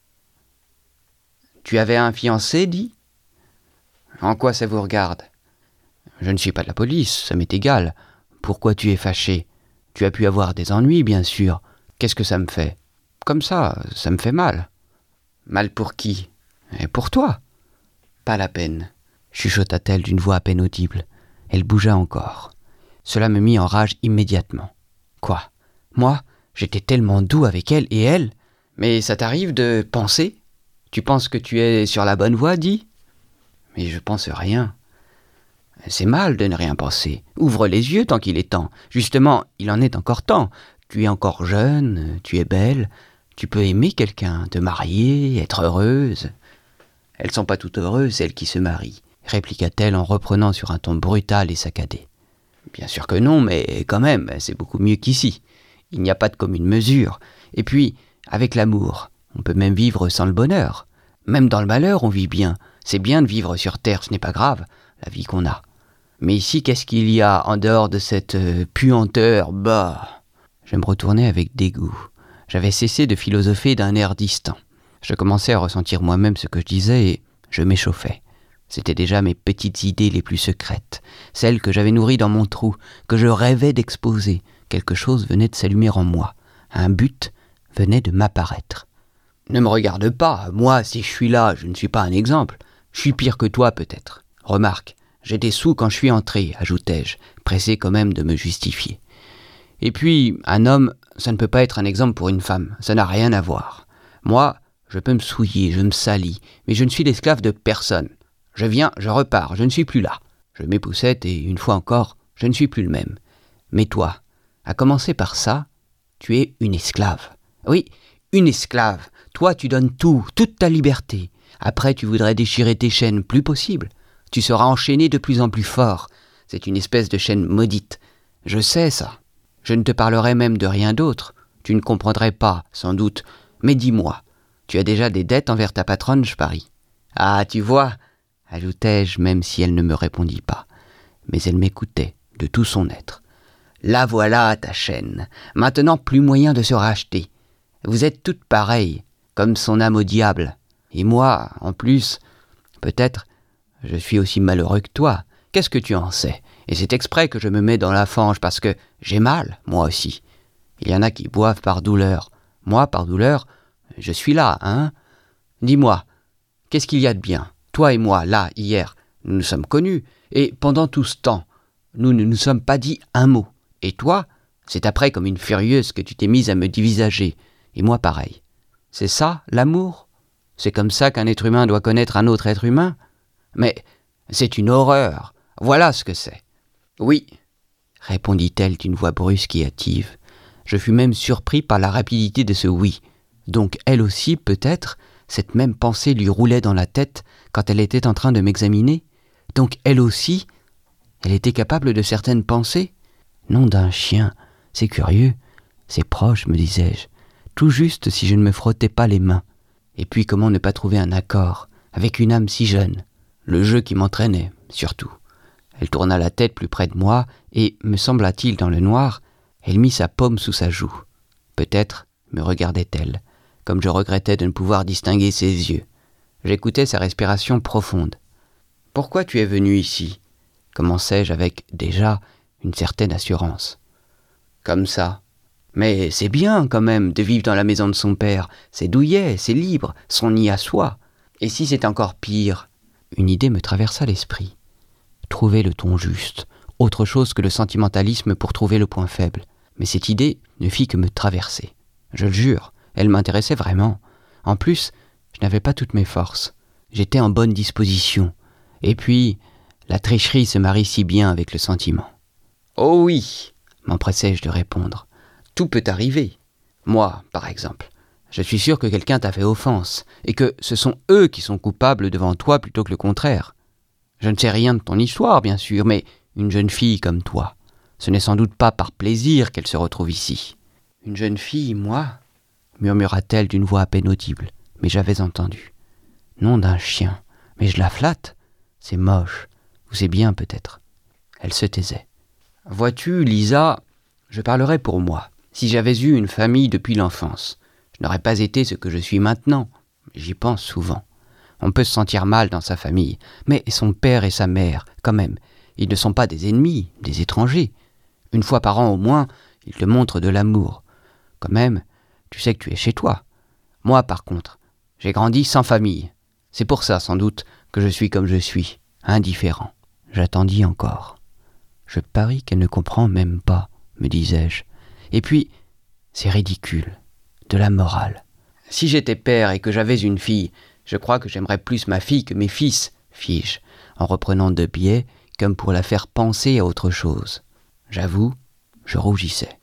Tu avais un fiancé, dis? En quoi ça vous regarde? Je ne suis pas de la police, ça m'est égal. Pourquoi tu es fâché? Tu as pu avoir des ennuis, bien sûr. Qu'est-ce que ça me fait? Comme ça me fait mal. Mal pour qui? Et pour toi? Pas la peine, chuchota-t-elle d'une voix à peine audible. Elle bougea encore. Cela me mit en rage immédiatement. Quoi? Moi, j'étais tellement doux avec elle et elle? Mais ça t'arrive de penser? Tu penses que tu es sur la bonne voie, dis? Mais je pense rien. C'est mal de ne rien penser. Ouvre les yeux tant qu'il est temps. Justement, il en est encore temps. Tu es encore jeune, tu es belle, tu peux aimer quelqu'un, te marier, être heureuse. Elles sont pas toutes heureuses, celles qui se marient, répliqua-t-elle en reprenant sur un ton brutal et saccadé. Bien sûr que non, mais quand même, c'est beaucoup mieux qu'ici. Il n'y a pas de commune mesure. Et puis, avec l'amour, on peut même vivre sans le bonheur. Même dans le malheur, on vit bien. C'est bien de vivre sur terre, ce n'est pas grave, la vie qu'on a. Mais ici, qu'est-ce qu'il y a en dehors de cette puanteur? Bah! Je me retournai avec dégoût. J'avais cessé de philosopher d'un air distant. Je commençais à ressentir moi-même ce que je disais et je m'échauffais. C'étaient déjà mes petites idées les plus secrètes, celles que j'avais nourries dans mon trou, que je rêvais d'exposer. Quelque chose venait de s'allumer en moi. Un but venait de m'apparaître. Ne me regarde pas, moi, si je suis là, je ne suis pas un exemple. Je suis pire que toi, peut-être. Remarque, j'étais saoul quand je suis entré, ajoutai-je, pressé quand même de me justifier. Et puis, un homme, ça ne peut pas être un exemple pour une femme, ça n'a rien à voir. Moi, je peux me souiller, je me salis, mais je ne suis l'esclave de personne. Je viens, je repars, je ne suis plus là. Je m'époussette et, une fois encore, je ne suis plus le même. Mais toi, à commencer par ça, tu es une esclave. Oui, une esclave. Toi, tu donnes tout, toute ta liberté. Après, tu voudrais déchirer tes chaînes, plus possible. Tu seras enchaîné de plus en plus fort. C'est une espèce de chaîne maudite. Je sais ça. Je ne te parlerai même de rien d'autre. Tu ne comprendrais pas, sans doute. Mais dis-moi, tu as déjà des dettes envers ta patronne, je parie. Ah, tu vois, ajoutai-je, même si elle ne me répondit pas. Mais elle m'écoutait, de tout son être. La voilà, ta chaîne. Maintenant, plus moyen de se racheter. Vous êtes toutes pareilles, comme son âme au diable. Et moi, en plus, peut-être, je suis aussi malheureux que toi. Qu'est-ce que tu en sais? Et c'est exprès que je me mets dans la fange, parce que j'ai mal, moi aussi. Il y en a qui boivent par douleur. Moi, par douleur, je suis là, hein? Dis-moi, qu'est-ce qu'il y a de bien? Toi et moi, là, hier, nous nous sommes connus, et pendant tout ce temps, nous ne nous sommes pas dit un mot. Et toi, c'est après comme une furieuse que tu t'es mise à me dévisager, et moi pareil. C'est ça, l'amour? C'est comme ça qu'un être humain doit connaître un autre être humain? Mais c'est une horreur, voilà ce que c'est. Oui, répondit-elle d'une voix brusque et hâtive. Je fus même surpris par la rapidité de ce oui. Donc elle aussi, peut-être, cette même pensée lui roulait dans la tête quand elle était en train de m'examiner? Donc elle aussi, elle était capable de certaines pensées? Nom d'un chien, c'est curieux, c'est proche, me disais-je, tout juste si je ne me frottais pas les mains. Et puis comment ne pas trouver un accord avec une âme si jeune? Le jeu qui m'entraînait, surtout. Elle tourna la tête plus près de moi, et, me sembla-t-il dans le noir, elle mit sa paume sous sa joue. Peut-être me regardait-elle, comme je regrettais de ne pouvoir distinguer ses yeux. J'écoutais sa respiration profonde. « Pourquoi tu es venu ici ?» commençai-je avec, déjà, une certaine assurance. « Comme ça. Mais c'est bien, quand même, de vivre dans la maison de son père. C'est douillet, c'est libre, son nid à soi. Et si c'est encore pire ?» Une idée me traversa l'esprit. Trouver le ton juste, autre chose que le sentimentalisme pour trouver le point faible. Mais cette idée ne fit que me traverser. Je le jure, elle m'intéressait vraiment. En plus, je n'avais pas toutes mes forces. J'étais en bonne disposition. Et puis, la tricherie se marie si bien avec le sentiment. « Oh oui !» m'empressai-je de répondre. « Tout peut arriver. Moi, par exemple, je suis sûr que quelqu'un t'a fait offense, et que ce sont eux qui sont coupables devant toi plutôt que le contraire. Je ne sais rien de ton histoire, bien sûr, mais une jeune fille comme toi, ce n'est sans doute pas par plaisir qu'elle se retrouve ici. »« Une jeune fille, moi ?» murmura-t-elle d'une voix à peine audible, mais j'avais entendu. « Nom d'un chien, mais je la flatte. C'est moche, ou c'est bien peut-être. » Elle se taisait. « Vois-tu, Lisa, je parlerai pour moi. Si j'avais eu une famille depuis l'enfance, je n'aurais pas été ce que je suis maintenant. J'y pense souvent. On peut se sentir mal dans sa famille, mais son père et sa mère, quand même, ils ne sont pas des ennemis, des étrangers. Une fois par an au moins, ils te montrent de l'amour. Quand même, tu sais que tu es chez toi. Moi, par contre, j'ai grandi sans famille. C'est pour ça, sans doute, que je suis comme je suis, indifférent. » J'attendis encore. « Je parie qu'elle ne comprend même pas, me disais-je. Et puis, c'est ridicule, de la morale. Si j'étais père et que j'avais une fille, je crois que j'aimerais plus ma fille que mes fils, fis-je, en reprenant de biais, comme pour la faire penser à autre chose. J'avoue, je rougissais.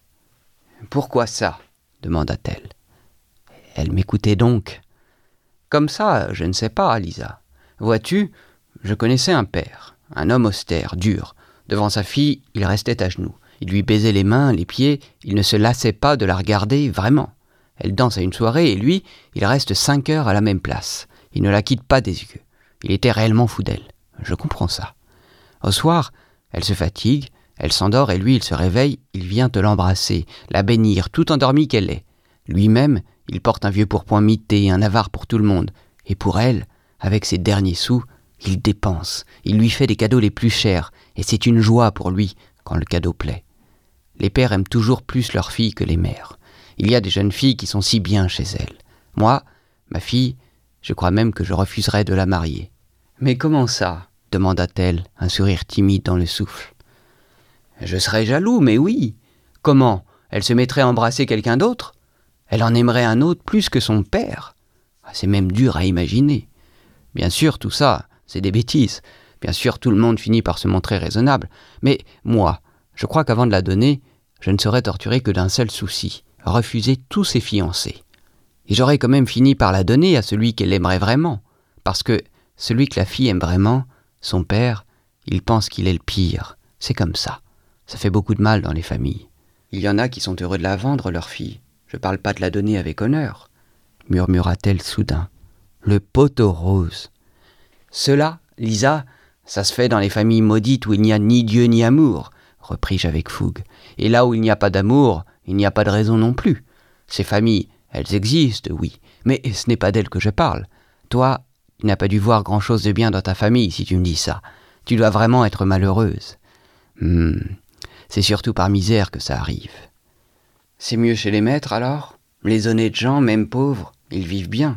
« Pourquoi ça ?» demanda-t-elle. Elle m'écoutait donc. « Comme ça, je ne sais pas, Lisa. Vois-tu, je connaissais un père, un homme austère, dur. Devant sa fille, il restait à genoux. Il lui baisait les mains, les pieds, il ne se lassait pas de la regarder, vraiment. Elle danse à une soirée et lui, il reste 5 heures à la même place. Il ne la quitte pas des yeux. Il était réellement fou d'elle. Je comprends ça. Au soir, elle se fatigue, elle s'endort et lui, il se réveille, il vient te l'embrasser, la bénir, tout endormie qu'elle est. Lui-même, il porte un vieux pourpoint mité, un avare pour tout le monde. Et pour elle, avec ses derniers sous, il dépense, il lui fait des cadeaux les plus chers, et c'est une joie pour lui quand le cadeau plaît. Les pères aiment toujours plus leurs filles que les mères. Il y a des jeunes filles qui sont si bien chez elles. Moi, ma fille, je crois même que je refuserais de la marier. « Mais comment ça ?» demanda-t-elle, un sourire timide dans le souffle. « Je serais jaloux, mais oui. Comment ? Elle se mettrait à embrasser quelqu'un d'autre ? Elle en aimerait un autre plus que son père. C'est même dur à imaginer. Bien sûr, tout ça, c'est des bêtises. Bien sûr, tout le monde finit par se montrer raisonnable. Mais moi, je crois qu'avant de la donner, je ne serais torturé que d'un seul souci, refuser tous ses fiancés. Et j'aurais quand même fini par la donner à celui qu'elle aimerait vraiment. Parce que celui que la fille aime vraiment, son père, il pense qu'il est le pire. C'est comme ça. Ça fait beaucoup de mal dans les familles. Il y en a qui sont heureux de la vendre, leur fille. Je parle pas de la donner avec honneur, murmura-t-elle soudain. Le poteau rose. Cela, Lisa, ça se fait dans les familles maudites où il n'y a ni Dieu ni amour, repris-je avec fougue. Et là où il n'y a pas d'amour, il n'y a pas de raison non plus. Ces familles, elles existent, oui, mais ce n'est pas d'elles que je parle. Toi, tu n'as pas dû voir grand-chose de bien dans ta famille si tu me dis ça. Tu dois vraiment être malheureuse. C'est surtout par misère que ça arrive. C'est mieux chez les maîtres alors ? Les honnêtes gens, même pauvres, ils vivent bien.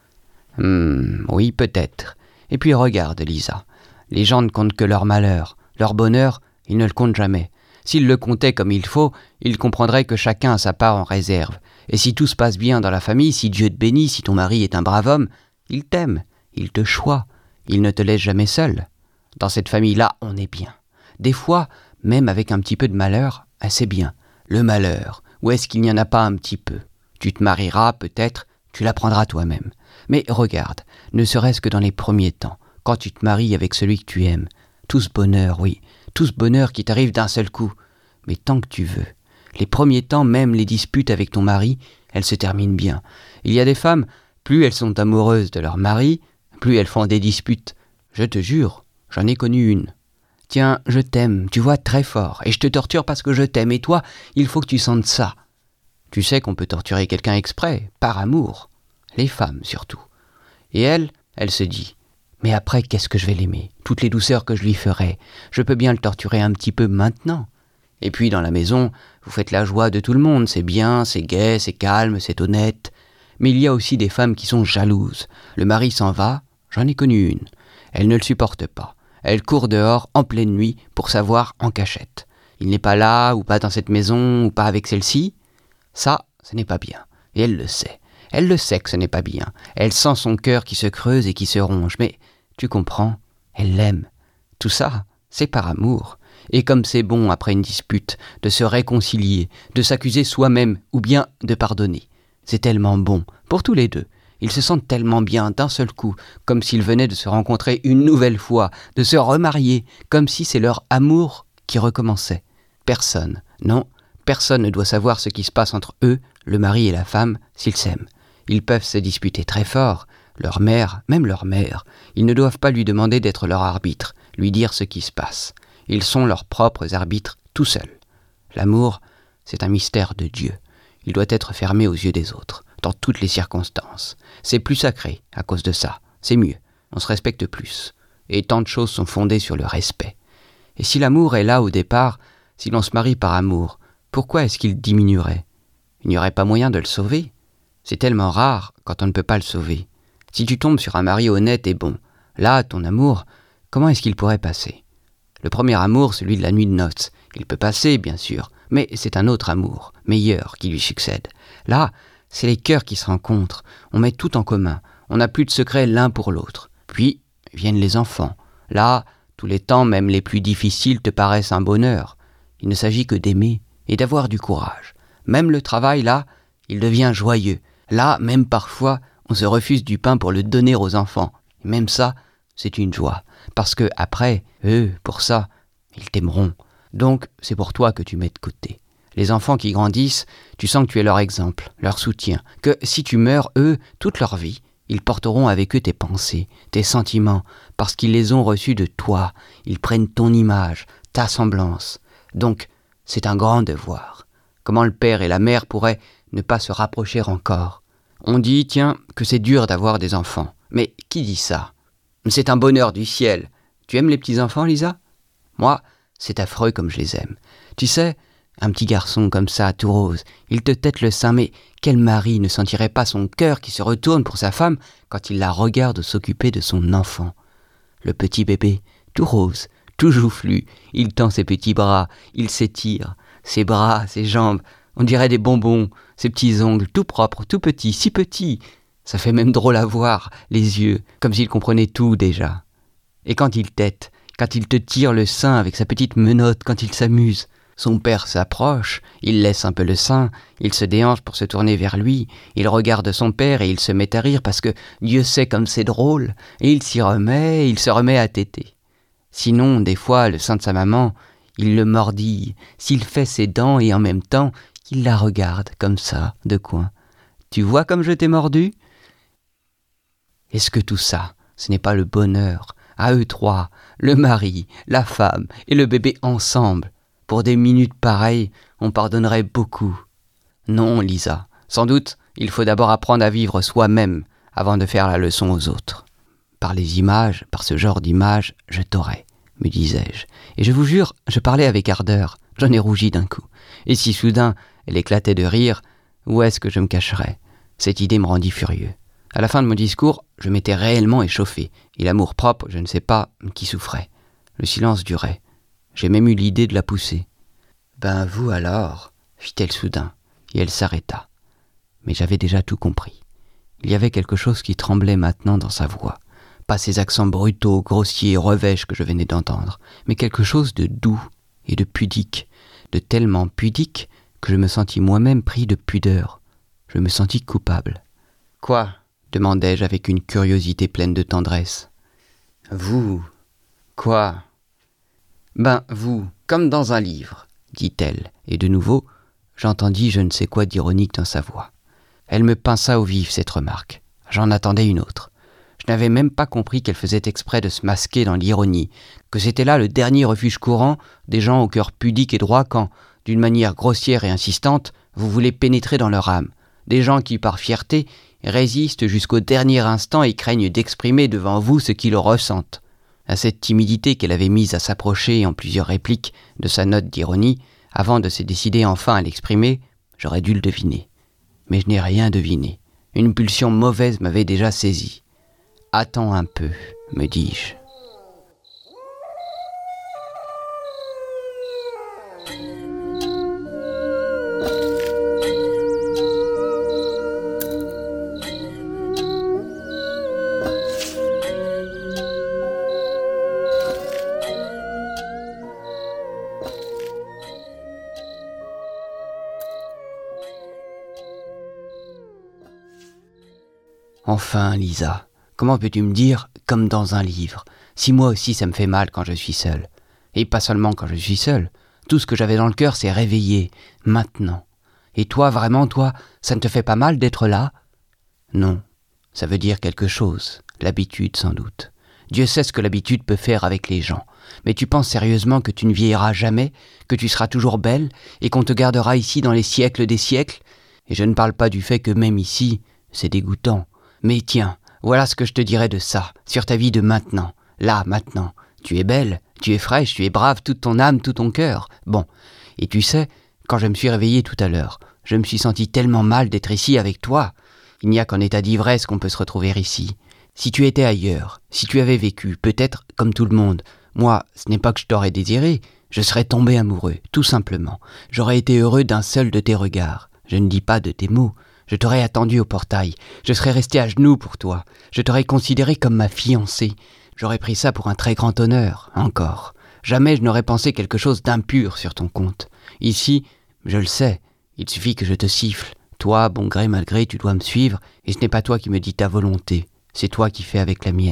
Oui, peut-être. Et puis regarde, Lisa, les gens ne comptent que leur malheur. Leur bonheur, ils ne le comptent jamais. S'ils le comptaient comme il faut, ils comprendraient que chacun a sa part en réserve. Et si tout se passe bien dans la famille, si Dieu te bénit, si ton mari est un brave homme, il t'aime, il te choisit, il ne te laisse jamais seul. Dans cette famille-là, on est bien. Des fois, même avec un petit peu de malheur, c'est bien. Le malheur, où est-ce qu'il n'y en a pas un petit peu ? Tu te marieras, peut-être, tu l'apprendras toi-même. Mais regarde, ne serait-ce que dans les premiers temps, quand tu te maries avec celui que tu aimes, tout ce bonheur, oui, tout ce bonheur qui t'arrive d'un seul coup. Mais tant que tu veux. Les premiers temps, même les disputes avec ton mari, elles se terminent bien. Il y a des femmes, plus elles sont amoureuses de leur mari, plus elles font des disputes. Je te jure, j'en ai connu une. Tiens, je t'aime, tu vois, très fort, et je te torture parce que je t'aime, et toi, il faut que tu sentes ça. Tu sais qu'on peut torturer quelqu'un exprès, par amour. Les femmes, surtout. Et elle se dit, mais après, qu'est-ce que je vais l'aimer ? Toutes les douceurs que je lui ferai. Je peux bien le torturer un petit peu maintenant. Et puis, dans la maison, vous faites la joie de tout le monde. C'est bien, c'est gai, c'est calme, c'est honnête. Mais il y a aussi des femmes qui sont jalouses. Le mari s'en va, j'en ai connu une. Elle ne le supporte pas. Elle court dehors, en pleine nuit, pour savoir en cachette. Il n'est pas là, ou pas dans cette maison, ou pas avec celle-ci. Ça, ce n'est pas bien. Et elle le sait. Elle le sait que ce n'est pas bien. Elle sent son cœur qui se creuse et qui se ronge. Mais, tu comprends, elle l'aime. Tout ça, c'est par amour. Et comme c'est bon, après une dispute, de se réconcilier, de s'accuser soi-même, ou bien de pardonner. C'est tellement bon, pour tous les deux. Ils se sentent tellement bien d'un seul coup, comme s'ils venaient de se rencontrer une nouvelle fois, de se remarier, comme si c'est leur amour qui recommençait. Personne, non, personne ne doit savoir ce qui se passe entre eux, le mari et la femme, s'ils s'aiment. Ils peuvent se disputer très fort, leur mère, même leur mère. Ils ne doivent pas lui demander d'être leur arbitre, lui dire ce qui se passe. Ils sont leurs propres arbitres tout seuls. L'amour, c'est un mystère de Dieu. Il doit être fermé aux yeux des autres, dans toutes les circonstances. C'est plus sacré à cause de ça, c'est mieux, on se respecte plus. Et tant de choses sont fondées sur le respect. Et si l'amour est là au départ, si l'on se marie par amour, pourquoi est-ce qu'il diminuerait ? Il n'y aurait pas moyen de le sauver. C'est tellement rare quand on ne peut pas le sauver. Si tu tombes sur un mari honnête et bon, là, ton amour, comment est-ce qu'il pourrait passer ? Le premier amour, celui de la nuit de noces, il peut passer, bien sûr, mais c'est un autre amour, meilleur, qui lui succède. Là, c'est les cœurs qui se rencontrent, on met tout en commun, on n'a plus de secret l'un pour l'autre. Puis viennent les enfants. Là, tous les temps, même les plus difficiles, te paraissent un bonheur. Il ne s'agit que d'aimer et d'avoir du courage. Même le travail, là, il devient joyeux. Là, même parfois, on se refuse du pain pour le donner aux enfants. Et même ça, c'est une joie. Parce que après, eux, pour ça, ils t'aimeront. Donc, c'est pour toi que tu mets de côté. Les enfants qui grandissent, tu sens que tu es leur exemple, leur soutien. Que si tu meurs, eux, toute leur vie, ils porteront avec eux tes pensées, tes sentiments, parce qu'ils les ont reçus de toi. Ils prennent ton image, ta semblance. Donc, c'est un grand devoir. Comment le père et la mère pourraient ne pas se rapprocher encore? On dit, tiens, que c'est dur d'avoir des enfants. Mais qui dit ça? C'est un bonheur du ciel. Tu aimes les petits-enfants, Lisa? Moi, c'est affreux comme je les aime. Tu sais, un petit garçon comme ça, tout rose, il te tète le sein, mais quel mari ne sentirait pas son cœur qui se retourne pour sa femme quand il la regarde s'occuper de son enfant? Le petit bébé, tout rose, tout joufflu, il tend ses petits bras, il s'étire, ses bras, ses jambes, on dirait des bonbons, ses petits ongles, tout propres, tout petits, si petits. Ça fait même drôle à voir, les yeux, comme s'il comprenait tout déjà. Et quand il tète, quand il te tire le sein avec sa petite menotte, quand il s'amuse, son père s'approche, il laisse un peu le sein, il se déhanche pour se tourner vers lui, il regarde son père et il se met à rire parce que Dieu sait comme c'est drôle, et il s'y remet, il se remet à téter. Sinon, des fois, le sein de sa maman, il le mordille, s'il fait ses dents et en même temps, il la regarde comme ça, de coin. Tu vois comme je t'ai mordu? Est-ce que tout ça, ce n'est pas le bonheur, à eux trois, le mari, la femme et le bébé ensemble? Pour des minutes pareilles, on pardonnerait beaucoup. Non, Lisa, sans doute, il faut d'abord apprendre à vivre soi-même avant de faire la leçon aux autres. Par les images, par ce genre d'images, je t'aurais, me disais-je. Et je vous jure, je parlais avec ardeur, j'en ai rougi d'un coup. Et si soudain, elle éclatait de rire, où est-ce que je me cacherais? Cette idée me rendit furieux. À la fin de mon discours, je m'étais réellement échauffé, et l'amour-propre, je ne sais pas, qui souffrait. Le silence durait. J'ai même eu l'idée de la pousser. « Ben vous alors ?» fit-elle soudain, et elle s'arrêta. Mais j'avais déjà tout compris. Il y avait quelque chose qui tremblait maintenant dans sa voix. Pas ces accents brutaux, grossiers, revêches que je venais d'entendre, mais quelque chose de doux et de pudique, de tellement pudique que je me sentis moi-même pris de pudeur. Je me sentis coupable. « Quoi ?» demandai-je avec une curiosité pleine de tendresse. « Vous... quoi ?»« Ben, vous, comme dans un livre, » dit-elle, et de nouveau, j'entendis je ne sais quoi d'ironique dans sa voix. Elle me pinça au vif, cette remarque. J'en attendais une autre. Je n'avais même pas compris qu'elle faisait exprès de se masquer dans l'ironie, que c'était là le dernier refuge courant des gens au cœur pudique et droit quand, d'une manière grossière et insistante, vous voulez pénétrer dans leur âme. Des gens qui, par fierté, résistent jusqu'au dernier instant et craignent d'exprimer devant vous ce qu'ils ressentent. À cette timidité qu'elle avait mise à s'approcher en plusieurs répliques de sa note d'ironie, avant de se décider enfin à l'exprimer, j'aurais dû le deviner. Mais je n'ai rien deviné. Une pulsion mauvaise m'avait déjà saisi. « Attends un peu, me dis-je. » Enfin, Lisa, comment peux-tu me dire « comme dans un livre » si moi aussi ça me fait mal quand je suis seul? Et pas seulement quand je suis seul. Tout ce que j'avais dans le cœur s'est réveillé, maintenant. Et toi, vraiment, toi, ça ne te fait pas mal d'être là? Non, ça veut dire quelque chose, l'habitude sans doute. Dieu sait ce que l'habitude peut faire avec les gens. Mais tu penses sérieusement que tu ne vieilliras jamais, que tu seras toujours belle, et qu'on te gardera ici dans les siècles des siècles? Et je ne parle pas du fait que même ici, c'est dégoûtant. Mais tiens, voilà ce que je te dirais de ça, sur ta vie de maintenant, là, maintenant. Tu es belle, tu es fraîche, tu es brave, toute ton âme, tout ton cœur. Bon, et tu sais, quand je me suis réveillé tout à l'heure, je me suis senti tellement mal d'être ici avec toi. Il n'y a qu'en état d'ivresse qu'on peut se retrouver ici. Si tu étais ailleurs, si tu avais vécu, peut-être comme tout le monde, moi, ce n'est pas que je t'aurais désiré, je serais tombé amoureux, tout simplement. J'aurais été heureux d'un seul de tes regards. Je ne dis pas de tes mots. Je t'aurais attendu au portail, je serais resté à genoux pour toi, je t'aurais considéré comme ma fiancée. J'aurais pris ça pour un très grand honneur, encore. Jamais je n'aurais pensé quelque chose d'impur sur ton compte. Ici, je le sais, il suffit que je te siffle. Toi, bon gré mal gré, tu dois me suivre, et ce n'est pas toi qui me dis ta volonté, c'est toi qui fais avec la mienne.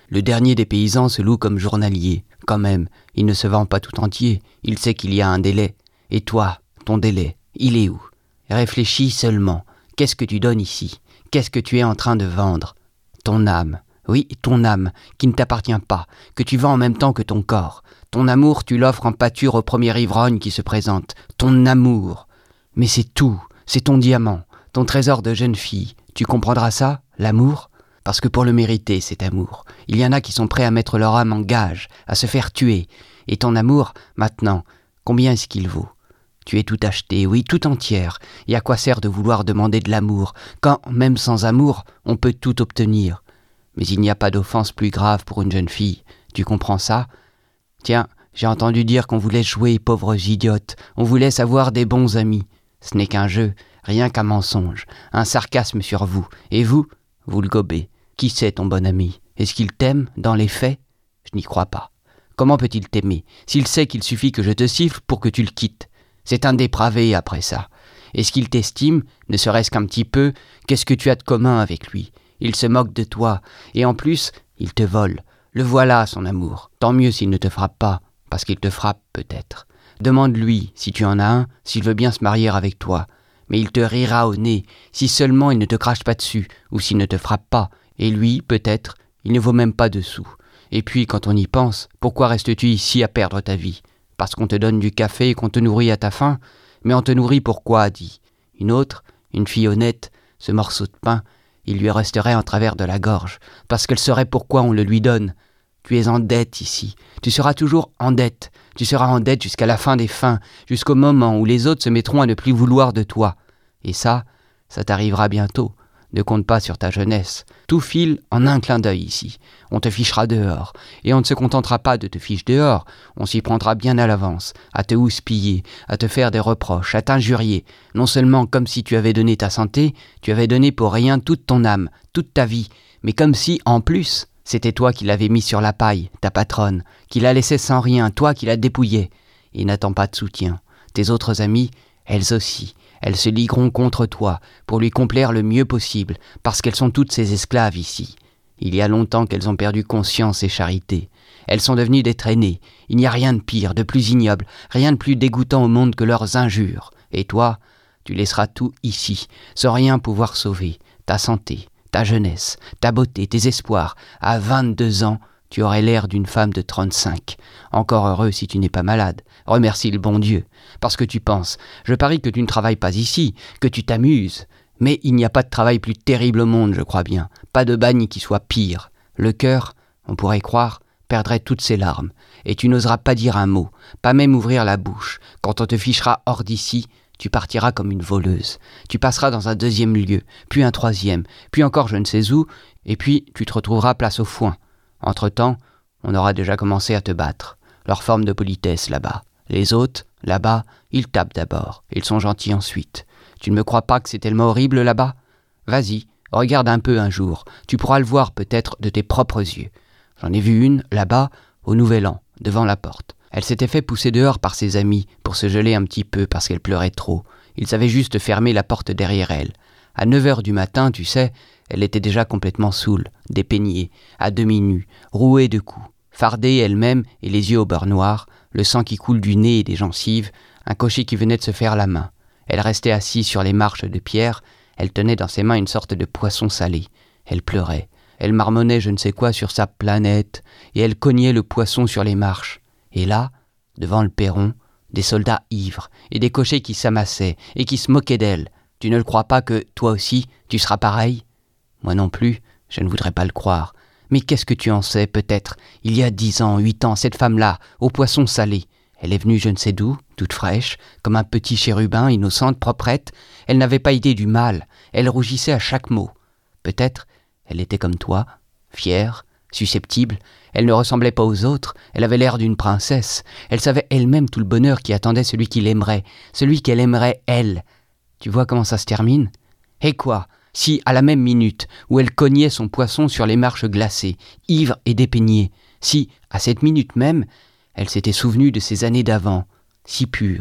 Le dernier des paysans se loue comme journalier. Quand même, il ne se vend pas tout entier. Il sait qu'il y a un délai. Et toi, ton délai, il est où? Réfléchis seulement. Qu'est-ce que tu donnes ici? Qu'est-ce que tu es en train de vendre? Ton âme. Oui, ton âme, qui ne t'appartient pas, que tu vends en même temps que ton corps. Ton amour, tu l'offres en pâture au premier ivrogne qui se présente. Ton amour. Mais c'est tout. C'est ton diamant, ton trésor de jeune fille. Tu comprendras ça, l'amour? Parce que pour le mériter, cet amour, il y en a qui sont prêts à mettre leur âme en gage, à se faire tuer. Et ton amour, maintenant, combien est-ce qu'il vaut? Tu es tout acheté, oui, tout entière. Et à quoi sert de vouloir demander de l'amour, quand, même sans amour, on peut tout obtenir? Mais il n'y a pas d'offense plus grave pour une jeune fille. Tu comprends ça? Tiens, j'ai entendu dire qu'on vous laisse jouer, pauvres idiotes. On vous laisse avoir des bons amis. Ce n'est qu'un jeu, rien qu'un mensonge, un sarcasme sur vous. Et vous, vous le gobez. Qui c'est ton bon ami? Est-ce qu'il t'aime, dans les faits? Je n'y crois pas. Comment peut-il t'aimer, s'il sait qu'il suffit que je te siffle pour que tu le quittes? C'est un dépravé après ça. Est-ce qu'il t'estime, ne serait-ce qu'un petit peu? Qu'est-ce que tu as de commun avec lui? Il se moque de toi, et en plus, il te vole. Le voilà, son amour. Tant mieux s'il ne te frappe pas, parce qu'il te frappe peut-être. Demande-lui, si tu en as un, s'il veut bien se marier avec toi. Mais il te rira au nez, si seulement il ne te crache pas dessus, ou s'il ne te frappe pas. Et lui, peut-être, il ne vaut même pas de sous. Et puis, quand on y pense, pourquoi restes-tu ici à perdre ta vie? Parce qu'on te donne du café et qu'on te nourrit à ta faim? Mais on te nourrit pourquoi, dis? Une autre, une fille honnête, ce morceau de pain, il lui resterait en travers de la gorge, parce qu'elle saurait pourquoi on le lui donne. Tu es en dette ici, tu seras toujours en dette, tu seras en dette jusqu'à la fin des fins, jusqu'au moment où les autres se mettront à ne plus vouloir de toi. Et ça t'arrivera bientôt. Ne compte pas sur ta jeunesse. Tout file en un clin d'œil ici. On te fichera dehors. Et on ne se contentera pas de te ficher dehors. On s'y prendra bien à l'avance, à te houspiller, à te faire des reproches, à t'injurier. Non seulement comme si tu avais donné ta santé, tu avais donné pour rien toute ton âme, toute ta vie, mais comme si, en plus, c'était toi qui l'avais mis sur la paille, ta patronne, qui la laissait sans rien, toi qui la dépouillais. Et n'attends pas de soutien. Tes autres amies, elles aussi, elles se ligueront contre toi pour lui complaire le mieux possible, parce qu'elles sont toutes ses esclaves ici. Il y a longtemps qu'elles ont perdu conscience et charité. Elles sont devenues des traînées. Il n'y a rien de pire, de plus ignoble, rien de plus dégoûtant au monde que leurs injures. Et toi, tu laisseras tout ici, sans rien pouvoir sauver. Ta santé, ta jeunesse, ta beauté, tes espoirs. À 22 ans, tu aurais l'air d'une femme de 35. Encore heureux si tu n'es pas malade. Remercie le bon Dieu. Parce que tu penses, je parie que tu ne travailles pas ici, que tu t'amuses. Mais il n'y a pas de travail plus terrible au monde, je crois bien. Pas de bagne qui soit pire. Le cœur, on pourrait croire, perdrait toutes ses larmes. Et tu n'oseras pas dire un mot, pas même ouvrir la bouche. Quand on te fichera hors d'ici, tu partiras comme une voleuse. Tu passeras dans un deuxième lieu, puis un troisième, puis encore je ne sais où, et puis tu te retrouveras place au foin. Entre-temps, on aura déjà commencé à te battre. Leur forme de politesse là-bas. Les autres, là-bas, ils tapent d'abord. Ils sont gentils ensuite. Tu ne me crois pas que c'est tellement horrible là-bas? Vas-y, regarde un peu un jour. Tu pourras le voir peut-être de tes propres yeux. J'en ai vu une, là-bas, au Nouvel An, devant la porte. Elle s'était fait pousser dehors par ses amis pour se geler un petit peu parce qu'elle pleurait trop. Ils avaient juste fermé la porte derrière elle. À 9h du matin, tu sais, elle était déjà complètement saoule, dépeignée, à demi nue, rouée de coups, fardée elle-même et les yeux au beurre noir, le sang qui coule du nez et des gencives, un cocher qui venait de se faire la main. Elle restait assise sur les marches de pierre, elle tenait dans ses mains une sorte de poisson salé. Elle pleurait, elle marmonnait je ne sais quoi sur sa planète, et elle cognait le poisson sur les marches. Et là, devant le perron, des soldats ivres, et des cochers qui s'amassaient, et qui se moquaient d'elle. Tu ne le crois pas que, toi aussi, tu seras pareil? Moi non plus, je ne voudrais pas le croire. Mais qu'est-ce que tu en sais, peut-être? Il y a 10 ans, 8 ans, cette femme-là, au poisson salé. Elle est venue je ne sais d'où, toute fraîche, comme un petit chérubin, innocente, proprette. Elle n'avait pas idée du mal. Elle rougissait à chaque mot. Peut-être, elle était comme toi, fière, susceptible. Elle ne ressemblait pas aux autres. Elle avait l'air d'une princesse. Elle savait elle-même tout le bonheur qui attendait celui qui l'aimerait, celui qu'elle aimerait, elle. Tu vois comment ça se termine? Et quoi? Si, à la même minute où elle cognait son poisson sur les marches glacées, ivre et dépeignée, si, à cette minute même, elle s'était souvenue de ses années d'avant, si pures,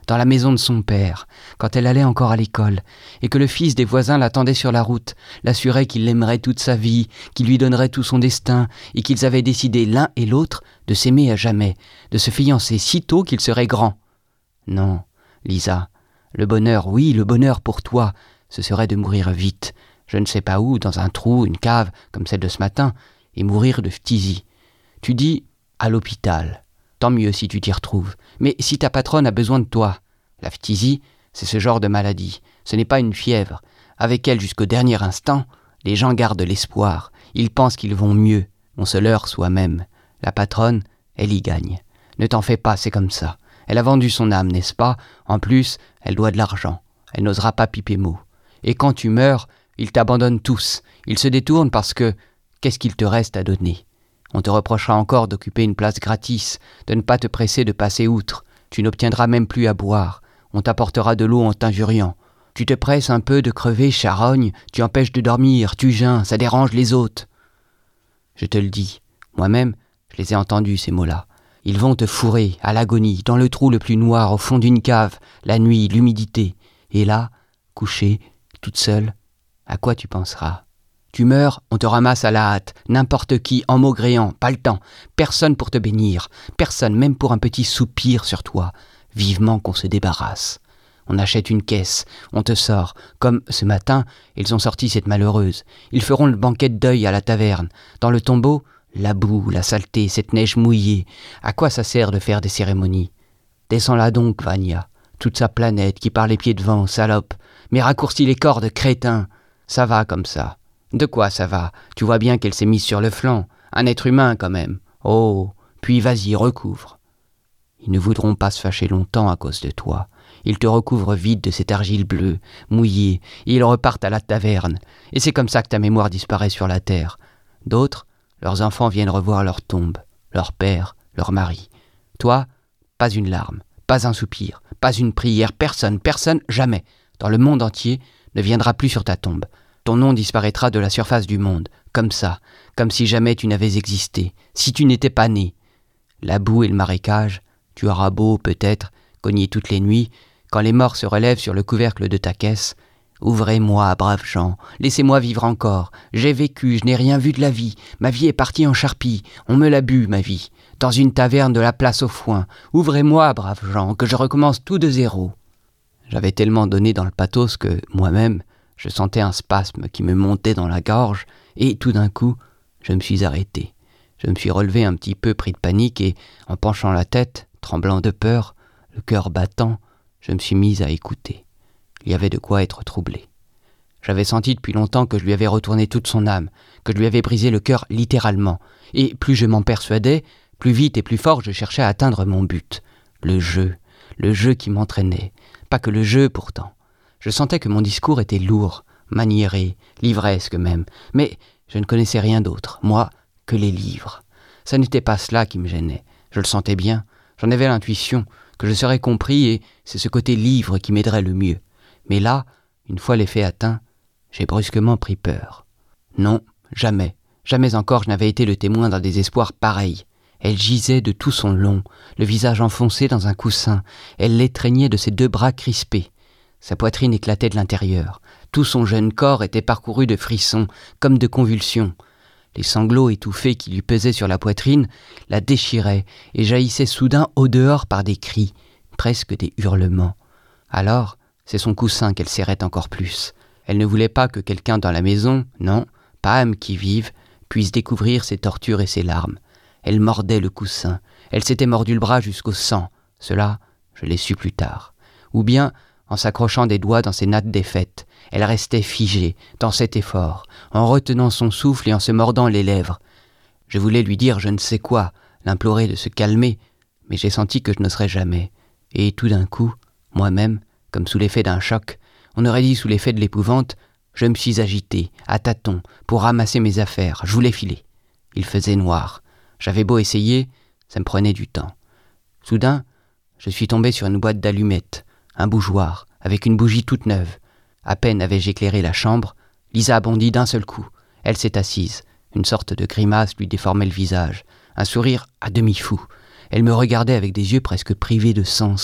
dans la maison de son père, quand elle allait encore à l'école, et que le fils des voisins l'attendait sur la route, l'assurait qu'il l'aimerait toute sa vie, qu'il lui donnerait tout son destin, et qu'ils avaient décidé l'un et l'autre de s'aimer à jamais, de se fiancer si tôt qu'ils seraient grands. Non, Lisa, le bonheur, oui, le bonheur pour toi, ce serait de mourir vite, je ne sais pas où, dans un trou, une cave, comme celle de ce matin, et mourir de phtisie. Tu dis « à l'hôpital ». Tant mieux si tu t'y retrouves. Mais si ta patronne a besoin de toi, la phtisie, c'est ce genre de maladie. Ce n'est pas une fièvre. Avec elle, jusqu'au dernier instant, les gens gardent l'espoir. Ils pensent qu'ils vont mieux. On se leurre soi-même. La patronne, elle y gagne. Ne t'en fais pas, c'est comme ça. Elle a vendu son âme, n'est-ce pas? En plus, elle doit de l'argent. Elle n'osera pas piper mot. Et quand tu meurs, ils t'abandonnent tous. Ils se détournent parce que, qu'est-ce qu'il te reste à donner? On te reprochera encore d'occuper une place gratis, de ne pas te presser de passer outre. Tu n'obtiendras même plus à boire. On t'apportera de l'eau en t'injuriant. Tu te presses un peu de crever, charogne, tu empêches de dormir, tu geins, ça dérange les hôtes. Je te le dis, moi-même, je les ai entendus, ces mots-là. Ils vont te fourrer, à l'agonie, dans le trou le plus noir, au fond d'une cave, la nuit, l'humidité. Et là, couchée, toute seule, à quoi tu penseras ? Tu meurs, on te ramasse à la hâte, n'importe qui, en maugréant, pas le temps, personne pour te bénir, personne, même pour un petit soupir sur toi, vivement qu'on se débarrasse. On achète une caisse, on te sort, comme ce matin, ils ont sorti cette malheureuse. Ils feront le banquet de deuil à la taverne. Dans le tombeau, la boue, la saleté, cette neige mouillée. À quoi ça sert de faire des cérémonies? Descends-la donc, Vania, toute sa planète qui part les pieds devant, salope, mais raccourcis les cordes, crétin. Ça va comme ça. De quoi ça va? Tu vois bien qu'elle s'est mise sur le flanc. Un être humain, quand même. Oh, puis vas-y, recouvre. Ils ne voudront pas se fâcher longtemps à cause de toi. Ils te recouvrent vite de cette argile bleue, mouillée, et ils repartent à la taverne. Et c'est comme ça que ta mémoire disparaît sur la terre. D'autres, leurs enfants viennent revoir leur tombe, leur père, leur mari. Toi, pas une larme, pas un soupir, pas une prière, personne, jamais, dans le monde entier, ne viendra plus sur ta tombe. Ton nom disparaîtra de la surface du monde, comme ça, comme si jamais tu n'avais existé, si tu n'étais pas né. La boue et le marécage, tu auras beau, peut-être, cogner toutes les nuits, quand les morts se relèvent sur le couvercle de ta caisse. Ouvrez-moi, braves gens, laissez-moi vivre encore. J'ai vécu, je n'ai rien vu de la vie. Ma vie est partie en charpie, on me l'a bu, ma vie. Dans une taverne de la place au foin. Ouvrez-moi, braves gens, que je recommence tout de zéro. J'avais tellement donné dans le pathos que, moi-même, je sentais un spasme qui me montait dans la gorge, et tout d'un coup, je me suis arrêté. Je me suis relevé un petit peu pris de panique et, en penchant la tête, tremblant de peur, le cœur battant, je me suis mis à écouter. Il y avait de quoi être troublé. J'avais senti depuis longtemps que je lui avais retourné toute son âme, que je lui avais brisé le cœur littéralement, et plus je m'en persuadais, plus vite et plus fort je cherchais à atteindre mon but. Le jeu qui m'entraînait. Pas que le jeu pourtant. Je sentais que mon discours était lourd, maniéré, livresque même, mais je ne connaissais rien d'autre, moi, que les livres. Ça n'était pas cela qui me gênait, je le sentais bien, j'en avais l'intuition, que je serais compris et c'est ce côté livre qui m'aiderait le mieux. Mais là, une fois l'effet atteint, j'ai brusquement pris peur. Non, jamais encore je n'avais été le témoin d'un désespoir pareil. Elle gisait de tout son long, le visage enfoncé dans un coussin, elle l'étreignait de ses deux bras crispés. Sa poitrine éclatait de l'intérieur. Tout son jeune corps était parcouru de frissons, comme de convulsions. Les sanglots étouffés qui lui pesaient sur la poitrine la déchiraient et jaillissaient soudain au dehors par des cris, presque des hurlements. Alors, c'est son coussin qu'elle serrait encore plus. Elle ne voulait pas que quelqu'un dans la maison, non, pas âme qui vive, puisse découvrir ses tortures et ses larmes. Elle mordait le coussin. Elle s'était mordu le bras jusqu'au sang. Cela, je l'ai su plus tard. Ou bien, en s'accrochant des doigts dans ses nattes défaites, elle restait figée, dans cet effort, en retenant son souffle et en se mordant les lèvres. Je voulais lui dire je ne sais quoi, l'implorer de se calmer, mais j'ai senti que je n'oserais jamais. Et tout d'un coup, moi-même, comme sous l'effet d'un choc, on aurait dit sous l'effet de l'épouvante, je me suis agité, à tâtons, pour ramasser mes affaires. Je voulais filer. Il faisait noir. J'avais beau essayer, ça me prenait du temps. Soudain, je suis tombé sur une boîte d'allumettes, un bougeoir, avec une bougie toute neuve. À peine avais-je éclairé la chambre, Lisa bondit d'un seul coup. Elle s'est assise. Une sorte de grimace lui déformait le visage. Un sourire à demi fou. Elle me regardait avec des yeux presque privés de sens.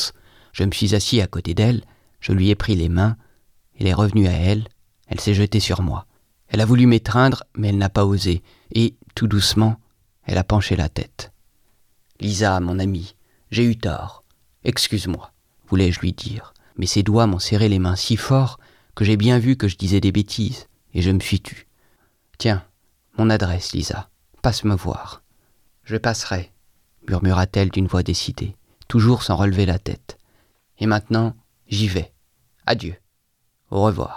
Je me suis assis à côté d'elle, je lui ai pris les mains, elle est revenue à elle, elle s'est jetée sur moi. Elle a voulu m'étreindre, mais elle n'a pas osé, et, tout doucement, elle a penché la tête. « Lisa, mon amie, j'ai eu tort. Excuse-moi, voulais-je lui dire, mais ses doigts m'ont serré les mains si fort que j'ai bien vu que je disais des bêtises, et je me suis tu. Tiens, mon adresse, Lisa, passe me voir. »« Je passerai, » murmura-t-elle d'une voix décidée, toujours sans relever la tête. « Et maintenant, j'y vais. Adieu. Au revoir. »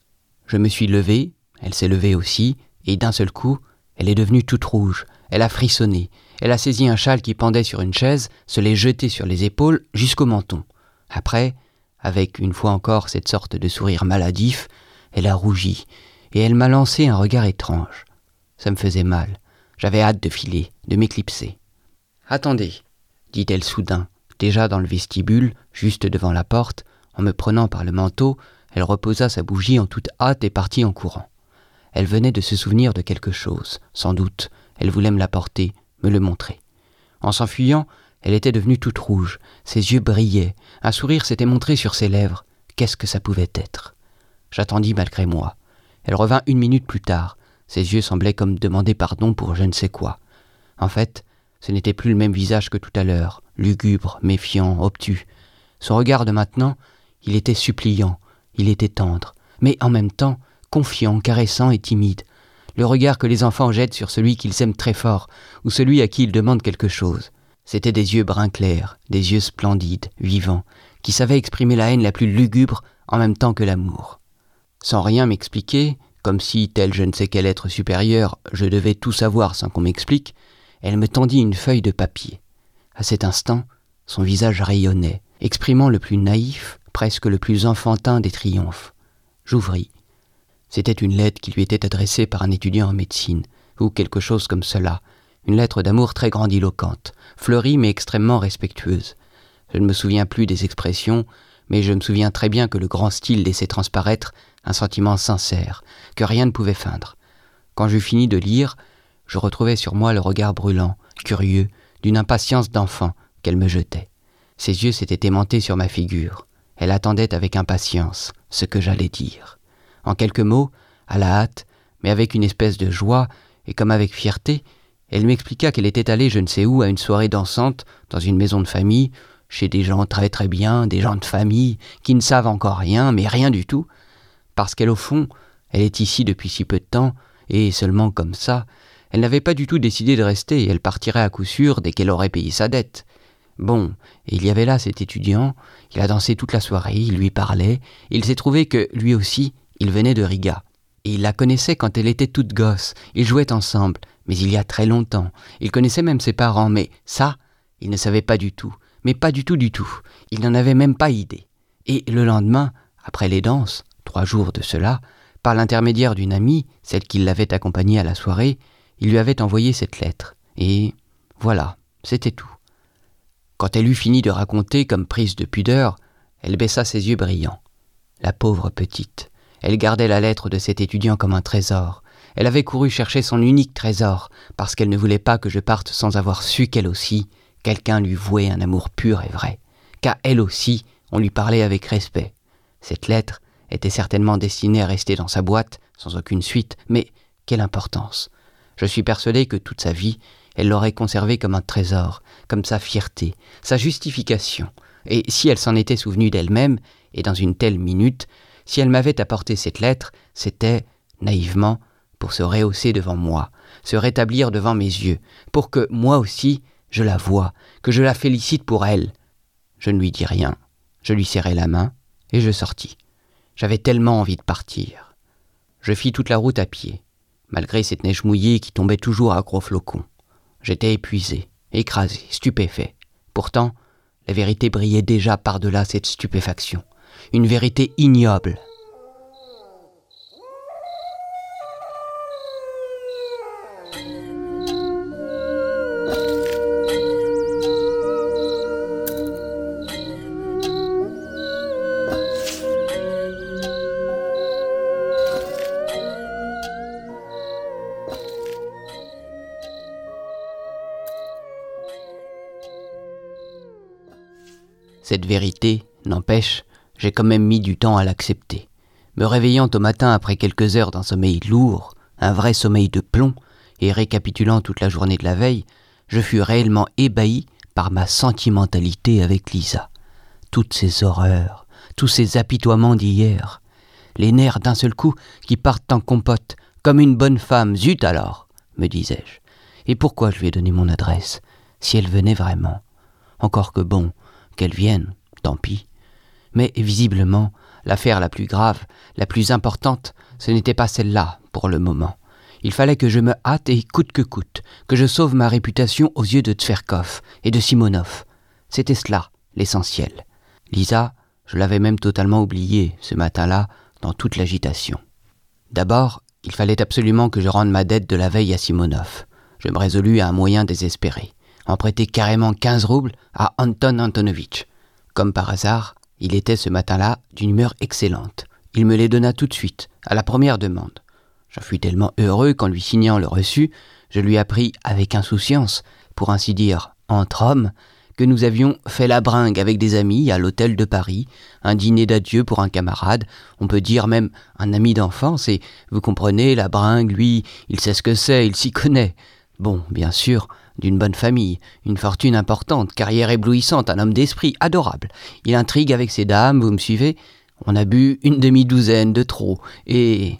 Je me suis levé, elle s'est levée aussi, et d'un seul coup, elle est devenue toute rouge. Elle a frissonné. Elle a saisi un châle qui pendait sur une chaise, se l'est jeté sur les épaules jusqu'au menton. Après, avec une fois encore cette sorte de sourire maladif, elle a rougi, et elle m'a lancé un regard étrange. Ça me faisait mal. J'avais hâte de filer, de m'éclipser. « Attendez, » dit-elle soudain, déjà dans le vestibule, juste devant la porte, en me prenant par le manteau, elle reposa sa bougie en toute hâte et partit en courant. Elle venait de se souvenir de quelque chose, sans doute. Elle voulait me l'apporter, me le montrer. En s'enfuyant, elle était devenue toute rouge. Ses yeux brillaient. Un sourire s'était montré sur ses lèvres. Qu'est-ce que ça pouvait être ? J'attendis malgré moi. Elle revint 1 minute plus tard. Ses yeux semblaient comme demander pardon pour je ne sais quoi. En fait, ce n'était plus le même visage que tout à l'heure, lugubre, méfiant, obtus. Son regard de maintenant, il était suppliant, il était tendre, mais en même temps confiant, caressant et timide. Le regard que les enfants jettent sur celui qu'ils aiment très fort, ou celui à qui ils demandent quelque chose. C'étaient des yeux brun clair, des yeux splendides, vivants, qui savaient exprimer la haine la plus lugubre en même temps que l'amour. Sans rien m'expliquer, comme si, tel je ne sais quel être supérieur, je devais tout savoir sans qu'on m'explique, elle me tendit une feuille de papier. À cet instant, son visage rayonnait, exprimant le plus naïf, presque le plus enfantin des triomphes. J'ouvris. C'était une lettre qui lui était adressée par un étudiant en médecine, ou quelque chose comme cela, une lettre d'amour très grandiloquente, fleurie mais extrêmement respectueuse. Je ne me souviens plus des expressions, mais je me souviens très bien que le grand style laissait transparaître un sentiment sincère, que rien ne pouvait feindre. Quand j'eus fini de lire, je retrouvais sur moi le regard brûlant, curieux, d'une impatience d'enfant qu'elle me jetait. Ses yeux s'étaient aimantés sur ma figure. Elle attendait avec impatience ce que j'allais dire. En quelques mots, à la hâte, mais avec une espèce de joie et comme avec fierté, elle m'expliqua qu'elle était allée je ne sais où à une soirée dansante dans une maison de famille, chez des gens très très bien, des gens de famille, qui ne savent encore rien, mais rien du tout, parce qu'elle au fond, elle est ici depuis si peu de temps, et seulement comme ça, elle n'avait pas du tout décidé de rester, et elle partirait à coup sûr dès qu'elle aurait payé sa dette. Bon, et il y avait là cet étudiant, il a dansé toute la soirée, il lui parlait, et il s'est trouvé que, lui aussi, il venait de Riga. Et il la connaissait quand elle était toute gosse, ils jouaient ensemble, mais il y a très longtemps. Il connaissait même ses parents, mais ça, il ne savait pas du tout. Mais pas du tout du tout. Il n'en avait même pas idée. Et le lendemain, après les danses, 3 jours de cela, par l'intermédiaire d'une amie, celle qui l'avait accompagnée à la soirée, il lui avait envoyé cette lettre. Et voilà, c'était tout. Quand elle eut fini de raconter, comme prise de pudeur, elle baissa ses yeux brillants. La pauvre petite. Elle gardait la lettre de cet étudiant comme un trésor. Elle avait couru chercher son unique trésor, parce qu'elle ne voulait pas que je parte sans avoir su qu'elle aussi, quelqu'un lui vouait un amour pur et vrai, qu'à elle aussi, on lui parlait avec respect. Cette lettre était certainement destinée à rester dans sa boîte, sans aucune suite, mais quelle importance. Je suis persuadé que toute sa vie, elle l'aurait conservée comme un trésor, comme sa fierté, sa justification. Et si elle s'en était souvenue d'elle-même, et dans une telle minute, si elle m'avait apporté cette lettre, c'était, naïvement, pour se rehausser devant moi, se rétablir devant mes yeux, pour que, moi aussi, je la voie, que je la félicite pour elle. Je ne lui dis rien, je lui serrai la main, et je sortis. J'avais tellement envie de partir. Je fis toute la route à pied, malgré cette neige mouillée qui tombait toujours à gros flocons. J'étais épuisé, écrasé, stupéfait. Pourtant, la vérité brillait déjà par-delà cette stupéfaction. Une vérité ignoble. Cette vérité, n'empêche, j'ai quand même mis du temps à l'accepter. Me réveillant au matin après quelques heures d'un sommeil lourd, un vrai sommeil de plomb, et récapitulant toute la journée de la veille, je fus réellement ébahi par ma sentimentalité avec Lisa. Toutes ces horreurs, tous ces apitoiements d'hier, les nerfs d'un seul coup qui partent en compote, comme une bonne femme, zut alors, me disais-je. Et pourquoi je lui ai donné mon adresse, si elle venait vraiment? Encore que bon, qu'elle vienne, tant pis. Mais visiblement, l'affaire la plus grave, la plus importante, ce n'était pas celle-là, pour le moment. Il fallait que je me hâte et coûte que coûte, que je sauve ma réputation aux yeux de Tverkov et de Simonov. C'était cela, l'essentiel. Lisa, je l'avais même totalement oubliée, ce matin-là, dans toute l'agitation. D'abord, il fallait absolument que je rende ma dette de la veille à Simonov. Je me résolus à un moyen désespéré, en prêter carrément 15 roubles à Anton Antonovitch. Comme par hasard, il était ce matin-là d'une humeur excellente. Il me les donna tout de suite, à la première demande. J'en fus tellement heureux qu'en lui signant le reçu, je lui appris avec insouciance, pour ainsi dire entre hommes, que nous avions fait la bringue avec des amis à l'hôtel de Paris, un dîner d'adieu pour un camarade, on peut dire même un ami d'enfance, et vous comprenez, la bringue, lui, il sait ce que c'est, il s'y connaît. Bon, bien sûr, d'une bonne famille, une fortune importante, carrière éblouissante, un homme d'esprit adorable. Il intrigue avec ses dames, vous me suivez? On a bu une demi-douzaine de trop, et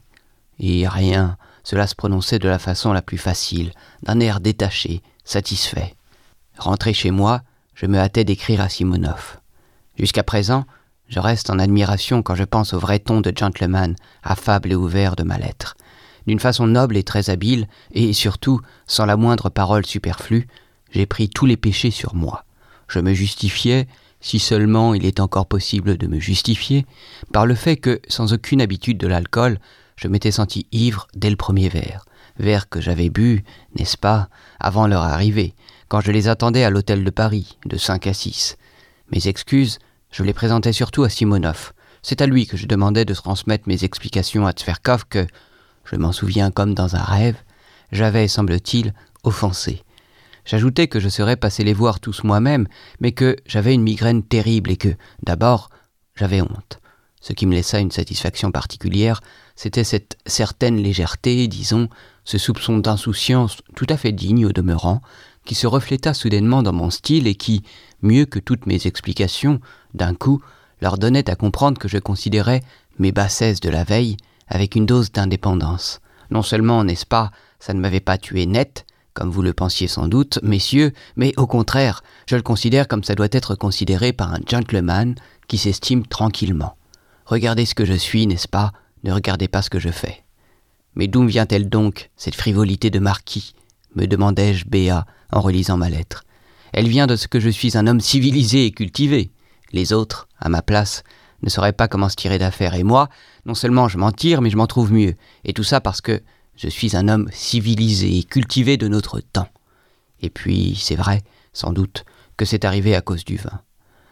rien, cela se prononçait de la façon la plus facile, d'un air détaché, satisfait. Rentré chez moi, je me hâtais d'écrire à Simonov. Jusqu'à présent, je reste en admiration quand je pense au vrai ton de gentleman, affable et ouvert de ma lettre. D'une façon noble et très habile, et surtout, sans la moindre parole superflue, j'ai pris tous les péchés sur moi. Je me justifiais, si seulement il est encore possible de me justifier, par le fait que, sans aucune habitude de l'alcool, je m'étais senti ivre dès le premier verre que j'avais bu, n'est-ce pas, avant leur arrivée, quand je les attendais à l'hôtel de Paris, de 5 à 6. Mes excuses, je les présentais surtout à Simonov. C'est à lui que je demandais de transmettre mes explications à Tverkov que, je m'en souviens comme dans un rêve, j'avais, semble-t-il, offensé. J'ajoutais que je serais passé les voir tous moi-même, mais que j'avais une migraine terrible et que, d'abord, j'avais honte. Ce qui me laissa une satisfaction particulière, c'était cette certaine légèreté, disons, ce soupçon d'insouciance tout à fait digne au demeurant, qui se refléta soudainement dans mon style et qui, mieux que toutes mes explications, d'un coup, leur donnait à comprendre que je considérais mes bassesses de la veille avec une dose d'indépendance. Non seulement, n'est-ce pas, ça ne m'avait pas tué net, comme vous le pensiez sans doute, messieurs, mais au contraire, je le considère comme ça doit être considéré par un gentleman qui s'estime tranquillement. Regardez ce que je suis, n'est-ce pas, ne regardez pas ce que je fais. Mais d'où vient-elle donc, cette frivolité de marquis, me demandai-je béat en relisant ma lettre. Elle vient de ce que je suis un homme civilisé et cultivé. Les autres, à ma place, ne sauraient pas comment se tirer d'affaire. Et moi, non seulement je m'en tire, mais je m'en trouve mieux. Et tout ça parce que je suis un homme civilisé et cultivé de notre temps. Et puis, c'est vrai, sans doute, que c'est arrivé à cause du vin.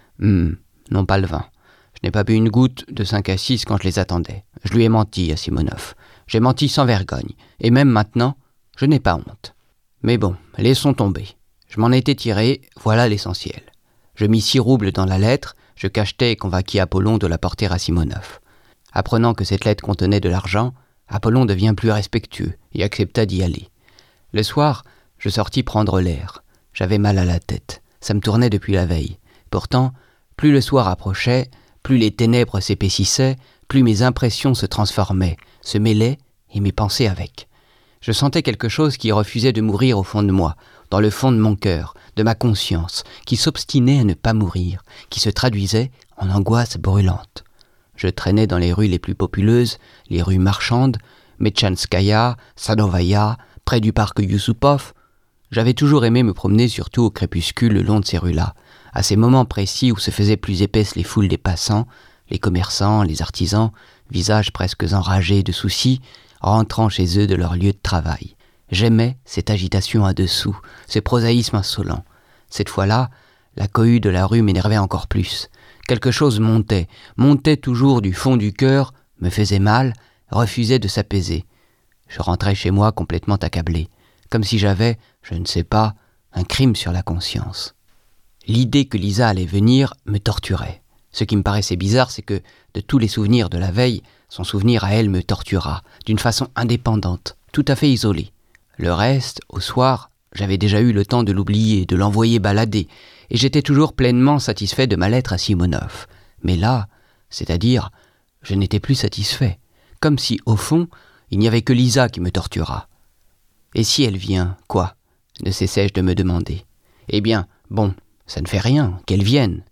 Non pas le vin. Je n'ai pas bu une goutte de 5 à 6 quand je les attendais. Je lui ai menti à Simonov. J'ai menti sans vergogne. Et même maintenant, je n'ai pas honte. Mais bon, laissons tomber. Je m'en étais tiré, voilà l'essentiel. Je mis 6 roubles dans la lettre, je cachetai et convainquis Apollon de la porter à Simonov. Apprenant que cette lettre contenait de l'argent, Apollon devint plus respectueux et accepta d'y aller. Le soir, je sortis prendre l'air. J'avais mal à la tête. Ça me tournait depuis la veille. Pourtant, plus le soir approchait, plus les ténèbres s'épaississaient, plus mes impressions se transformaient, se mêlaient et mes pensées avec. Je sentais quelque chose qui refusait de mourir au fond de moi, dans le fond de mon cœur, de ma conscience, qui s'obstinait à ne pas mourir, qui se traduisait en angoisse brûlante. Je traînais dans les rues les plus populeuses, les rues marchandes, Metchanskaya, Sadovaya, près du parc Yusupov. J'avais toujours aimé me promener surtout au crépuscule le long de ces rues-là, à ces moments précis où se faisaient plus épaisses les foules des passants, les commerçants, les artisans, visages presque enragés de soucis, rentrant chez eux de leur lieu de travail. J'aimais cette agitation à dessous, ce prosaïsme insolent. Cette fois-là, la cohue de la rue m'énervait encore plus. Quelque chose montait toujours du fond du cœur, me faisait mal, refusait de s'apaiser. Je rentrais chez moi complètement accablé, comme si j'avais, je ne sais pas, un crime sur la conscience. L'idée que Lisa allait venir me torturait. Ce qui me paraissait bizarre, c'est que, de tous les souvenirs de la veille, son souvenir à elle me tortura, d'une façon indépendante, tout à fait isolée. Le reste, au soir, j'avais déjà eu le temps de l'oublier, de l'envoyer balader, et j'étais toujours pleinement satisfait de ma lettre à Simonov. Mais là, c'est-à-dire, je n'étais plus satisfait, comme si, au fond, il n'y avait que Lisa qui me torturât. Et si elle vient, quoi ? Ne cessais-je de me demander. Eh bien, bon, ça ne fait rien, qu'elle vienne.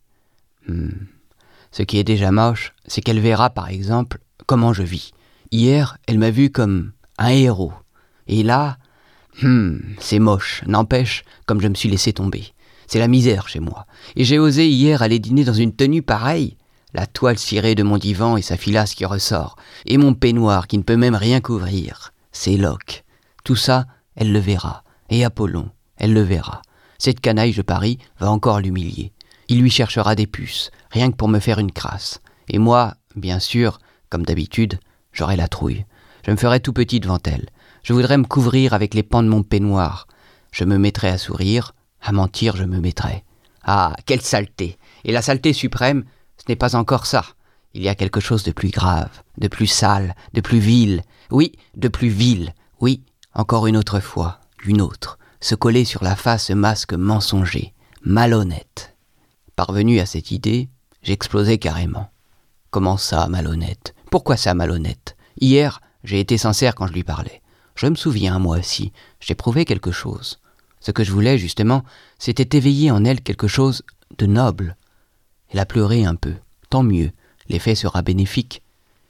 Ce qui est déjà moche, c'est qu'elle verra, par exemple, comment je vis. Hier, elle m'a vu comme un héros. Et là, c'est moche, n'empêche, comme je me suis laissé tomber. C'est la misère chez moi. Et j'ai osé hier aller dîner dans une tenue pareille. La toile cirée de mon divan et sa filasse qui ressort. Et mon peignoir qui ne peut même rien couvrir. Ses loques. Tout ça, elle le verra. Et Apollon, elle le verra. Cette canaille, je parie, va encore l'humilier. Il lui cherchera des puces, rien que pour me faire une crasse. Et moi, bien sûr, comme d'habitude, j'aurai la trouille. Je me ferai tout petit devant elle. Je voudrais me couvrir avec les pans de mon peignoir. Je me mettrai à sourire, à mentir je me mettrai. Ah, quelle saleté! Et la saleté suprême, ce n'est pas encore ça. Il y a quelque chose de plus grave, de plus sale, de plus vil. Oui, de plus vil. Oui, encore une autre fois, une autre. Se coller sur la face ce masque mensonger, malhonnête. Parvenu à cette idée, j'explosai carrément. Comment ça, malhonnête ? Pourquoi ça, malhonnête ? Hier, j'ai été sincère quand je lui parlais. Je me souviens, moi aussi, j'éprouvais quelque chose. Ce que je voulais, justement, c'était éveiller en elle quelque chose de noble. Elle a pleuré un peu, tant mieux, l'effet sera bénéfique.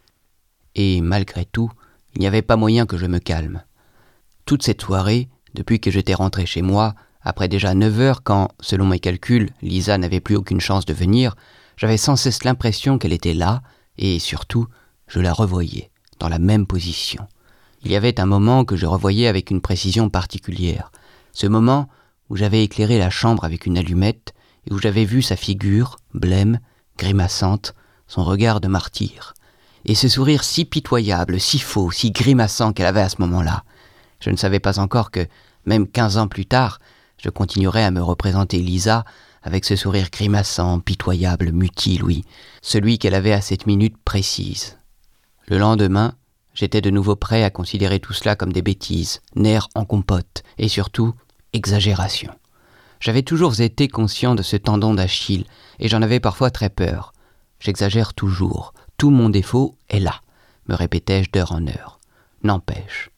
Et malgré tout, il n'y avait pas moyen que je me calme. Toute cette soirée, depuis que j'étais rentré chez moi, après déjà 9 heures quand, selon mes calculs, Lisa n'avait plus aucune chance de venir, j'avais sans cesse l'impression qu'elle était là, et surtout, je la revoyais, dans la même position. Il y avait un moment que je revoyais avec une précision particulière. Ce moment où j'avais éclairé la chambre avec une allumette et où j'avais vu sa figure, blême, grimaçante, son regard de martyr. Et ce sourire si pitoyable, si faux, si grimaçant qu'elle avait à ce moment-là. Je ne savais pas encore que, même 15 ans plus tard, je continuerais à me représenter Lisa avec ce sourire grimaçant, pitoyable, mutile, oui, celui qu'elle avait à cette minute précise. Le lendemain, j'étais de nouveau prêt à considérer tout cela comme des bêtises, nerfs en compote, et surtout, exagération. J'avais toujours été conscient de ce tendon d'Achille, et j'en avais parfois très peur. J'exagère toujours, tout mon défaut est là, me répétais-je d'heure en heure. N'empêche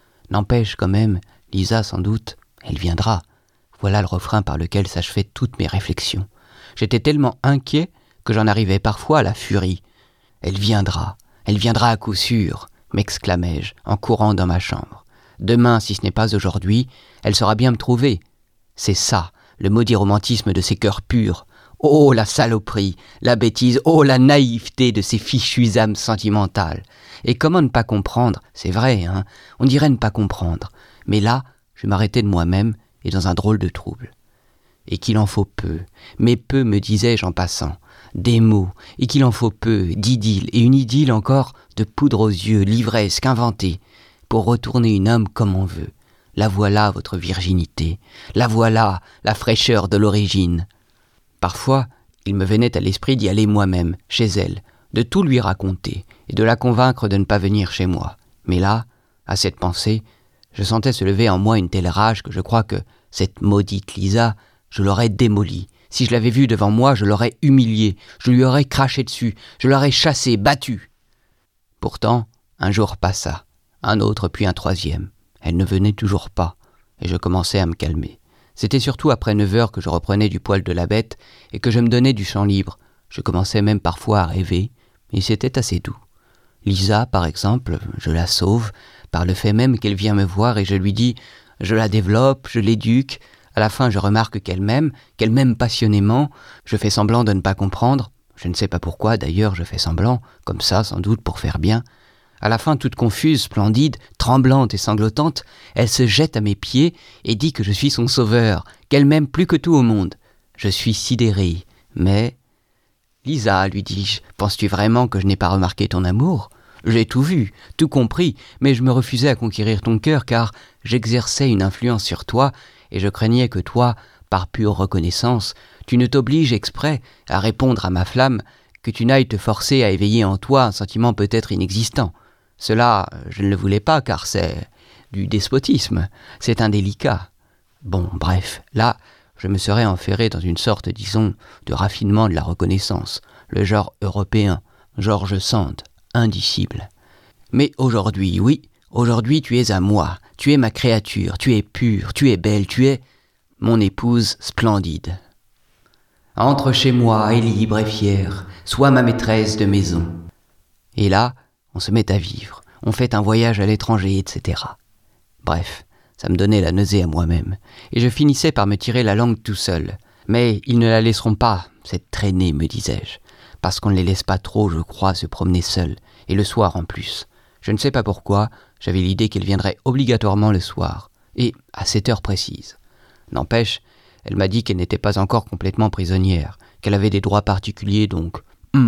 quand même, Lisa sans doute, elle viendra. Voilà le refrain par lequel s'achevaient toutes mes réflexions. J'étais tellement inquiet que j'en arrivais parfois à la furie. Elle viendra à coup sûr, m'exclamai-je en courant dans ma chambre. Demain, si ce n'est pas aujourd'hui, elle saura bien me trouver. C'est ça, le maudit romantisme de ces cœurs purs. Oh, la saloperie, la bêtise, oh, la naïveté de ces fichues âmes sentimentales. Et comment ne pas comprendre, c'est vrai, hein, on dirait ne pas comprendre. Mais là, je m'arrêtais de moi-même et dans un drôle de trouble. Et qu'il en faut peu, mais peu me disais-je en passant, des mots, et qu'il en faut peu, d'idylle, et une idylle encore de poudre aux yeux, livresque, inventée, pour retourner une âme comme on veut. La voilà, votre virginité, la voilà, la fraîcheur de l'origine. Parfois, il me venait à l'esprit d'y aller moi-même, chez elle, de tout lui raconter, et de la convaincre de ne pas venir chez moi. Mais là, à cette pensée, je sentais se lever en moi une telle rage que je crois que cette maudite Lisa, je l'aurais démolie. Si je l'avais vue devant moi, je l'aurais humiliée, je lui aurais craché dessus, je l'aurais chassée, battue. Pourtant, un jour passa, un autre puis un troisième. Elle ne venait toujours pas, et je commençais à me calmer. C'était surtout après 9 heures que je reprenais du poil de la bête et que je me donnais du champ libre. Je commençais même parfois à rêver, et c'était assez doux. Lisa, par exemple, je la sauve, par le fait même qu'elle vient me voir et je lui dis, je la développe, je l'éduque. À la fin, je remarque qu'elle m'aime passionnément. Je fais semblant de ne pas comprendre. Je ne sais pas pourquoi, d'ailleurs, je fais semblant, comme ça, sans doute, pour faire bien. À la fin, toute confuse, splendide, tremblante et sanglotante, elle se jette à mes pieds et dit que je suis son sauveur, qu'elle m'aime plus que tout au monde. Je suis sidéré, mais... Lisa, lui dis-je, penses-tu vraiment que je n'ai pas remarqué ton amour ? J'ai tout vu, tout compris, mais je me refusais à conquérir ton cœur car j'exerçais une influence sur toi et je craignais que toi, par pure reconnaissance, tu ne t'obliges exprès à répondre à ma flamme que tu n'ailles te forcer à éveiller en toi un sentiment peut-être inexistant. Cela, je ne le voulais pas, car c'est du despotisme, c'est indélicat. Bon, bref, là, je me serais enferré dans une sorte, disons, de raffinement de la reconnaissance, le genre européen, George Sand, indicible. Mais aujourd'hui, oui, aujourd'hui tu es à moi, tu es ma créature, tu es pure, tu es belle, tu es mon épouse splendide. Entre chez moi et libre et fière, sois ma maîtresse de maison. Et là, on se met à vivre, on fait un voyage à l'étranger, etc. Bref, ça me donnait la nausée à moi-même, et je finissais par me tirer la langue tout seul. Mais ils ne la laisseront pas, cette traînée, me disais-je, parce qu'on ne les laisse pas trop, je crois, se promener seuls, et le soir en plus. Je ne sais pas pourquoi, j'avais l'idée qu'elle viendrait obligatoirement le soir, et à cette heure précise. N'empêche, elle m'a dit qu'elle n'était pas encore complètement prisonnière, qu'elle avait des droits particuliers, donc...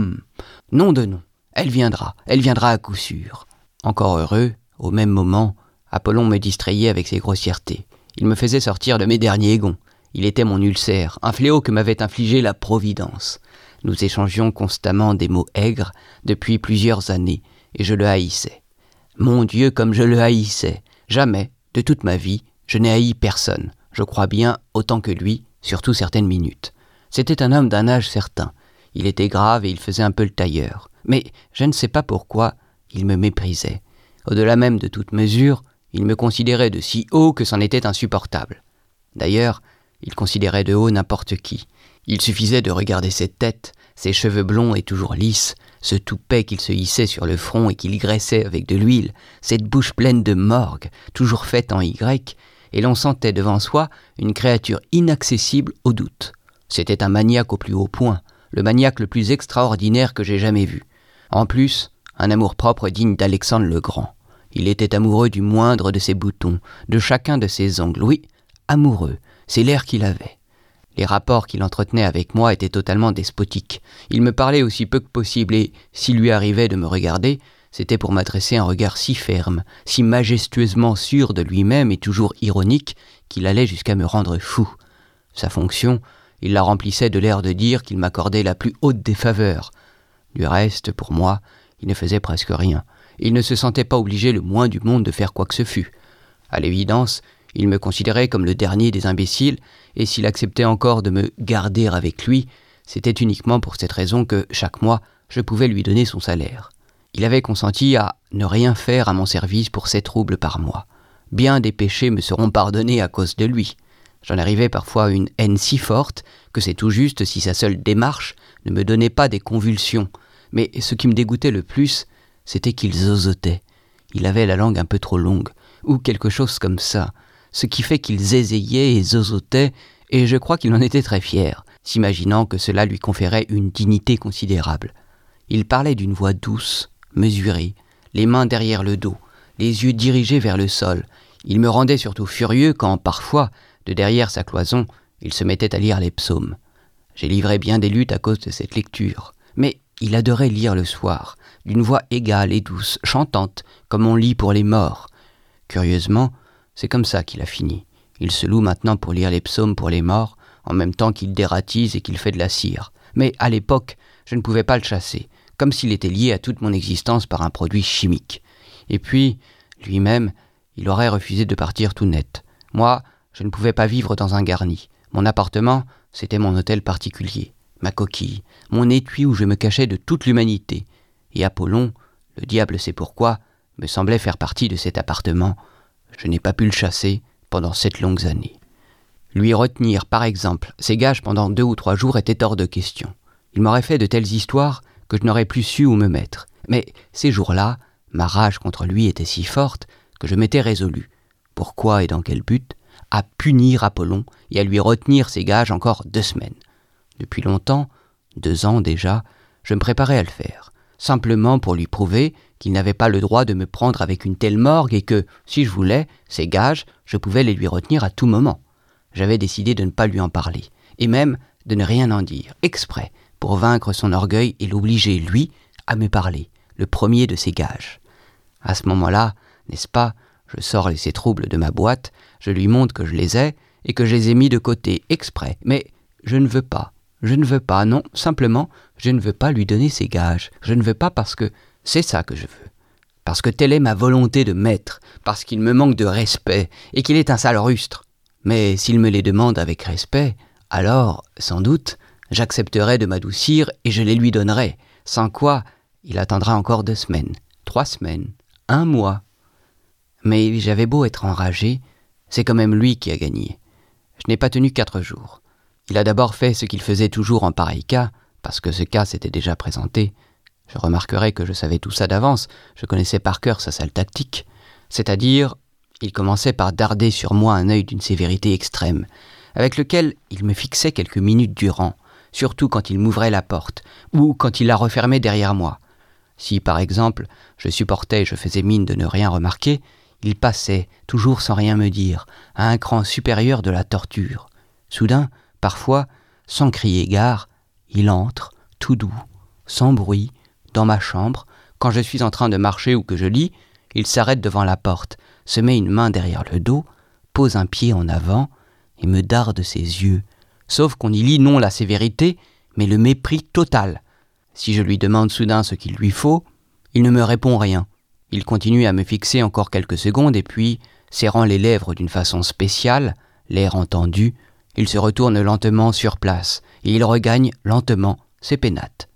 nom de nom, elle viendra à coup sûr. Encore heureux, au même moment, Apollon me distrayait avec ses grossièretés. Il me faisait sortir de mes derniers gonds. Il était mon ulcère, un fléau que m'avait infligé la Providence. Nous échangions constamment des mots aigres depuis plusieurs années, et je le haïssais. Mon Dieu, comme je le haïssais. Jamais, de toute ma vie, je n'ai haï personne. Je crois bien autant que lui, surtout certaines minutes. C'était un homme d'un âge certain. Il était grave et il faisait un peu le tailleur. Mais je ne sais pas pourquoi, il me méprisait. Au-delà même de toute mesure, il me considérait de si haut que c'en était insupportable. D'ailleurs, il considérait de haut n'importe qui. Il suffisait de regarder cette tête, ses cheveux blonds et toujours lisses, ce toupet qu'il se hissait sur le front et qu'il graissait avec de l'huile, cette bouche pleine de morgue, toujours faite en Y, et l'on sentait devant soi une créature inaccessible au doute. C'était un maniaque au plus haut point, le maniaque le plus extraordinaire que j'ai jamais vu. En plus, un amour-propre digne d'Alexandre le Grand. Il était amoureux du moindre de ses boutons, de chacun de ses ongles. Oui, amoureux, c'est l'air qu'il avait. Les rapports qu'il entretenait avec moi étaient totalement despotiques. Il me parlait aussi peu que possible et, s'il lui arrivait de me regarder, c'était pour m'adresser un regard si ferme, si majestueusement sûr de lui-même et toujours ironique, qu'il allait jusqu'à me rendre fou. Sa fonction, il la remplissait de l'air de dire qu'il m'accordait la plus haute des faveurs. Du reste, pour moi, il ne faisait presque rien. Il ne se sentait pas obligé le moins du monde de faire quoi que ce fût. À l'évidence, il me considérait comme le dernier des imbéciles, et s'il acceptait encore de me garder avec lui, c'était uniquement pour cette raison que, chaque mois, je pouvais lui donner son salaire. Il avait consenti à ne rien faire à mon service pour 7 roubles par mois. Bien des péchés me seront pardonnés à cause de lui. J'en arrivais parfois à une haine si forte que c'est tout juste si sa seule démarche ne me donnait pas des convulsions. Mais ce qui me dégoûtait le plus, c'était qu'il zozotait. Il avait la langue un peu trop longue, ou quelque chose comme ça, ce qui fait qu'il zézayait et zozotait, et je crois qu'il en était très fier, s'imaginant que cela lui conférait une dignité considérable. Il parlait d'une voix douce, mesurée, les mains derrière le dos, les yeux dirigés vers le sol. Il me rendait surtout furieux quand, parfois, de derrière sa cloison, il se mettait à lire les psaumes. J'ai livré bien des luttes à cause de cette lecture, mais il adorait lire le soir, d'une voix égale et douce, chantante, comme on lit pour les morts. Curieusement, c'est comme ça qu'il a fini. Il se loue maintenant pour lire les psaumes pour les morts, en même temps qu'il dératise et qu'il fait de la cire. Mais à l'époque, je ne pouvais pas le chasser, comme s'il était lié à toute mon existence par un produit chimique. Et puis, lui-même, il aurait refusé de partir tout net. Moi, je ne pouvais pas vivre dans un garni. Mon appartement, c'était mon hôtel particulier, ma coquille, mon étui où je me cachais de toute l'humanité. Et Apollon, le diable sait pourquoi, me semblait faire partie de cet appartement. Je n'ai pas pu le chasser pendant 7 longues années. Lui retenir, par exemple, ses gages pendant 2 ou 3 jours était hors de question. Il m'aurait fait de telles histoires que je n'aurais plus su où me mettre. Mais ces jours-là, ma rage contre lui était si forte que je m'étais résolu. Pourquoi et dans quel but ? À punir Apollon et à lui retenir ses gages encore 2 semaines. Depuis longtemps, 2 ans déjà, je me préparais à le faire, simplement pour lui prouver qu'il n'avait pas le droit de me prendre avec une telle morgue et que, si je voulais, ses gages, je pouvais les lui retenir à tout moment. J'avais décidé de ne pas lui en parler, et même de ne rien en dire, exprès, pour vaincre son orgueil et l'obliger, lui, à me parler, le premier de ses gages. À ce moment-là, n'est-ce pas, je sors les troubles de ma boîte, je lui montre que je les ai, et que je les ai mis de côté, exprès. Mais je ne veux pas, non, simplement, je ne veux pas lui donner ses gages. Je ne veux pas parce que c'est ça que je veux. Parce que telle est ma volonté de maître, parce qu'il me manque de respect et qu'il est un sale rustre. Mais s'il me les demande avec respect, alors, sans doute, j'accepterai de m'adoucir et je les lui donnerai, sans quoi il attendra encore 2 semaines, 3 semaines, 1 mois. Mais j'avais beau être enragé, c'est quand même lui qui a gagné. Je n'ai pas tenu 4 jours. Il a d'abord fait ce qu'il faisait toujours en pareil cas, parce que ce cas s'était déjà présenté. Je remarquerai que je savais tout ça d'avance, je connaissais par cœur sa sale tactique. C'est-à-dire, il commençait par darder sur moi un œil d'une sévérité extrême, avec lequel il me fixait quelques minutes durant, surtout quand il m'ouvrait la porte, ou quand il la refermait derrière moi. Si, par exemple, je supportais et je faisais mine de ne rien remarquer, il passait, toujours sans rien me dire, à un cran supérieur de la torture. Soudain, parfois, sans crier gare, il entre, tout doux, sans bruit, dans ma chambre. Quand je suis en train de marcher ou que je lis, il s'arrête devant la porte, se met une main derrière le dos, pose un pied en avant et me darde ses yeux. Sauf qu'on y lit non la sévérité, mais le mépris total. Si je lui demande soudain ce qu'il lui faut, il ne me répond rien. Il continue à me fixer encore quelques secondes et puis, serrant les lèvres d'une façon spéciale, l'air entendu, il se retourne lentement sur place et il regagne lentement ses pénates.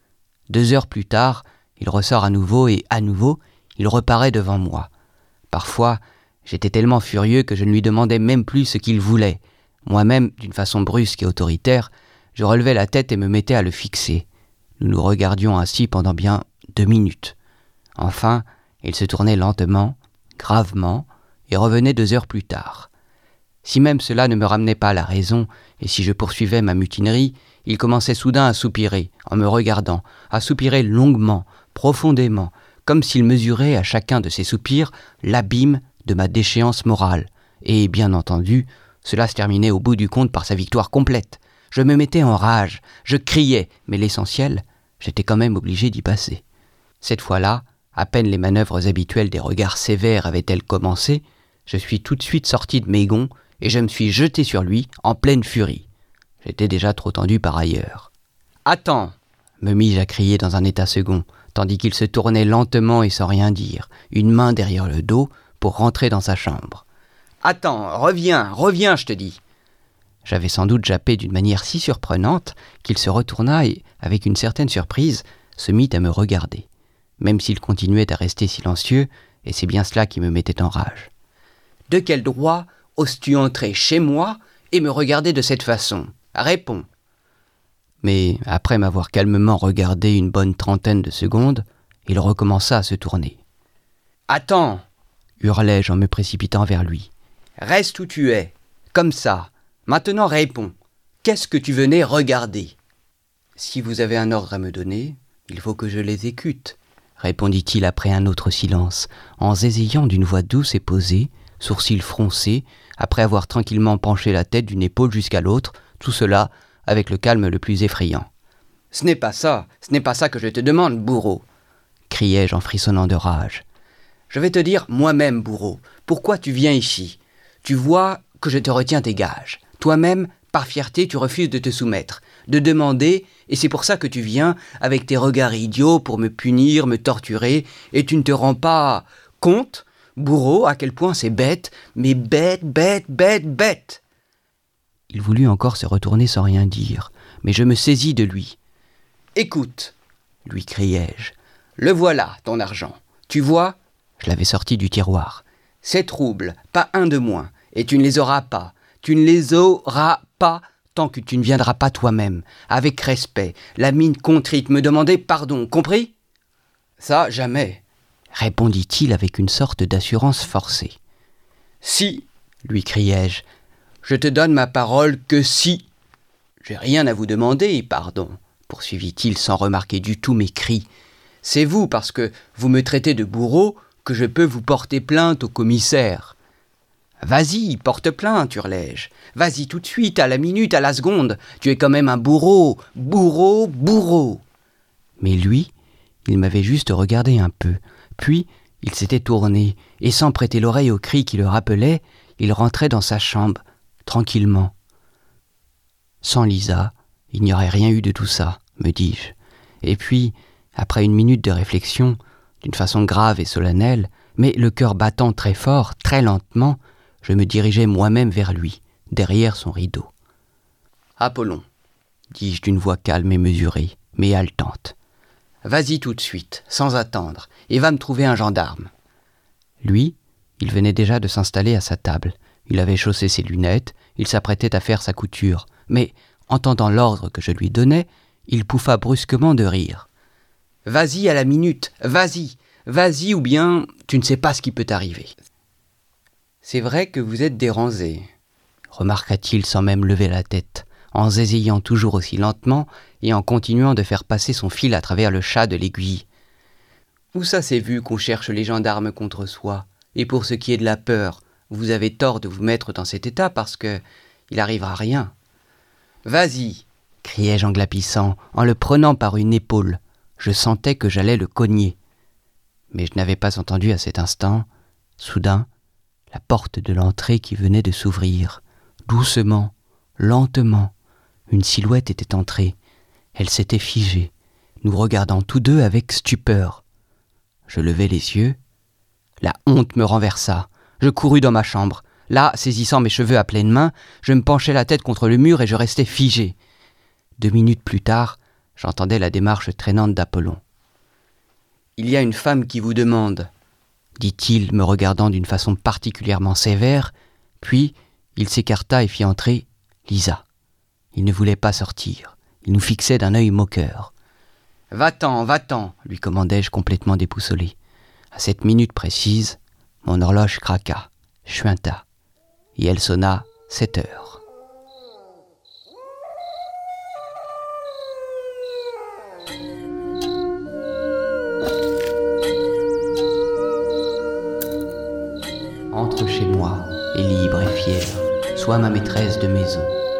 2 heures plus tard, il ressort à nouveau et à nouveau, il reparaît devant moi. Parfois, j'étais tellement furieux que je ne lui demandais même plus ce qu'il voulait. Moi-même, d'une façon brusque et autoritaire, je relevais la tête et me mettais à le fixer. Nous nous regardions ainsi pendant bien 2 minutes. Enfin, il se tournait lentement, gravement, et revenait 2 heures plus tard. Si même cela ne me ramenait pas à la raison, et si je poursuivais ma mutinerie, il commençait soudain à soupirer, en me regardant, à soupirer longuement, profondément, comme s'il mesurait à chacun de ses soupirs l'abîme de ma déchéance morale. Et, bien entendu, cela se terminait au bout du compte par sa victoire complète. Je me mettais en rage, je criais, mais l'essentiel, j'étais quand même obligé d'y passer. Cette fois-là, à peine les manœuvres habituelles des regards sévères avaient-elles commencé, je suis tout de suite sorti de mes gonds et je me suis jeté sur lui en pleine furie. J'étais déjà trop tendu par ailleurs. « Attends !» me mis-je à crier dans un état second, tandis qu'il se tournait lentement et sans rien dire, une main derrière le dos, pour rentrer dans sa chambre. « Attends, reviens, je te dis !» J'avais sans doute jappé d'une manière si surprenante qu'il se retourna et, avec une certaine surprise, se mit à me regarder, même s'il continuait à rester silencieux, et c'est bien cela qui me mettait en rage. « De quel droit oses-tu entrer chez moi et me regarder de cette façon ? Réponds !» Mais après m'avoir calmement regardé une bonne trentaine de secondes, il recommença à se tourner. « Attends !» hurlai-je en me précipitant vers lui. « Reste où tu es, comme ça. Maintenant réponds. Qu'est-ce que tu venais regarder ? » « Si vous avez un ordre à me donner, il faut que je l'exécute, » répondit-il après un autre silence, en zézillant d'une voix douce et posée, sourcils froncés, après avoir tranquillement penché la tête d'une épaule jusqu'à l'autre, tout cela avec le calme le plus effrayant. « Ce n'est pas ça que je te demande, bourreau !» criai-je en frissonnant de rage. « Je vais te dire moi-même, bourreau, pourquoi tu viens ici. Tu vois que je te retiens tes gages. Toi-même, par fierté, tu refuses de te soumettre, de demander, et c'est pour ça que tu viens avec tes regards idiots pour me punir, me torturer, et tu ne te rends pas compte, bourreau, à quel point c'est bête, mais bête. Il voulut encore se retourner sans rien dire, mais je me saisis de lui. « Écoute, lui criai-je, le voilà, ton argent. Tu vois, je l'avais sorti du tiroir. C'est trouble, pas un de moins, et tu ne les auras pas. Tu ne les auras pas tant que tu ne viendras pas toi-même, avec respect, la mine contrite, me demander pardon, compris ? Ça, jamais, répondit-il avec une sorte d'assurance forcée. Si, lui criai-je, je te donne ma parole que si. J'ai rien à vous demander, pardon, poursuivit-il sans remarquer du tout mes cris. C'est vous, parce que vous me traitez de bourreau, que je peux vous porter plainte au commissaire. Vas-y, porte plainte, hurlai-je. Vas-y tout de suite, à la minute, à la seconde. Tu es quand même un bourreau. Mais lui, il m'avait juste regardé un peu. Puis, il s'était tourné, et sans prêter l'oreille aux cris qui le rappelaient, il rentrait dans sa chambre, tranquillement. Sans Lisa, il n'y aurait rien eu de tout ça, me dis-je. Et puis, après une minute de réflexion, d'une façon grave et solennelle, mais le cœur battant très fort, très lentement, je me dirigeai moi-même vers lui, derrière son rideau. « Apollon, dis-je d'une voix calme et mesurée, mais haletante. Vas-y tout de suite, sans attendre, et va me trouver un gendarme. » Lui, il venait déjà de s'installer à sa table. Il avait chaussé ses lunettes, il s'apprêtait à faire sa couture, mais, entendant l'ordre que je lui donnais, il pouffa brusquement de rire. « Vas-y à la minute, vas-y ou bien tu ne sais pas ce qui peut t'arriver. »« C'est vrai que vous êtes dérangé, » remarqua-t-il sans même lever la tête, en zézillant toujours aussi lentement et en continuant de faire passer son fil à travers le chat de l'aiguille. « Où ça s'est vu qu'on cherche les gendarmes contre soi? Et pour ce qui est de la peur, vous avez tort de vous mettre dans cet état parce que il arrivera rien. »« Vas-y !» criai-je en glapissant, en le prenant par une épaule. Je sentais que j'allais le cogner. Mais je n'avais pas entendu à cet instant, soudain, la porte de l'entrée qui venait de s'ouvrir. Doucement, lentement, une silhouette était entrée. Elle s'était figée, nous regardant tous deux avec stupeur. Je levai les yeux. La honte me renversa. Je courus dans ma chambre. Là, saisissant mes cheveux à pleine main, je me penchai la tête contre le mur et je restai figé. 2 minutes plus tard, j'entendais la démarche traînante d'Apollon. « Il y a une femme qui vous demande, » dit-il, me regardant d'une façon particulièrement sévère, puis il s'écarta et fit entrer Lisa. Il ne voulait pas sortir. Il nous fixait d'un œil moqueur. « Va-t'en, lui commandai-je complètement déboussolé. À cette minute précise, mon horloge craqua, chuinta, et elle sonna 7 heures. Entre chez moi, et libre et fière, sois ma maîtresse de maison.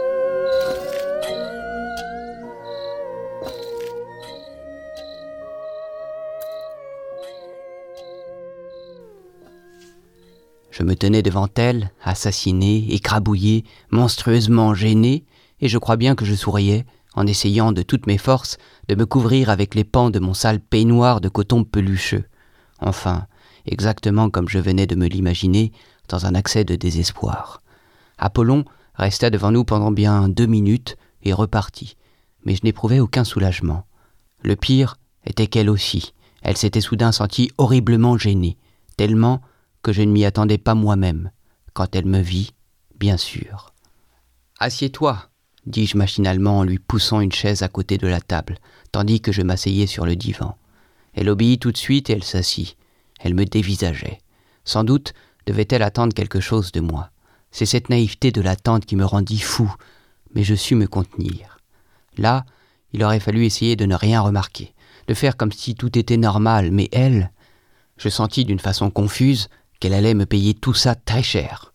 Je me tenais devant elle, assassiné, écrabouillé, monstrueusement gêné, et je crois bien que je souriais, en essayant de toutes mes forces de me couvrir avec les pans de mon sale peignoir de coton pelucheux. Enfin, exactement comme je venais de me l'imaginer, dans un accès de désespoir. Apollon resta devant nous pendant bien 2 minutes et repartit, mais je n'éprouvais aucun soulagement. Le pire était qu'elle aussi, elle s'était soudain sentie horriblement gênée, tellement que je ne m'y attendais pas moi-même, quand elle me vit, bien sûr. « Assieds-toi » dis-je machinalement en lui poussant une chaise à côté de la table, tandis que je m'asseyais sur le divan. Elle obéit tout de suite et elle s'assit. Elle me dévisageait. Sans doute devait-elle attendre quelque chose de moi. C'est cette naïveté de l'attente qui me rendit fou, mais je sus me contenir. Là, il aurait fallu essayer de ne rien remarquer, de faire comme si tout était normal, mais elle, je sentis d'une façon confuse qu'elle allait me payer tout ça très cher.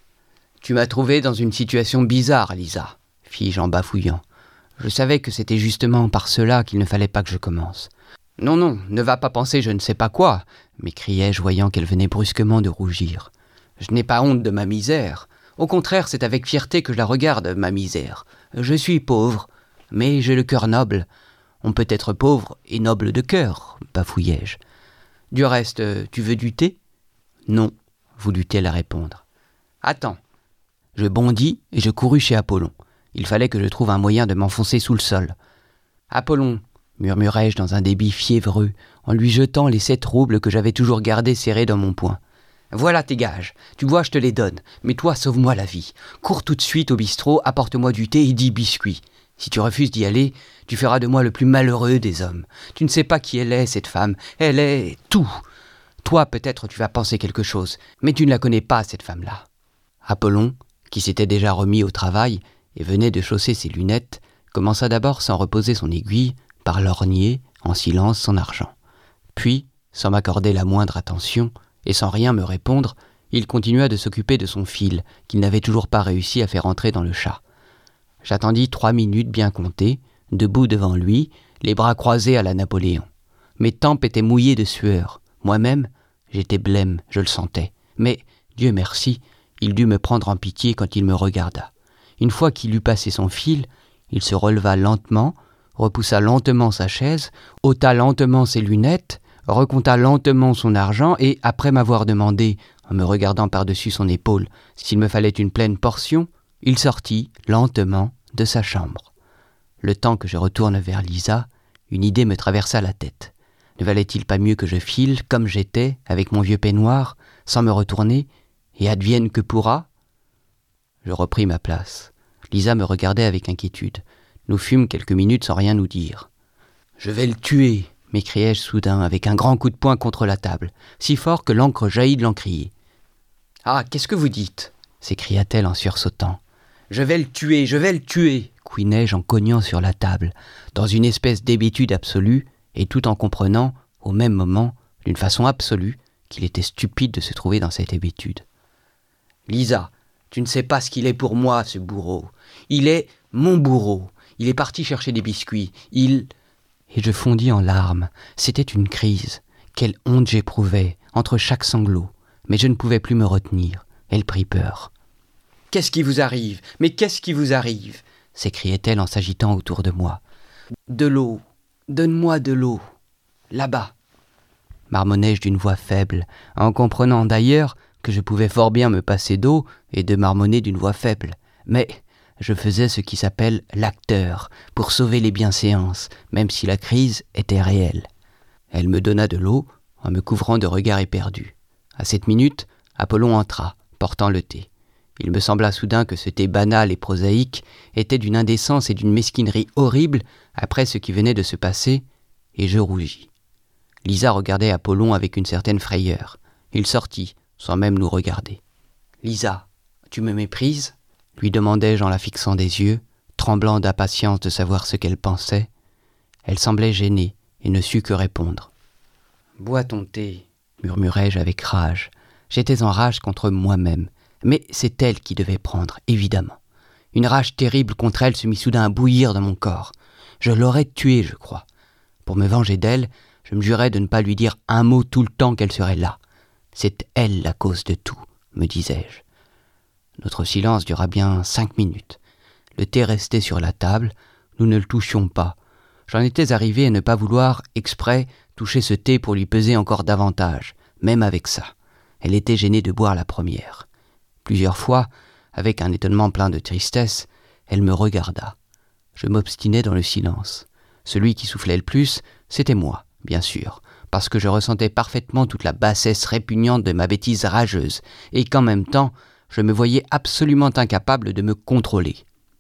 « Tu m'as trouvé dans une situation bizarre, Lisa, » fis-je en bafouillant. Je savais que c'était justement par cela qu'il ne fallait pas que je commence. « Non, ne va pas penser je ne sais pas quoi !» m'écriai-je, voyant qu'elle venait brusquement de rougir. « Je n'ai pas honte de ma misère. Au contraire, c'est avec fierté que je la regarde, ma misère. Je suis pauvre, mais j'ai le cœur noble. On peut être pauvre et noble de cœur, bafouillai-je. Du reste, tu veux du thé ? Non, voulut-elle répondre. Attends. Je bondis et je courus chez Apollon. Il fallait que je trouve un moyen de m'enfoncer sous le sol. Apollon, murmurai-je dans un débit fiévreux, en lui jetant les 7 roubles que j'avais toujours gardés serrés dans mon poing. Voilà tes gages. Tu vois, je te les donne. Mais toi, sauve-moi la vie. Cours tout de suite au bistrot, apporte-moi du thé et 10 biscuits. Si tu refuses d'y aller, tu feras de moi le plus malheureux des hommes. Tu ne sais pas qui elle est, cette femme. Elle est tout. Toi, peut-être, tu vas penser quelque chose, mais tu ne la connais pas, cette femme-là. Apollon, qui s'était déjà remis au travail et venait de chausser ses lunettes, commença d'abord sans reposer son aiguille, par lorgner, en silence, son argent. Puis, sans m'accorder la moindre attention, et sans rien me répondre, il continua de s'occuper de son fil, qu'il n'avait toujours pas réussi à faire entrer dans le chat. J'attendis 3 minutes bien comptées, debout devant lui, les bras croisés à la Napoléon. Mes tempes étaient mouillées de sueur. Moi-même, j'étais blême, je le sentais. Mais, Dieu merci, Il dut me prendre en pitié quand il me regarda. Une fois qu'il eut passé son fil, il se releva lentement, repoussa lentement sa chaise, ôta lentement ses lunettes, recompta lentement son argent et, après m'avoir demandé, en me regardant par-dessus son épaule, s'il me fallait une pleine portion, il sortit, lentement, de sa chambre. Le temps que je retourne vers Lisa, une idée me traversa la tête. Ne valait-il pas mieux que je file, comme j'étais, avec mon vieux peignoir, sans me retourner, et advienne que pourra ? Je repris ma place. Lisa me regardait avec inquiétude. Nous fûmes quelques minutes sans rien nous dire. « Je vais le tuer !» m'écriai-je soudain, avec un grand coup de poing contre la table, si fort que l'encre jaillit de l'encrier. « Ah, qu'est-ce que vous dites ?» s'écria-t-elle en sursautant. « Je vais le tuer !» couinai-je en cognant sur la table, dans une espèce d'hébétude absolue, et tout en comprenant, au même moment, d'une façon absolue, qu'il était stupide de se trouver dans cette hébétude. « Lisa, tu ne sais pas ce qu'il est pour moi, ce bourreau. Il est mon bourreau. Il est parti chercher des biscuits. Et je fondis en larmes. C'était une crise. Quelle honte j'éprouvais, entre chaque sanglot. Mais je ne pouvais plus me retenir. Elle prit peur. « Qu'est-ce qui vous arrive ? Mais qu'est-ce qui vous arrive ?» s'écriait-elle en s'agitant autour de moi. « De l'eau. Donne-moi de l'eau. Là-bas. » marmonnai-je d'une voix faible, en comprenant d'ailleurs que je pouvais fort bien me passer d'eau et de marmonner d'une voix faible. Mais je faisais ce qui s'appelle l'acteur, pour sauver les bienséances, même si la crise était réelle. Elle me donna de l'eau, en me couvrant de regards éperdus. À cette minute, Apollon entra, portant le thé. Il me sembla soudain que ce thé banal et prosaïque était d'une indécence et d'une mesquinerie horribles après ce qui venait de se passer, et je rougis. Lisa regardait Apollon avec une certaine frayeur. Il sortit, sans même nous regarder. « Lisa, tu me méprises ?» lui demandai-je en la fixant des yeux, tremblant d'impatience de savoir ce qu'elle pensait. Elle semblait gênée et ne sut que répondre. « Bois ton thé, » murmurai-je avec rage. J'étais en rage contre moi-même, mais c'est elle qui devait prendre, évidemment. Une rage terrible contre elle se mit soudain à bouillir dans mon corps. Je l'aurais tuée, je crois. Pour me venger d'elle, je me jurai de ne pas lui dire un mot tout le temps qu'elle serait là. C'est elle la cause de tout, me disais-je. Notre silence dura bien 5 minutes. Le thé restait sur la table, nous ne le touchions pas. J'en étais arrivé à ne pas vouloir, exprès, toucher ce thé pour lui peser encore davantage, même avec ça. Elle était gênée de boire la première. Plusieurs fois, avec un étonnement plein de tristesse, elle me regarda. Je m'obstinais dans le silence. Celui qui soufflait le plus, c'était moi, bien sûr, parce que je ressentais parfaitement toute la bassesse répugnante de ma bêtise rageuse, et qu'en même temps, je me voyais absolument incapable de me contrôler.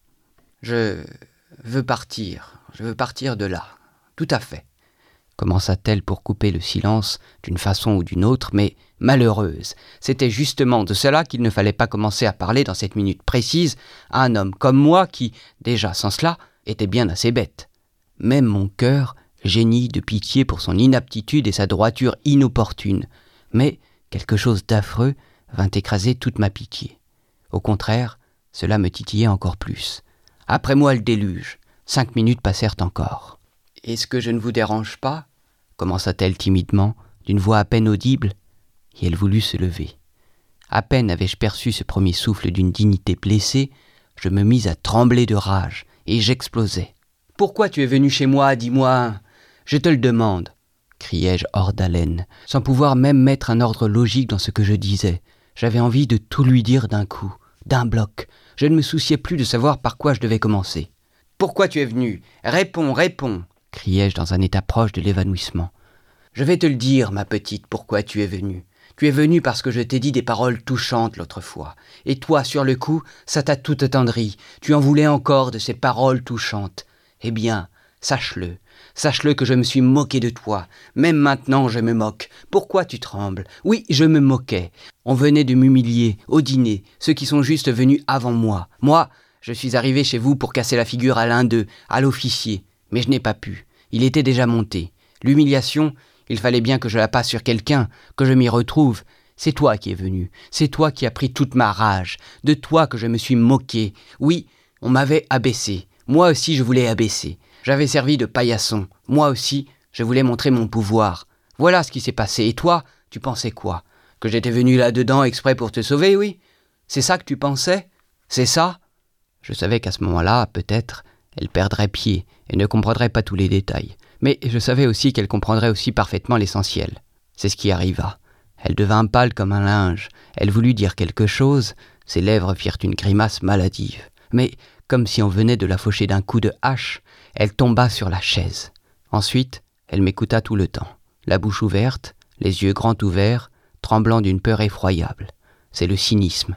« Je veux partir de là, tout à fait, » commença-t-elle pour couper le silence d'une façon ou d'une autre, mais malheureuse. C'était justement de cela qu'il ne fallait pas commencer à parler dans cette minute précise à un homme comme moi qui, déjà sans cela, était bien assez bête. Même mon cœur gémit de pitié pour son inaptitude et sa droiture inopportune, mais quelque chose d'affreux vint écraser toute ma pitié. Au contraire, cela me titillait encore plus. Après moi le déluge. 5 minutes passèrent encore. « Est-ce que je ne vous dérange pas ?» commença-t-elle timidement, d'une voix à peine audible, et elle voulut se lever. À peine avais-je perçu ce premier souffle d'une dignité blessée, je me mis à trembler de rage, et j'explosai. « Pourquoi tu es venu chez moi, dis-moi ? Je te le demande !» criai-je hors d'haleine, sans pouvoir même mettre un ordre logique dans ce que je disais. J'avais envie de tout lui dire d'un coup, d'un bloc. Je ne me souciais plus de savoir par quoi je devais commencer. « Pourquoi tu es venu ? Réponds, réponds !» criai-je dans un état proche de l'évanouissement. « Je vais te le dire, ma petite, pourquoi tu es venue. Tu es venue parce que je t'ai dit des paroles touchantes l'autre fois. Et toi, sur le coup, ça t'a tout attendri. Tu en voulais encore de ces paroles touchantes. Eh bien, sache-le. Sache-le que je me suis moqué de toi. Même maintenant, je me moque. Pourquoi tu trembles ? Oui, je me moquais. On venait de m'humilier, au dîner, ceux qui sont juste venus avant moi. Moi, je suis arrivé chez vous pour casser la figure à l'un d'eux, à l'officier. Mais je n'ai pas pu. Il était déjà monté. L'humiliation, il fallait bien que je la passe sur quelqu'un, que je m'y retrouve. C'est toi qui es venu. C'est toi qui as pris toute ma rage. De toi que je me suis moqué. Oui, on m'avait abaissé. Moi aussi, je voulais abaisser. J'avais servi de paillasson. Moi aussi, je voulais montrer mon pouvoir. Voilà ce qui s'est passé. Et toi, tu pensais quoi ? Que j'étais venu là-dedans exprès pour te sauver, oui ? C'est ça que tu pensais? C'est ça ?» Je savais qu'à ce moment-là, peut-être, elle perdrait pied et ne comprendrait pas tous les détails. Mais je savais aussi qu'elle comprendrait aussi parfaitement l'essentiel. C'est ce qui arriva. Elle devint pâle comme un linge. Elle voulut dire quelque chose. Ses lèvres firent une grimace maladive. Mais, comme si on venait de la faucher d'un coup de hache, elle tomba sur la chaise. Ensuite, elle m'écouta tout le temps, la bouche ouverte, les yeux grands ouverts, tremblant d'une peur effroyable. C'est le cynisme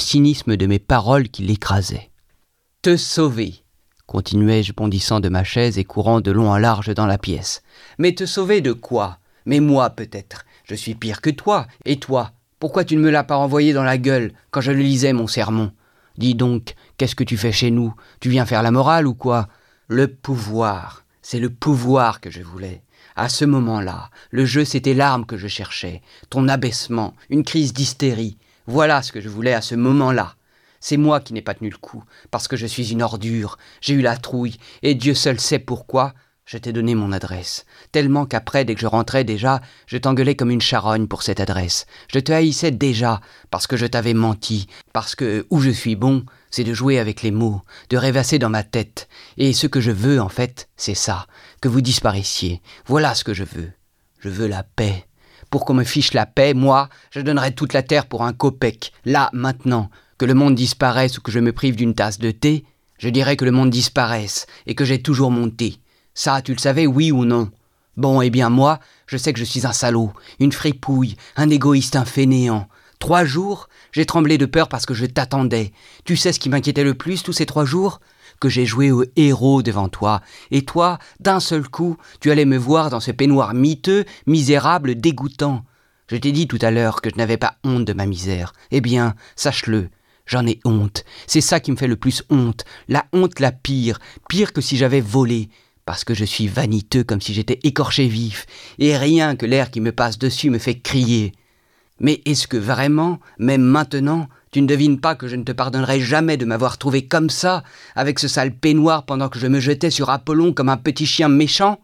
de mes paroles qui l'écrasait. « Te sauver !» continuai-je bondissant de ma chaise et courant de long en large dans la pièce. « Mais te sauver de quoi? Mais moi, peut-être. Je suis pire que toi. Et toi, pourquoi tu ne me l'as pas renvoyé dans la gueule quand je le lisais, mon sermon? Dis donc, qu'est-ce que tu fais chez nous? Tu viens faire la morale ou quoi? Le pouvoir, c'est le pouvoir que je voulais. À ce moment-là, le jeu, c'était l'arme que je cherchais. Ton abaissement, une crise d'hystérie. Voilà ce que je voulais à ce moment-là. C'est moi qui n'ai pas tenu le coup, parce que je suis une ordure. J'ai eu la trouille, et Dieu seul sait pourquoi. Je t'ai donné mon adresse, tellement qu'après, dès que je rentrais déjà, je t'engueulais comme une charogne pour cette adresse. Je te haïssais déjà, parce que je t'avais menti, parce que, où je suis bon, c'est de jouer avec les mots, de rêvasser dans ma tête. Et ce que je veux, en fait, c'est ça, que vous disparaissiez. Voilà ce que je veux. Je veux la paix. Pour qu'on me fiche la paix, moi, je donnerais toute la terre pour un kopek. Là, maintenant, que le monde disparaisse ou que je me prive d'une tasse de thé, je dirais que le monde disparaisse et que j'ai toujours mon thé. Ça, tu le savais, oui ou non? Bon, eh bien moi, je sais que je suis un salaud, une fripouille, un égoïste, un fainéant. 3 jours, j'ai tremblé de peur parce que je t'attendais. Tu sais ce qui m'inquiétait le plus tous ces 3 jours? Que j'ai joué au héros devant toi. Et toi, d'un seul coup, tu allais me voir dans ce peignoir miteux, misérable, dégoûtant. Je t'ai dit tout à l'heure que je n'avais pas honte de ma misère. Eh bien, sache-le. J'en ai honte. C'est ça qui me fait le plus honte. La honte la pire. Pire que si j'avais volé. Parce que je suis vaniteux comme si j'étais écorché vif, et rien que l'air qui me passe dessus me fait crier. Mais est-ce que vraiment, même maintenant, tu ne devines pas que je ne te pardonnerai jamais de m'avoir trouvé comme ça, avec ce sale peignoir pendant que je me jetais sur Apollon comme un petit chien méchant?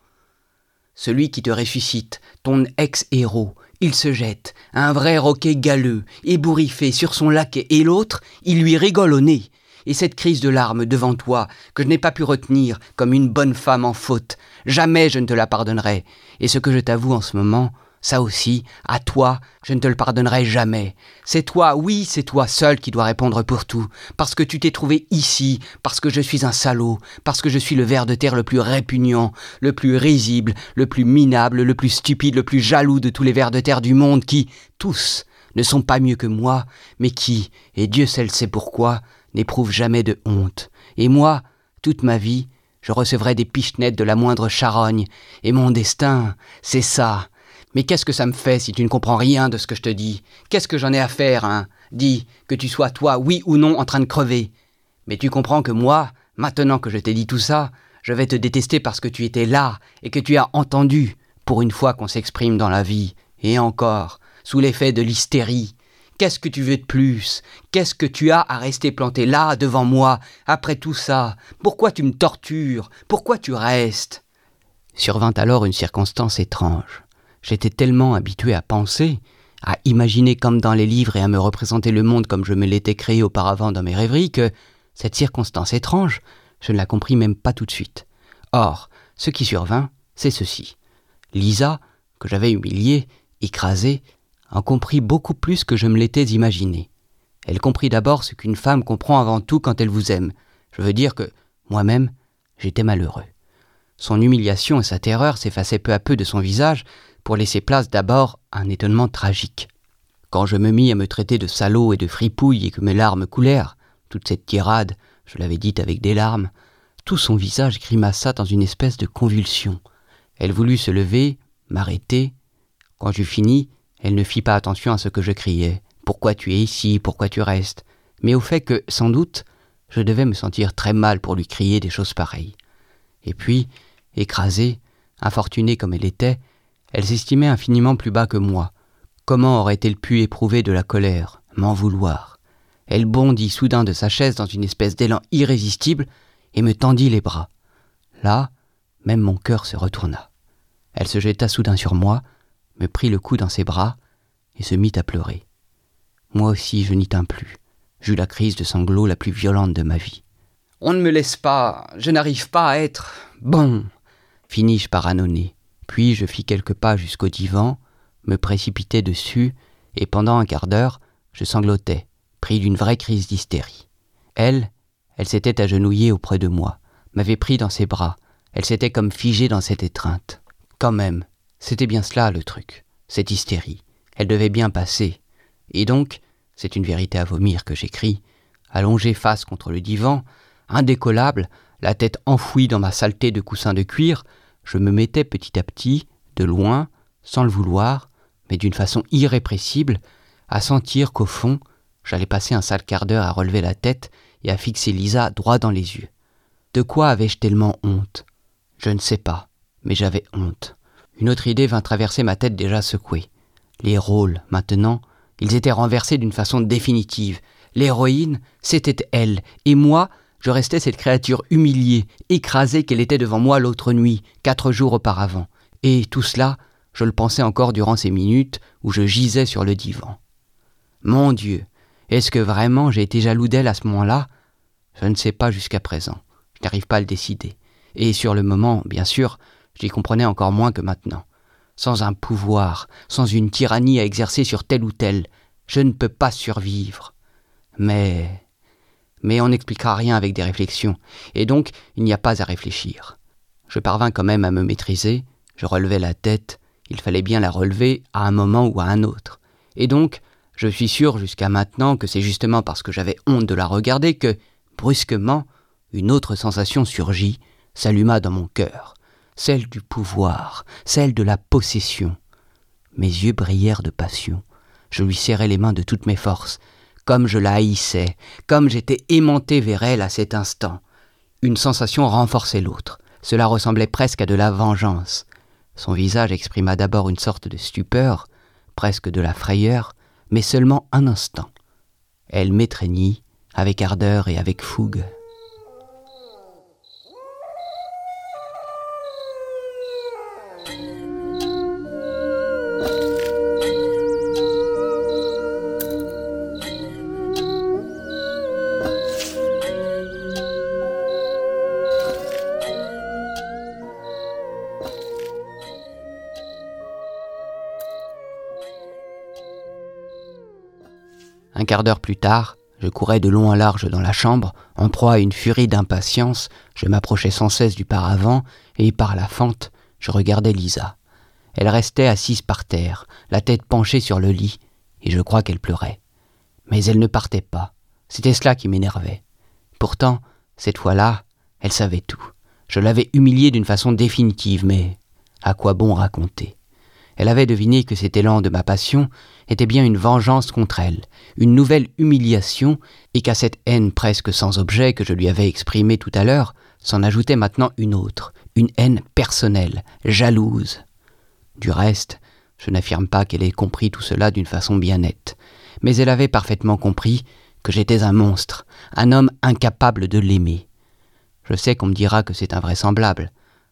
Celui qui te ressuscite, ton ex-héros, il se jette, un vrai roquet galeux, ébouriffé sur son laquais, et l'autre, il lui rigole au nez. Et cette crise de larmes devant toi, que je n'ai pas pu retenir comme une bonne femme en faute, jamais je ne te la pardonnerai. Et ce que je t'avoue en ce moment, ça aussi, à toi, je ne te le pardonnerai jamais. C'est toi, oui, c'est toi seul qui dois répondre pour tout. Parce que tu t'es trouvé ici, parce que je suis un salaud, parce que je suis le ver de terre le plus répugnant, le plus risible, le plus minable, le plus stupide, le plus jaloux de tous les vers de terre du monde qui, tous, ne sont pas mieux que moi, mais qui, et Dieu seul sait pourquoi, n'éprouve jamais de honte. Et moi, toute ma vie, je recevrai des pichenettes de la moindre charogne. Et mon destin, c'est ça. Mais qu'est-ce que ça me fait si tu ne comprends rien de ce que je te dis? Qu'est-ce que j'en ai à faire, hein? Dis, que tu sois toi, oui ou non, en train de crever. Mais tu comprends que moi, maintenant que je t'ai dit tout ça, je vais te détester parce que tu étais là et que tu as entendu, pour une fois qu'on s'exprime dans la vie. Et encore, sous l'effet de l'hystérie. Qu'est-ce que tu veux de plus? Qu'est-ce que tu as à rester planté là, devant moi, après tout ça? Pourquoi tu me tortures? Pourquoi tu restes? Survint alors une circonstance étrange. J'étais tellement habitué à penser, à imaginer comme dans les livres et à me représenter le monde comme je me l'étais créé auparavant dans mes rêveries que cette circonstance étrange, je ne la compris même pas tout de suite. Or, ce qui survint, c'est ceci. Lisa, que j'avais humiliée, écrasée, en comprit beaucoup plus que je me l'étais imaginé. Elle comprit d'abord ce qu'une femme comprend avant tout quand elle vous aime. Je veux dire que, moi-même, j'étais malheureux. Son humiliation et sa terreur s'effaçaient peu à peu de son visage pour laisser place d'abord à un étonnement tragique. Quand je me mis à me traiter de salaud et de fripouille et que mes larmes coulèrent, toute cette tirade, je l'avais dite avec des larmes, tout son visage grimaça dans une espèce de convulsion. Elle voulut se lever, m'arrêter. Quand j'eus fini, elle ne fit pas attention à ce que je criais. « Pourquoi tu es ici? Pourquoi tu restes ?» Mais au fait que, sans doute, je devais me sentir très mal pour lui crier des choses pareilles. Et puis, écrasée, infortunée comme elle était, elle s'estimait infiniment plus bas que moi. Comment aurait-elle pu éprouver de la colère, m'en vouloir? Elle bondit soudain de sa chaise dans une espèce d'élan irrésistible et me tendit les bras. Là, même mon cœur se retourna. Elle se jeta soudain sur moi, me prit le cou dans ses bras et se mit à pleurer. Moi aussi, je n'y tins plus. j'eus la crise de sanglots la plus violente de ma vie. « On ne me laisse pas, je n'arrive pas à être bon !» finis-je par ânonner. Puis je fis quelques pas jusqu'au divan, me précipitai dessus, et pendant un quart d'heure, je sanglotais, pris d'une vraie crise d'hystérie. Elle s'était agenouillée auprès de moi, m'avait pris dans ses bras, elle s'était comme figée dans cette étreinte. Quand même, c'était bien cela le truc, cette hystérie. Elle devait bien passer. Et donc, c'est une vérité à vomir que j'écris, allongé face contre le divan, indécollable, la tête enfouie dans ma saleté de coussin de cuir, je me mettais petit à petit, de loin, sans le vouloir, mais d'une façon irrépressible, à sentir qu'au fond, j'allais passer un sale quart d'heure à relever la tête et à fixer Lisa droit dans les yeux. De quoi avais-je tellement honte ? Je ne sais pas, mais j'avais honte. Une autre idée vint traverser ma tête déjà secouée. Les rôles, maintenant, ils étaient renversés d'une façon définitive. L'héroïne, c'était elle, et moi, je restais cette créature humiliée, écrasée qu'elle était devant moi l'autre nuit, 4 jours auparavant. Et tout cela, je le pensais encore durant ces minutes où je gisais sur le divan. Mon Dieu, est-ce que vraiment j'ai été jaloux d'elle à ce moment-là ? Je ne sais pas jusqu'à présent. Je n'arrive pas à le décider. Et sur le moment, bien sûr, j'y comprenais encore moins que maintenant. Sans un pouvoir, sans une tyrannie à exercer sur tel ou tel, je ne peux pas survivre. Mais on n'expliquera rien avec des réflexions, et donc il n'y a pas à réfléchir. Je parvins quand même à me maîtriser, je relevai la tête, il fallait bien la relever à un moment ou à un autre. Et donc, je suis sûr jusqu'à maintenant que c'est justement parce que j'avais honte de la regarder que, brusquement, une autre sensation surgit, s'alluma dans mon cœur, celle du pouvoir, celle de la possession. Mes yeux brillèrent de passion, je lui serrai les mains de toutes mes forces, comme je la haïssais, comme j'étais aimanté vers elle à cet instant. Une sensation renforçait l'autre, cela ressemblait presque à de la vengeance. Son visage exprima d'abord une sorte de stupeur, presque de la frayeur, mais seulement un instant. Elle m'étreignit, avec ardeur et avec fougue. Un quart d'heure plus tard, je courais de long en large dans la chambre, en proie à une furie d'impatience, je m'approchais sans cesse du paravent, et par la fente, je regardais Lisa. Elle restait assise par terre, la tête penchée sur le lit, et je crois qu'elle pleurait. Mais elle ne partait pas, c'était cela qui m'énervait. Pourtant, cette fois-là, elle savait tout. Je l'avais humiliée d'une façon définitive, mais à quoi bon raconter ? Elle avait deviné que cet élan de ma passion était bien une vengeance contre elle, une nouvelle humiliation, et qu'à cette haine presque sans objet que je lui avais exprimée tout à l'heure, s'en ajoutait maintenant une autre, une haine personnelle, jalouse. Du reste, je n'affirme pas qu'elle ait compris tout cela d'une façon bien nette, mais elle avait parfaitement compris que j'étais un monstre, un homme incapable de l'aimer. Je sais qu'on me dira que c'est invraisemblable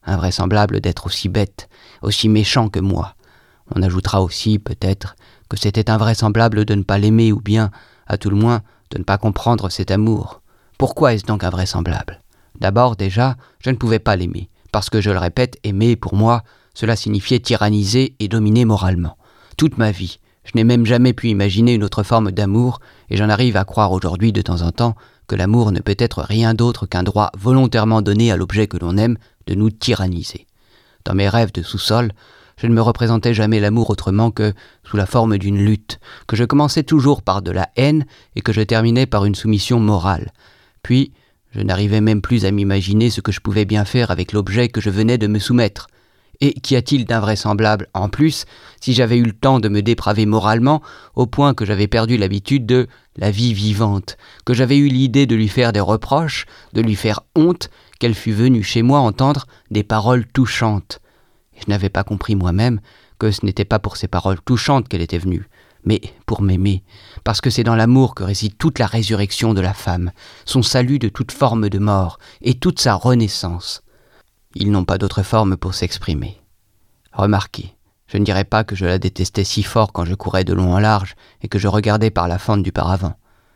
d'être aussi bête, aussi méchant que moi. On ajoutera aussi, peut-être, que c'était invraisemblable de ne pas l'aimer ou bien, à tout le moins, de ne pas comprendre cet amour. Pourquoi est-ce donc invraisemblable ? D'abord, déjà, je ne pouvais pas l'aimer, parce que, je le répète, aimer, pour moi, cela signifiait tyranniser et dominer moralement. Toute ma vie, je n'ai même jamais pu imaginer une autre forme d'amour, et j'en arrive à croire aujourd'hui de temps en temps que l'amour ne peut être rien d'autre qu'un droit volontairement donné à l'objet que l'on aime de nous tyranniser. Dans mes rêves de sous-sol, je ne me représentais jamais l'amour autrement que sous la forme d'une lutte, que je commençais toujours par de la haine et que je terminais par une soumission morale. Puis, je n'arrivais même plus à m'imaginer ce que je pouvais bien faire avec l'objet que je venais de me soumettre. Et qu'y a-t-il d'invraisemblable, en plus, si j'avais eu le temps de me dépraver moralement, au point que j'avais perdu l'habitude de la vie vivante, que j'avais eu l'idée de lui faire des reproches, de lui faire honte, qu'elle fût venue chez moi entendre des paroles touchantes. Je n'avais pas compris moi-même que ce n'était pas pour ces paroles touchantes qu'elle était venue, mais pour m'aimer, parce que c'est dans l'amour que réside toute la résurrection de la femme, son salut de toute forme de mort et toute sa renaissance. Ils n'ont pas d'autre forme pour s'exprimer. Remarquez, je ne dirais pas que je la détestais si fort quand je courais de long en large et que je regardais par la fente du paravent.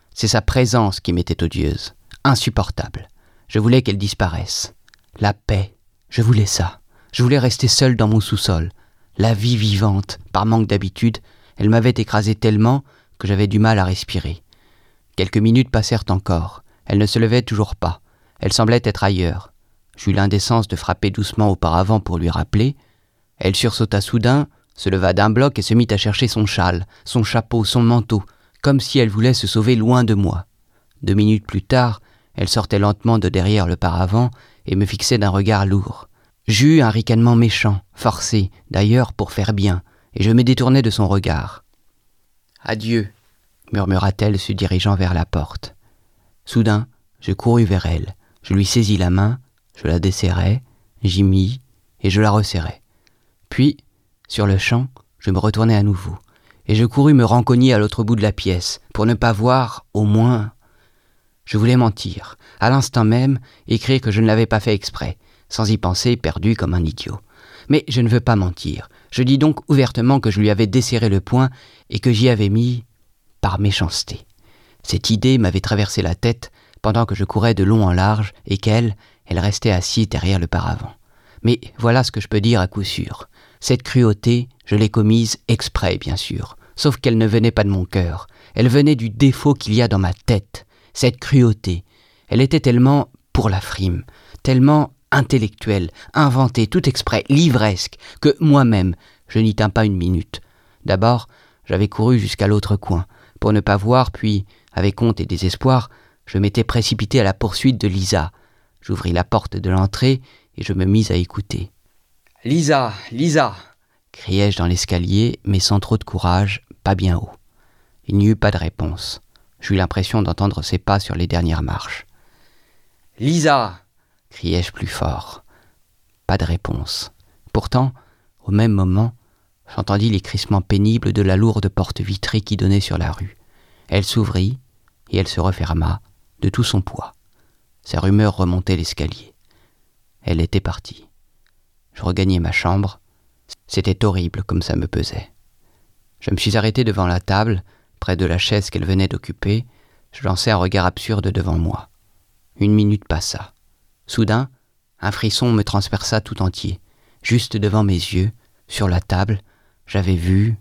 C'est sa présence qui m'était odieuse, insupportable. Je voulais qu'elle disparaisse. La paix, je voulais ça. Je voulais rester seul dans mon sous-sol. La vie vivante, par manque d'habitude, elle m'avait écrasé tellement que j'avais du mal à respirer. Quelques minutes passèrent encore. Elle ne se levait toujours pas. Elle semblait être ailleurs. J'eus l'indécence de frapper doucement auparavant pour lui rappeler. Elle sursauta soudain, se leva d'un bloc et se mit à chercher son châle, son chapeau, son manteau, comme si elle voulait se sauver loin de moi. 2 minutes plus tard, elle sortait lentement de derrière le paravent et me fixait d'un regard lourd. J'eus un ricanement méchant, forcé, d'ailleurs pour faire bien, et je me détournai de son regard. « Adieu », murmura-t-elle se dirigeant vers la porte. Soudain, je courus vers elle. Je lui saisis la main, je la desserrai, j'y mis et je la resserrai. Puis, sur le champ, je me retournai à nouveau, et je courus me rencogner à l'autre bout de la pièce, pour ne pas voir, au moins... Je voulais mentir, à l'instant même, écrire que je ne l'avais pas fait exprès, sans y penser, perdu comme un idiot. Mais je ne veux pas mentir. Je dis donc ouvertement que je lui avais desserré le poing et que j'y avais mis par méchanceté. Cette idée m'avait traversé la tête pendant que je courais de long en large et qu'elle restait assise derrière le paravent. Mais voilà ce que je peux dire à coup sûr. Cette cruauté, je l'ai commise exprès, bien sûr, sauf qu'elle ne venait pas de mon cœur. Elle venait du défaut qu'il y a dans ma tête. Cette cruauté, elle était tellement pour la frime, tellement intellectuelle, inventée, tout exprès, livresque, que moi-même, je n'y tins pas une minute. D'abord, j'avais couru jusqu'à l'autre coin, pour ne pas voir, puis, avec honte et désespoir, je m'étais précipité à la poursuite de Lisa. J'ouvris la porte de l'entrée et je me mis à écouter. « Lisa, Lisa !» criai-je dans l'escalier, mais sans trop de courage, pas bien haut. Il n'y eut pas de réponse. J'eus l'impression d'entendre ses pas sur les dernières marches. « Lisa !» criai-je plus fort. Pas de réponse. Pourtant, au même moment, j'entendis les crissements pénibles de la lourde porte vitrée qui donnait sur la rue. Elle s'ouvrit et elle se referma de tout son poids. Sa rumeur remontait l'escalier. Elle était partie. Je regagnai ma chambre. C'était horrible comme ça me pesait. Je me suis arrêté devant la table, près de la chaise qu'elle venait d'occuper. Je lançai un regard absurde devant moi. 1 minute passa. Soudain, un frisson me transperça tout entier. Juste devant mes yeux, sur la table, j'avais vu...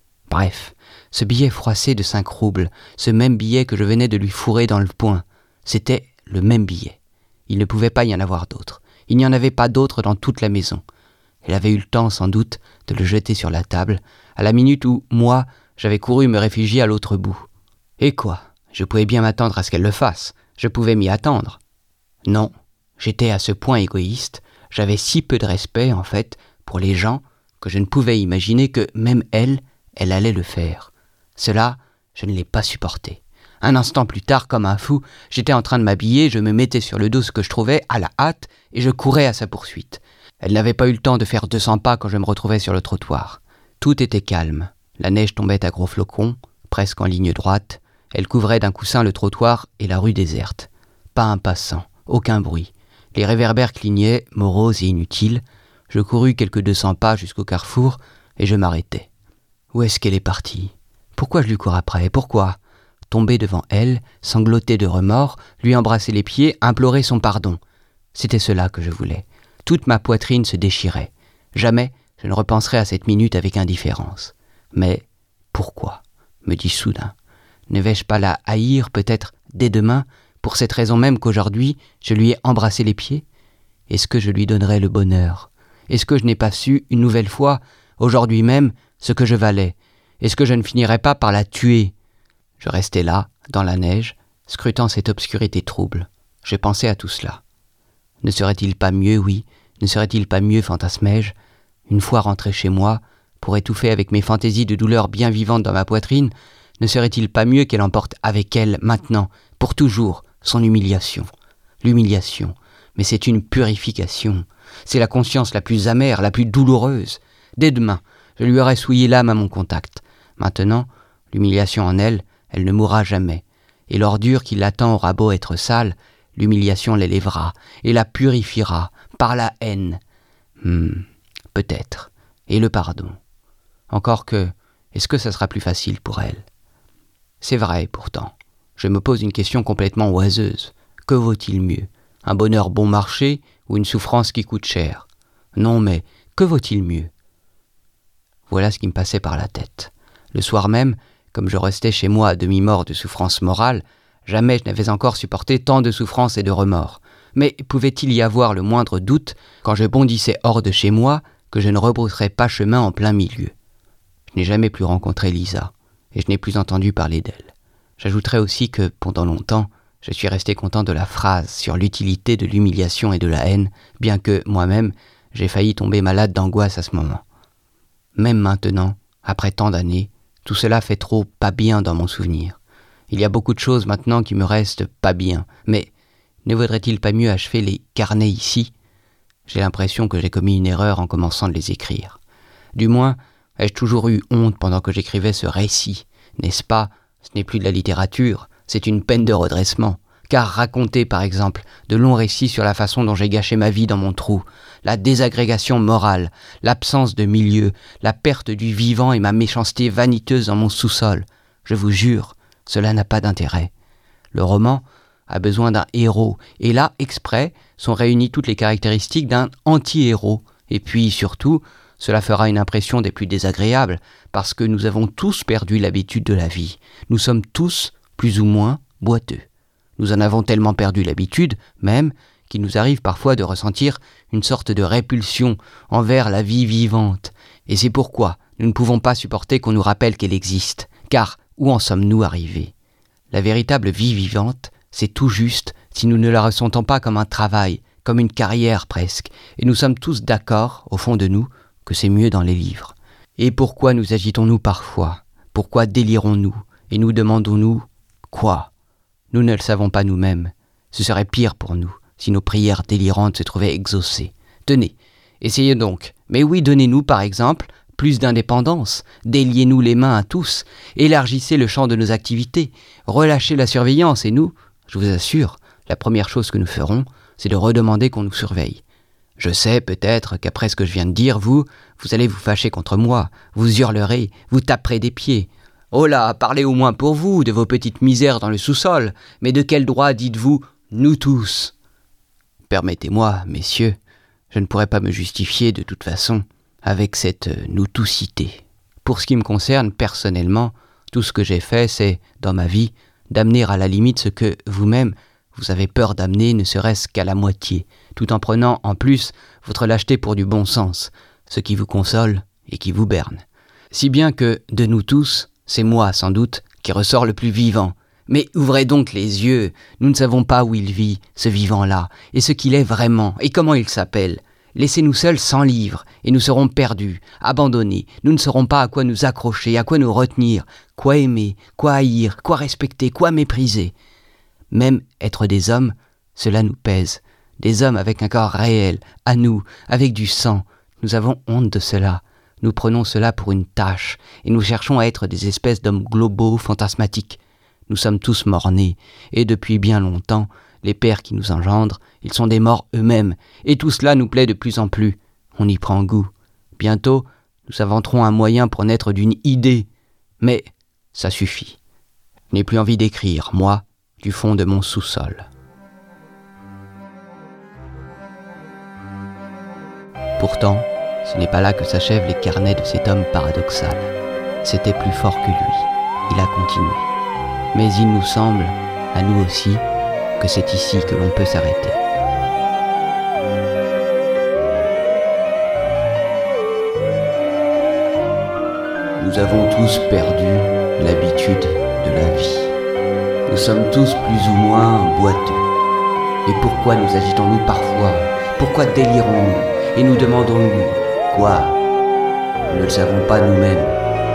Bref, ce billet froissé de 5 roubles, ce même billet que je venais de lui fourrer dans le poing, c'était le même billet. Il ne pouvait pas y en avoir d'autre. Il n'y en avait pas d'autre dans toute la maison. Elle avait eu le temps, sans doute, de le jeter sur la table, à la minute où, moi, j'avais couru me réfugier à l'autre bout. Et quoi ? Je pouvais bien m'attendre à ce qu'elle le fasse. Je pouvais m'y attendre. Non, j'étais à ce point égoïste, j'avais si peu de respect, en fait, pour les gens, que je ne pouvais imaginer que, même elle allait le faire. Cela, je ne l'ai pas supporté. Un instant plus tard, comme un fou, j'étais en train de m'habiller, je me mettais sur le dos ce que je trouvais, à la hâte, et je courais à sa poursuite. Elle n'avait pas eu le temps de faire 200 pas quand je me retrouvais sur le trottoir. Tout était calme. La neige tombait à gros flocons, presque en ligne droite. Elle couvrait d'un coussin le trottoir et la rue déserte. Pas un passant, aucun bruit. Les réverbères clignaient, moroses et inutiles. Je courus quelques 200 pas jusqu'au carrefour et je m'arrêtai. Où est-ce qu'elle est partie ? Pourquoi je lui cours après ? Pourquoi ? Tomber devant elle, sangloter de remords, lui embrasser les pieds, implorer son pardon. C'était cela que je voulais. Toute ma poitrine se déchirait. Jamais je ne repenserai à cette minute avec indifférence. Mais pourquoi ? Me dis-je soudain. Ne vais-je pas la haïr peut-être dès demain, pour cette raison même qu'aujourd'hui je lui ai embrassé les pieds ? Est-ce que je lui donnerai le bonheur ? Est-ce que je n'ai pas su, une nouvelle fois, aujourd'hui même, ce que je valais ? Est-ce que je ne finirai pas par la tuer ? Je restais là, dans la neige, scrutant cette obscurité trouble. Je pensais à tout cela. Ne serait-il pas mieux, oui, ne serait-il pas mieux, fantasmai-je, une fois rentré chez moi, pour étouffer avec mes fantaisies de douleur bien vivantes dans ma poitrine, ne serait-il pas mieux qu'elle emporte avec elle, maintenant, pour toujours, son humiliation ? L'humiliation, mais c'est une purification. C'est la conscience la plus amère, la plus douloureuse. Dès demain, je lui aurais souillé l'âme à mon contact. Maintenant, l'humiliation en elle, elle ne mourra jamais. Et l'ordure qui l'attend aura beau être sale, l'humiliation l'élèvera et la purifiera par la haine. Peut-être. Et le pardon. Encore que, est-ce que ça sera plus facile pour elle ? C'est vrai, pourtant. Je me pose une question complètement oiseuse. Que vaut-il mieux ? Un bonheur bon marché ou une souffrance qui coûte cher ? Non, mais que vaut-il mieux ? Voilà ce qui me passait par la tête. Le soir même, comme je restais chez moi à demi-mort de souffrance morale, jamais je n'avais encore supporté tant de souffrance et de remords. Mais pouvait-il y avoir le moindre doute, quand je bondissais hors de chez moi, que je ne rebrousserais pas chemin en plein milieu ? Je n'ai jamais plus rencontré Lisa, et je n'ai plus entendu parler d'elle. J'ajouterai aussi que, pendant longtemps, je suis resté content de la phrase sur l'utilité de l'humiliation et de la haine, bien que, moi-même, j'ai failli tomber malade d'angoisse à ce moment. Même maintenant, après tant d'années, tout cela fait trop pas bien dans mon souvenir. Il y a beaucoup de choses maintenant qui me restent pas bien, mais ne vaudrait-il pas mieux achever les carnets ici ? J'ai l'impression que j'ai commis une erreur en commençant de les écrire. Du moins, ai-je toujours eu honte pendant que j'écrivais ce récit, n'est-ce pas ? Ce n'est plus de la littérature, c'est une peine de redressement. Car raconter, par exemple, de longs récits sur la façon dont j'ai gâché ma vie dans mon trou, la désagrégation morale, l'absence de milieu, la perte du vivant et ma méchanceté vaniteuse dans mon sous-sol, je vous jure, cela n'a pas d'intérêt. Le roman a besoin d'un héros, et là, exprès, sont réunies toutes les caractéristiques d'un anti-héros. Et puis, surtout, cela fera une impression des plus désagréables, parce que nous avons tous perdu l'habitude de la vie. Nous sommes tous, plus ou moins, boiteux. Nous en avons tellement perdu l'habitude, même, qu'il nous arrive parfois de ressentir une sorte de répulsion envers la vie vivante. Et c'est pourquoi nous ne pouvons pas supporter qu'on nous rappelle qu'elle existe. Car où en sommes-nous arrivés ? La véritable vie vivante, c'est tout juste si nous ne la ressentons pas comme un travail, comme une carrière presque. Et nous sommes tous d'accord, au fond de nous, que c'est mieux dans les livres. Et pourquoi nous agitons-nous parfois ? Pourquoi délirons-nous ? Et nous demandons-nous quoi ? Nous ne le savons pas nous-mêmes. Ce serait pire pour nous si nos prières délirantes se trouvaient exaucées. Tenez, essayez donc. Mais oui, donnez-nous, par exemple, plus d'indépendance. Déliez-nous les mains à tous. Élargissez le champ de nos activités. Relâchez la surveillance. Et nous, je vous assure, la première chose que nous ferons, c'est de redemander qu'on nous surveille. Je sais peut-être qu'après ce que je viens de dire, vous allez vous fâcher contre moi. Vous hurlerez, vous taperez des pieds. Oh là, parlez au moins pour vous de vos petites misères dans le sous-sol, mais de quel droit dites-vous « nous tous » ? Permettez-moi, messieurs, je ne pourrais pas me justifier de toute façon avec cette nous-tous-cité. Pour ce qui me concerne, personnellement, tout ce que j'ai fait, c'est, dans ma vie, d'amener à la limite ce que vous-même, vous avez peur d'amener ne serait-ce qu'à la moitié, tout en prenant en plus votre lâcheté pour du bon sens, ce qui vous console et qui vous berne. Si bien que, de nous tous, c'est moi, sans doute, qui ressort le plus vivant. Mais ouvrez donc les yeux, nous ne savons pas où il vit, ce vivant-là, et ce qu'il est vraiment, et comment il s'appelle. Laissez-nous seuls sans livre, et nous serons perdus, abandonnés. Nous ne saurons pas à quoi nous accrocher, à quoi nous retenir, quoi aimer, quoi haïr, quoi respecter, quoi mépriser. Même être des hommes, cela nous pèse. Des hommes avec un corps réel, à nous, avec du sang. Nous avons honte de cela. Nous prenons cela pour une tâche, et nous cherchons à être des espèces d'hommes globaux, fantasmatiques. Nous sommes tous morts-nés, et depuis bien longtemps, les pères qui nous engendrent, ils sont des morts eux-mêmes, et tout cela nous plaît de plus en plus. On y prend goût. Bientôt, nous inventerons un moyen pour naître d'une idée. Mais ça suffit. Je n'ai plus envie d'écrire, moi, du fond de mon sous-sol. Pourtant, ce n'est pas là que s'achèvent les carnets de cet homme paradoxal. C'était plus fort que lui. Il a continué. Mais il nous semble, à nous aussi, que c'est ici que l'on peut s'arrêter. Nous avons tous perdu l'habitude de la vie. Nous sommes tous plus ou moins boiteux. Et pourquoi nous agitons-nous parfois ? Pourquoi délirons-nous ? Et nous demandons-nous quoi ? Nous ne le savons pas nous-mêmes.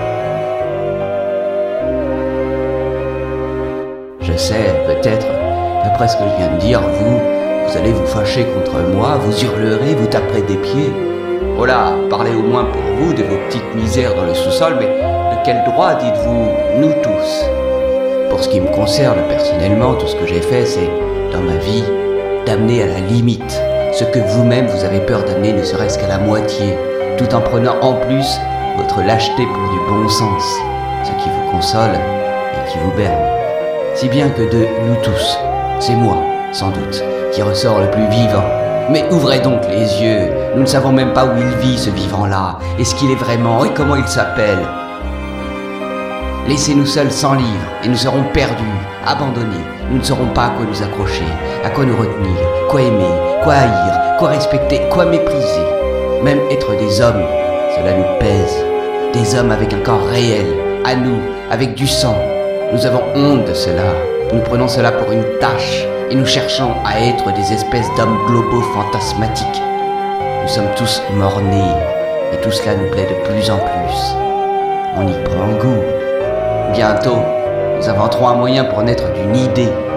Je sais, peut-être, d'après ce que je viens de dire, vous allez vous fâcher contre moi, vous hurlerez, vous taperez des pieds. Oh là, parlez au moins pour vous de vos petites misères dans le sous-sol, mais de quel droit dites-vous « nous tous » ? Pour ce qui me concerne personnellement, tout ce que j'ai fait, c'est, dans ma vie, d'amener à la limite ce que vous-même vous avez peur d'amener ne serait-ce qu'à la moitié, tout en prenant en plus votre lâcheté pour du bon sens, ce qui vous console et qui vous berne. Si bien que de nous tous, c'est moi, sans doute, qui ressort le plus vivant. Mais ouvrez donc les yeux, nous ne savons même pas où il vit ce vivant-là, et ce qu'il est vraiment, et comment il s'appelle. Laissez-nous seuls sans livre, et nous serons perdus, abandonnés. Nous ne saurons pas à quoi nous accrocher, à quoi nous retenir, quoi aimer, quoi haïr, quoi respecter, quoi mépriser. Même être des hommes, cela nous pèse. Des hommes avec un corps réel, à nous, avec du sang. Nous avons honte de cela. Nous prenons cela pour une tâche, et nous cherchons à être des espèces d'hommes globaux fantasmatiques. Nous sommes tous morts-nés, et tout cela nous plaît de plus en plus. On y prend goût. Bientôt, nous inventerons un moyen pour naître d'une idée,